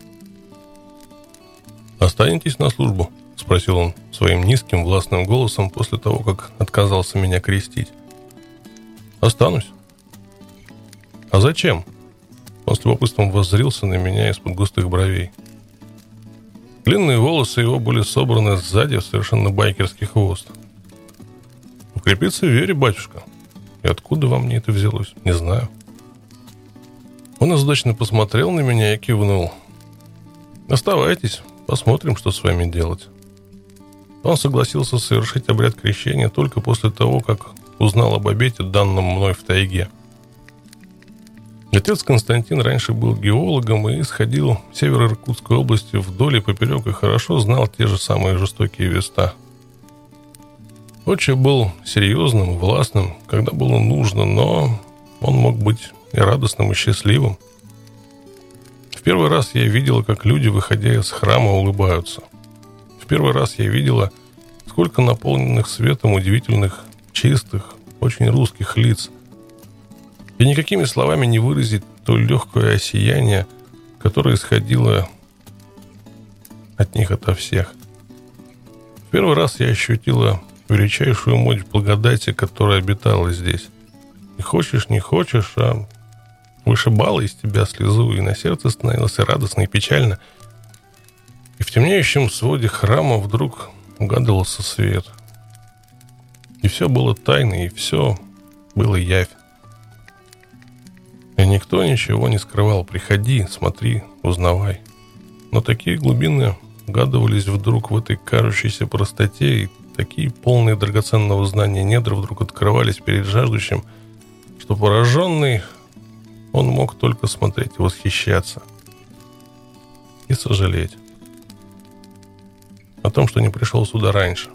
«Останетесь на службу?» — спросил он своим низким властным голосом после того, как отказался меня крестить. «Останусь». «А зачем?» Он с любопытством воззрился на меня из-под густых бровей. Длинные волосы его были собраны сзади в совершенно байкерский хвост. «Укрепиться в вере, батюшка. И откуда во мне это взялось, не знаю». Он озадаченно посмотрел на меня и кивнул. «Оставайтесь, посмотрим, что с вами делать». Он согласился совершить обряд крещения только после того, как узнал об обете, данном мной в тайге. Отец Константин раньше был геологом и исходил в северо-Иркутской области вдоль и поперек и хорошо знал те же самые жестокие места. Отче был серьезным, властным, когда было нужно, но он мог быть и радостным, и счастливым. В первый раз я видела, как люди, выходя из храма, улыбаются. В первый раз я видела, сколько наполненных светом удивительных, чистых, очень русских лиц. И никакими словами не выразить то легкое осияние, которое исходило от них ото всех. В первый раз я ощутила величайшую мощь благодати, которая обитала здесь. Не хочешь, не хочешь, а вышибала из тебя слезу, и на сердце становилось и радостно, и печально. И в темнеющем своде храма вдруг угадывался свет. И все было тайно, и все было явь. И никто ничего не скрывал. Приходи, смотри, узнавай. Но такие глубины угадывались вдруг в этой кажущейся простоте, и такие полные драгоценного знания недра вдруг открывались перед жаждущим, что пораженный он мог только смотреть и восхищаться. И сожалеть о том, что не пришел сюда раньше.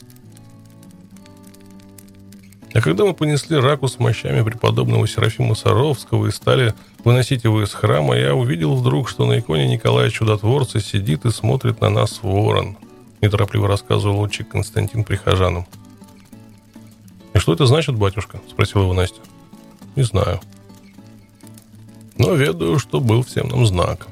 А когда мы понесли раку с мощами преподобного Серафима Саровского и стали выносить его из храма, я увидел вдруг, что на иконе Николая Чудотворца сидит и смотрит на нас ворон, неторопливо рассказывал отчик Константин прихожанам. «И что это значит, батюшка?» — спросила его Настя. «Не знаю. Но ведаю, что был всем нам знак».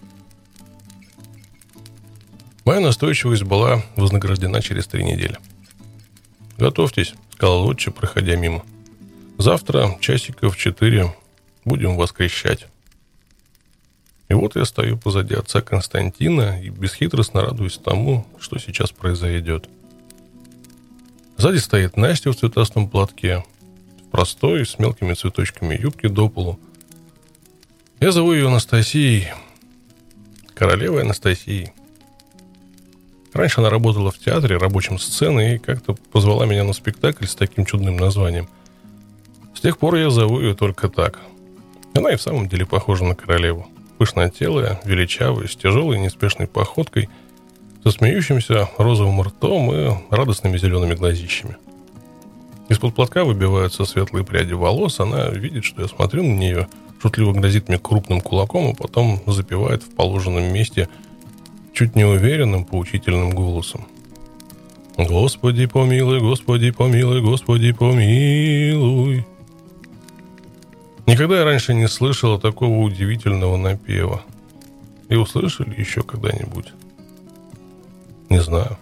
Моя настойчивость была вознаграждена через три недели. «Готовьтесь», — сказал отче, проходя мимо. «Завтра часиков четыре будем вас крещать». И вот я стою позади отца Константина и бесхитростно радуюсь тому, что сейчас произойдет. Сзади стоит Настя в цветастом платке, в простой, с мелкими цветочками юбки до полу. Я зову ее Анастасией, королевой Анастасией. Раньше она работала в театре рабочим сцены и как-то позвала меня на спектакль с таким чудным названием. С тех пор я зову ее только так. Она и в самом деле похожа на королеву. Пышнотелая, величавая, с тяжелой неспешной походкой, со смеющимся розовым ртом и радостными зелеными глазищами. Из-под платка выбиваются светлые пряди волос. Она видит, что я смотрю на нее, шутливо грозит мне крупным кулаком, а потом запевает в положенном месте чуть неуверенным, поучительным голосом. «Господи помилуй, Господи помилуй, Господи помилуй». Никогда я раньше не слышала такого удивительного напева. И услышали еще когда-нибудь? Не знаю.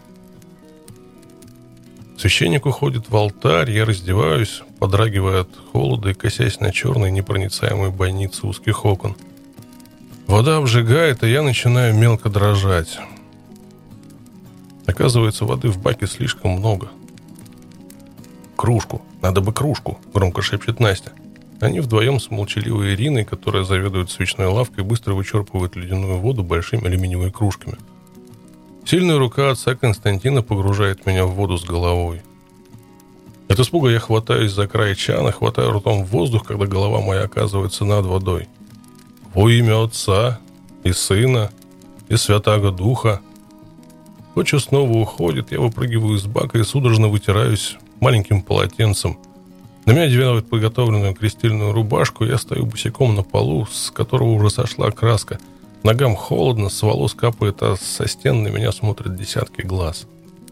Священник уходит в алтарь, я раздеваюсь, подрагивая от холода и косясь на черные непроницаемые бойницы узких окон. Вода обжигает, и я начинаю мелко дрожать. Оказывается, воды в баке слишком много. «Кружку! Надо бы кружку!» — громко шепчет Настя. Они вдвоем с молчаливой Ириной, которая заведует свечной лавкой, быстро вычерпывают ледяную воду большими алюминиевыми кружками. Сильная рука отца Константина погружает меня в воду с головой. От испуга я хватаюсь за край чана, хватаю ртом в воздух, когда голова моя оказывается над водой. Во имя Отца и Сына и Святаго Духа. Отче снова уходит, я выпрыгиваю из бака и судорожно вытираюсь маленьким полотенцем, Надеваю подготовленную крестильную рубашку, я стою босиком на полу, с которого уже сошла краска. Ногам холодно, с волос капает, а со стен на меня смотрят десятки глаз.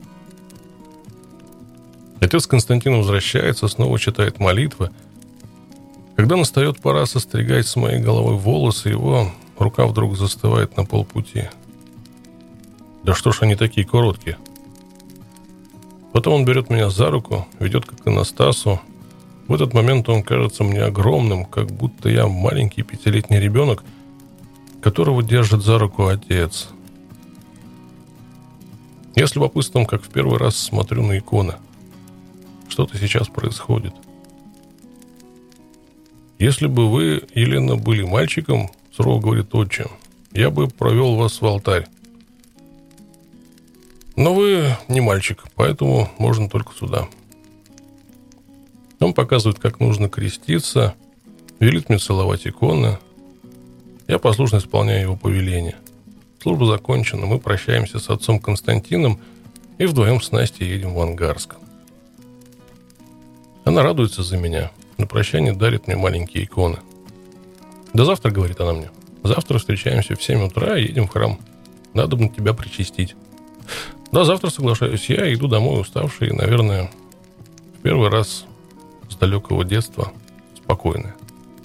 Отец Константин возвращается, снова читает молитвы. Когда настает пора состригать с моей головы волосы, его рука вдруг застывает на полпути. Да что ж они такие короткие? Потом он берет меня за руку, ведет к иконостасу. В этот момент он кажется мне огромным, как будто я маленький пятилетний ребенок, которого держит за руку отец. Я с любопытством, как в первый раз, смотрю на иконы. Что-то сейчас происходит. «Если бы вы, Елена, были мальчиком, — сурово говорит отчим, — я бы провел вас в алтарь. Но вы не мальчик, поэтому можно только сюда». Он показывает, как нужно креститься, велит мне целовать иконы. Я послушно исполняю его повеление. Служба закончена, мы прощаемся с отцом Константином и вдвоем с Настей едем в Ангарск. Она радуется за меня, на прощание дарит мне маленькие иконы. «До завтра, — говорит она мне, — завтра встречаемся в семь утра и едем в храм. Надо бы тебя причастить». «Да, завтра, — соглашаюсь я, — иду домой уставший и, наверное, в первый раз с далекого детства спокойный».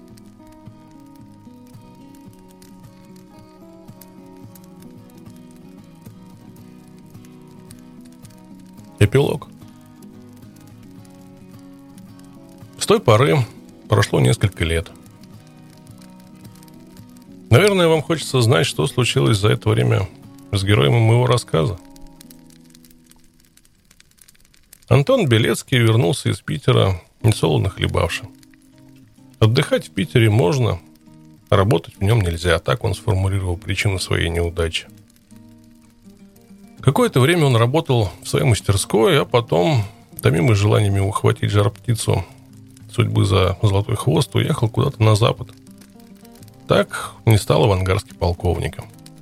Эпилог. С той поры прошло несколько лет. Наверное, вам хочется знать, что случилось за это время с героем моего рассказа. Антон Белецкий вернулся из Питера, несолоно хлебавши. Отдыхать в Питере можно, а работать в нем нельзя. Так он сформулировал причину своей неудачи. Какое-то время он работал в своей мастерской, а потом, томимый желаниями ухватить жар-птицу судьбы за золотой хвост, уехал куда-то на запад. Так не стал в Ангарске полковником.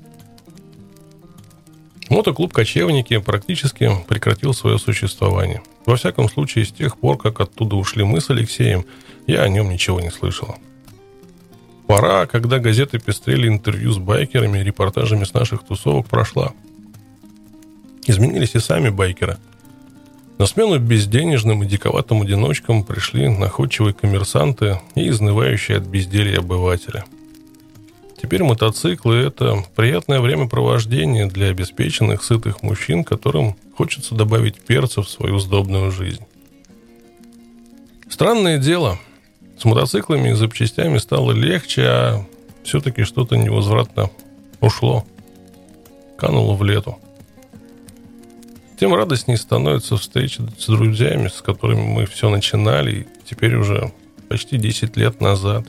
Мотоклуб «Кочевники» практически прекратил свое существование. Во всяком случае, с тех пор, как оттуда ушли мы с Алексеем, я о нем ничего не слышал. Пора, когда газеты пестрели интервью с байкерами и репортажами с наших тусовок, прошла. Изменились и сами байкеры. На смену безденежным и диковатым одиночкам пришли находчивые коммерсанты и изнывающие от безделья обыватели. Теперь мотоциклы – это приятное времяпровождение для обеспеченных, сытых мужчин, которым хочется добавить перца в свою сдобную жизнь. Странное дело, с мотоциклами и запчастями стало легче, а все-таки что-то невозвратно ушло, кануло в лету. Тем радостнее становится встреча с друзьями, с которыми мы все начинали, теперь уже почти десять лет назад.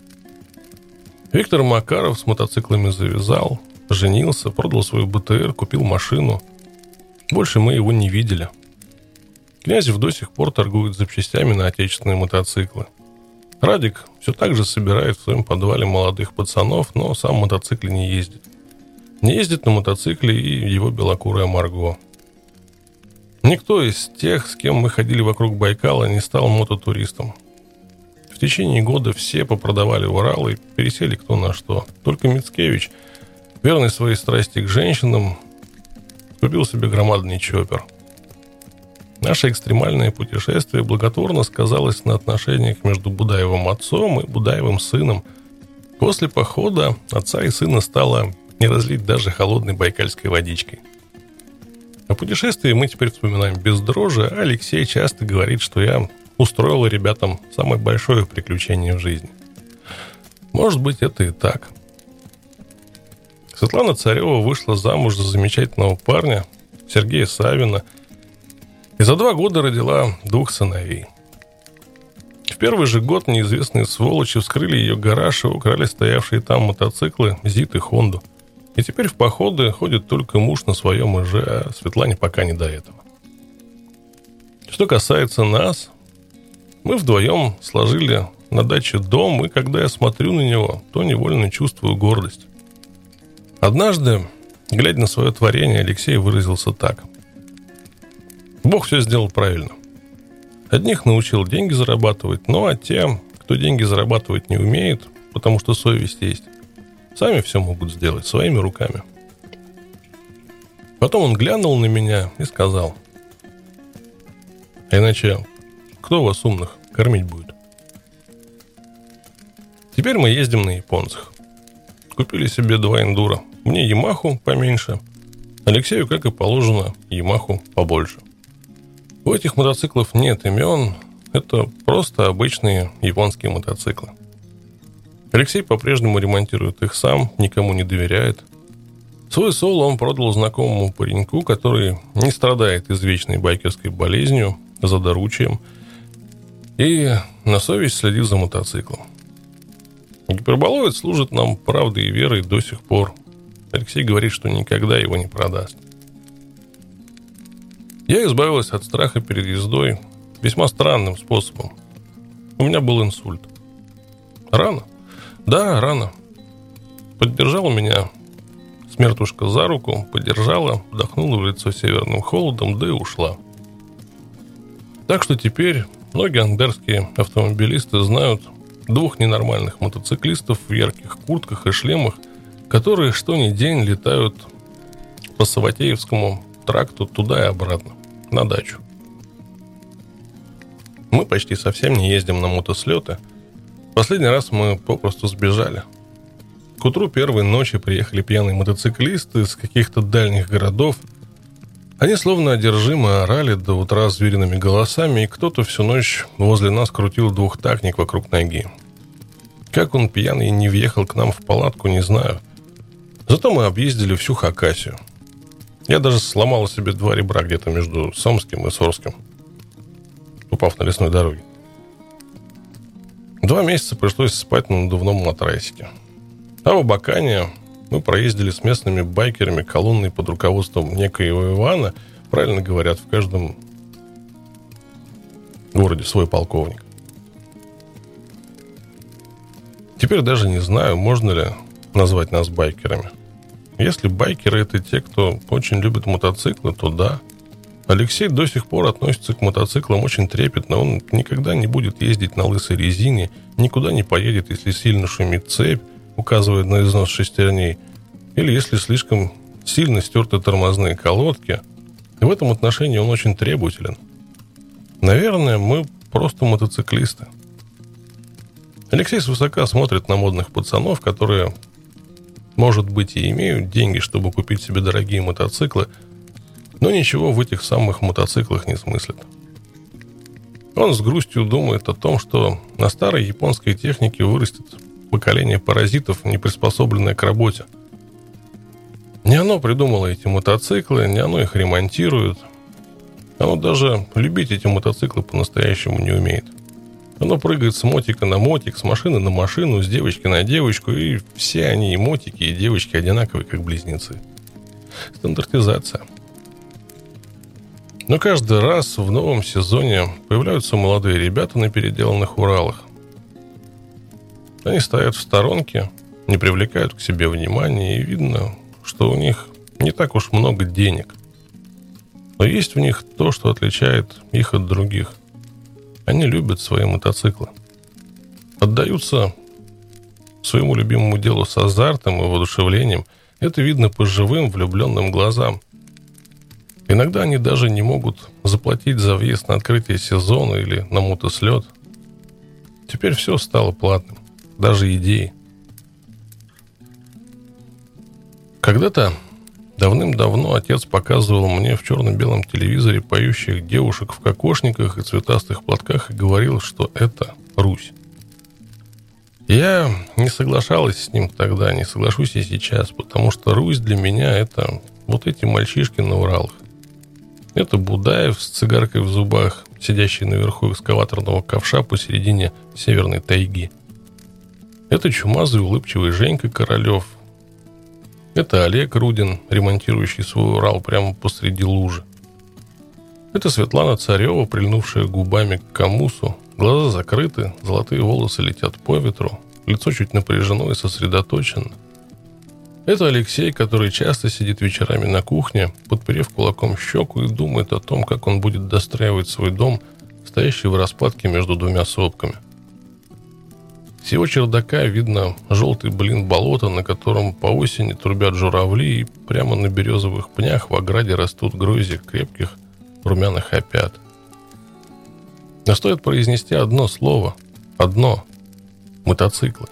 Виктор Макаров с мотоциклами завязал, женился, продал свой БТР, купил машину. Больше мы его не видели. Князев до сих пор торгует запчастями на отечественные мотоциклы. Радик все так же собирает в своем подвале молодых пацанов, но сам в мотоцикле не ездит. Не ездит на мотоцикле и его белокурая Марго. Никто из тех, с кем мы ходили вокруг Байкала, не стал мототуристом. В течение года все попродавали Урал и пересели кто на что. Только Мицкевич, верный своей страсти к женщинам, купил себе громадный чоппер. Наше экстремальное путешествие благотворно сказалось на отношениях между Будаевым отцом и Будаевым сыном. После похода отца и сына стало не разлить даже холодной байкальской водичкой. О путешествии мы теперь вспоминаем без дрожи, а Алексей часто говорит, что я устроил ребятам самое большое приключение в жизни. Может быть, это и так. Светлана Царева вышла замуж за замечательного парня, Сергея Савина, и за два года родила двух сыновей. В первый же год неизвестные сволочи вскрыли ее гараж и украли стоявшие там мотоциклы ЗИТ и Хонду. И теперь в походы ходит только муж на своем ИЖ, а Светлане пока не до этого. Что касается нас, мы вдвоем сложили на даче дом, и когда я смотрю на него, то невольно чувствую гордость. Однажды, глядя на свое творение, Алексей выразился так: «Бог все сделал правильно. Одних научил деньги зарабатывать, ну а те, кто деньги зарабатывать не умеет, потому что совесть есть, сами все могут сделать своими руками. Потом он глянул на меня и сказал: «А иначе кто вас, умных, кормить будет?» Теперь мы ездим на японцах. Купили себе два эндуро. Мне Ямаху поменьше, Алексею, как и положено, Ямаху побольше. У этих мотоциклов нет имен, это просто обычные японские мотоциклы. Алексей по-прежнему ремонтирует их сам, никому не доверяет. Свой соло он продал знакомому пареньку, который не страдает извечной байкерской болезнью, задоручием, и на совесть следит за мотоциклом. Гиперболоид служит нам правдой и верой до сих пор. Алексей говорит, что никогда его не продаст. Я избавилась от страха перед ездой весьма странным способом. У меня был инсульт. Рано? Да, рано. Поддержала меня смертушка за руку, подержала, вдохнула в лицо северным холодом, да и ушла. Так что теперь многие андерские автомобилисты знают двух ненормальных мотоциклистов в ярких куртках и шлемах, которые что ни день летают по Саватеевскому тракту туда и обратно, на дачу. Мы почти совсем не ездим на мотослеты. Последний раз мы попросту сбежали. К утру первой ночи приехали пьяные мотоциклисты из каких-то дальних городов. Они словно одержимо орали до утра звериными голосами, и кто-то всю ночь возле нас крутил двухтактник вокруг ноги. Как он пьяный не въехал к нам в палатку, не знаю. Зато мы объездили всю Хакасию. Я даже сломал себе два ребра где-то между Сомским и Сорским, упав на лесной дороге. Два месяца пришлось спать на надувном матрасике. А в Абакане мы проездили с местными байкерами колонной под руководством некоего Ивана. Правильно говорят, в каждом городе свой полковник. Теперь даже не знаю, можно ли назвать нас байкерами. Если байкеры — это те, кто очень любит мотоциклы, то да. Алексей до сих пор относится к мотоциклам очень трепетно. Он никогда не будет ездить на лысой резине, никуда не поедет, если сильно шумит цепь, указывая на износ шестерней, или если слишком сильно стерты тормозные колодки. И в этом отношении он очень требователен. Наверное, мы просто мотоциклисты. Алексей свысока смотрит на модных пацанов, которые, может быть, и имеют деньги, чтобы купить себе дорогие мотоциклы, но ничего в этих самых мотоциклах не смыслит. Он с грустью думает о том, что на старой японской технике вырастет поколение паразитов, не приспособленное к работе. Не оно придумало эти мотоциклы, не оно их ремонтирует. Оно даже любить эти мотоциклы по-настоящему не умеет. Оно прыгает с мотика на мотик, с машины на машину, с девочки на девочку, и все они, и мотики, и девочки, одинаковые, как близнецы. Стандартизация. Но каждый раз в новом сезоне появляются молодые ребята на переделанных Уралах. Они стоят в сторонке, не привлекают к себе внимания, и видно, что у них не так уж много денег. Но есть в них то, что отличает их от других. Они любят свои мотоциклы. Отдаются своему любимому делу с азартом и воодушевлением. Это видно по живым влюбленным глазам. Иногда они даже не могут заплатить за въезд на открытие сезона или на мотослет. Теперь все стало платным. Даже идеи. Когда-то, давным-давно, отец показывал мне в черно-белом телевизоре поющих девушек в кокошниках и цветастых платках и говорил, что это Русь. Я не соглашалась с ним тогда, не соглашусь и сейчас, потому что Русь для меня — это вот эти мальчишки на Уралах. Это Будаев с цигаркой в зубах, сидящий наверху экскаваторного ковша посередине северной тайги. Это чумазый улыбчивый Женька Королев. Это Олег Рудин, ремонтирующий свой Урал прямо посреди лужи. Это Светлана Царева, прильнувшая губами к камусу. Глаза закрыты, золотые волосы летят по ветру, лицо чуть напряжено и сосредоточено. Это Алексей, который часто сидит вечерами на кухне, подперев кулаком щеку и думает о том, как он будет достраивать свой дом стоящий в распадке между двумя сопками. С его чердака видно желтый блин болота, на котором по осени трубят журавли, и прямо на березовых пнях в ограде растут грозди крепких румяных опят. Но стоит произнести одно слово, одно – мотоциклы.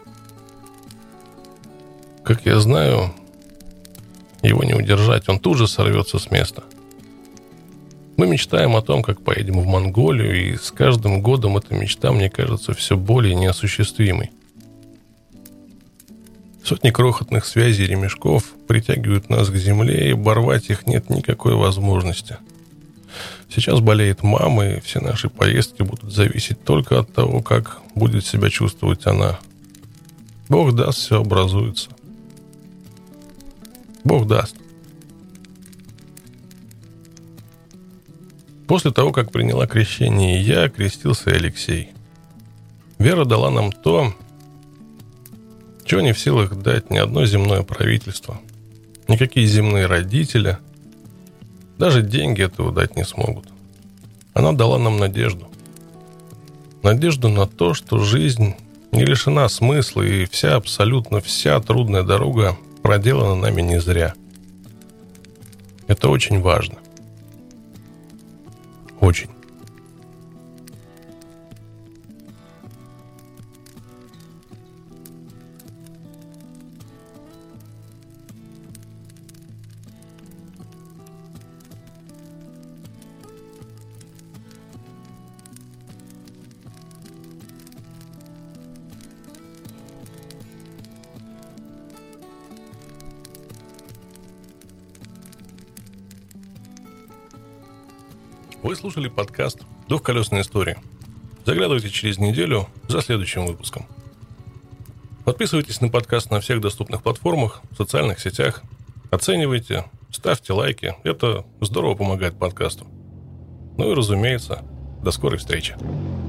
Как я знаю, его не удержать, он тут же сорвется с места. Мы мечтаем о том, как поедем в Монголию, и с каждым годом эта мечта, мне кажется, все более неосуществимой. Сотни крохотных связей ремешков притягивают нас к земле, и оборвать их нет никакой возможности. Сейчас болеет мама, и все наши поездки будут зависеть только от того, как будет себя чувствовать она. Бог даст, все образуется. Бог даст. После того, как приняла крещение я, крестился и Алексей. Вера дала нам то, чего не в силах дать ни одно земное правительство, никакие земные родители, даже деньги этого дать не смогут. Она дала нам надежду. Надежду на то, что жизнь не лишена смысла, и вся, абсолютно вся трудная дорога проделана нами не зря. Это очень важно. Очень. Вы слушали подкаст «Двухколесная история». Заглядывайте через неделю за следующим выпуском. Подписывайтесь на подкаст на всех доступных платформах, в социальных сетях. Оценивайте, ставьте лайки. Это здорово помогает подкасту. Ну и, разумеется, до скорой встречи.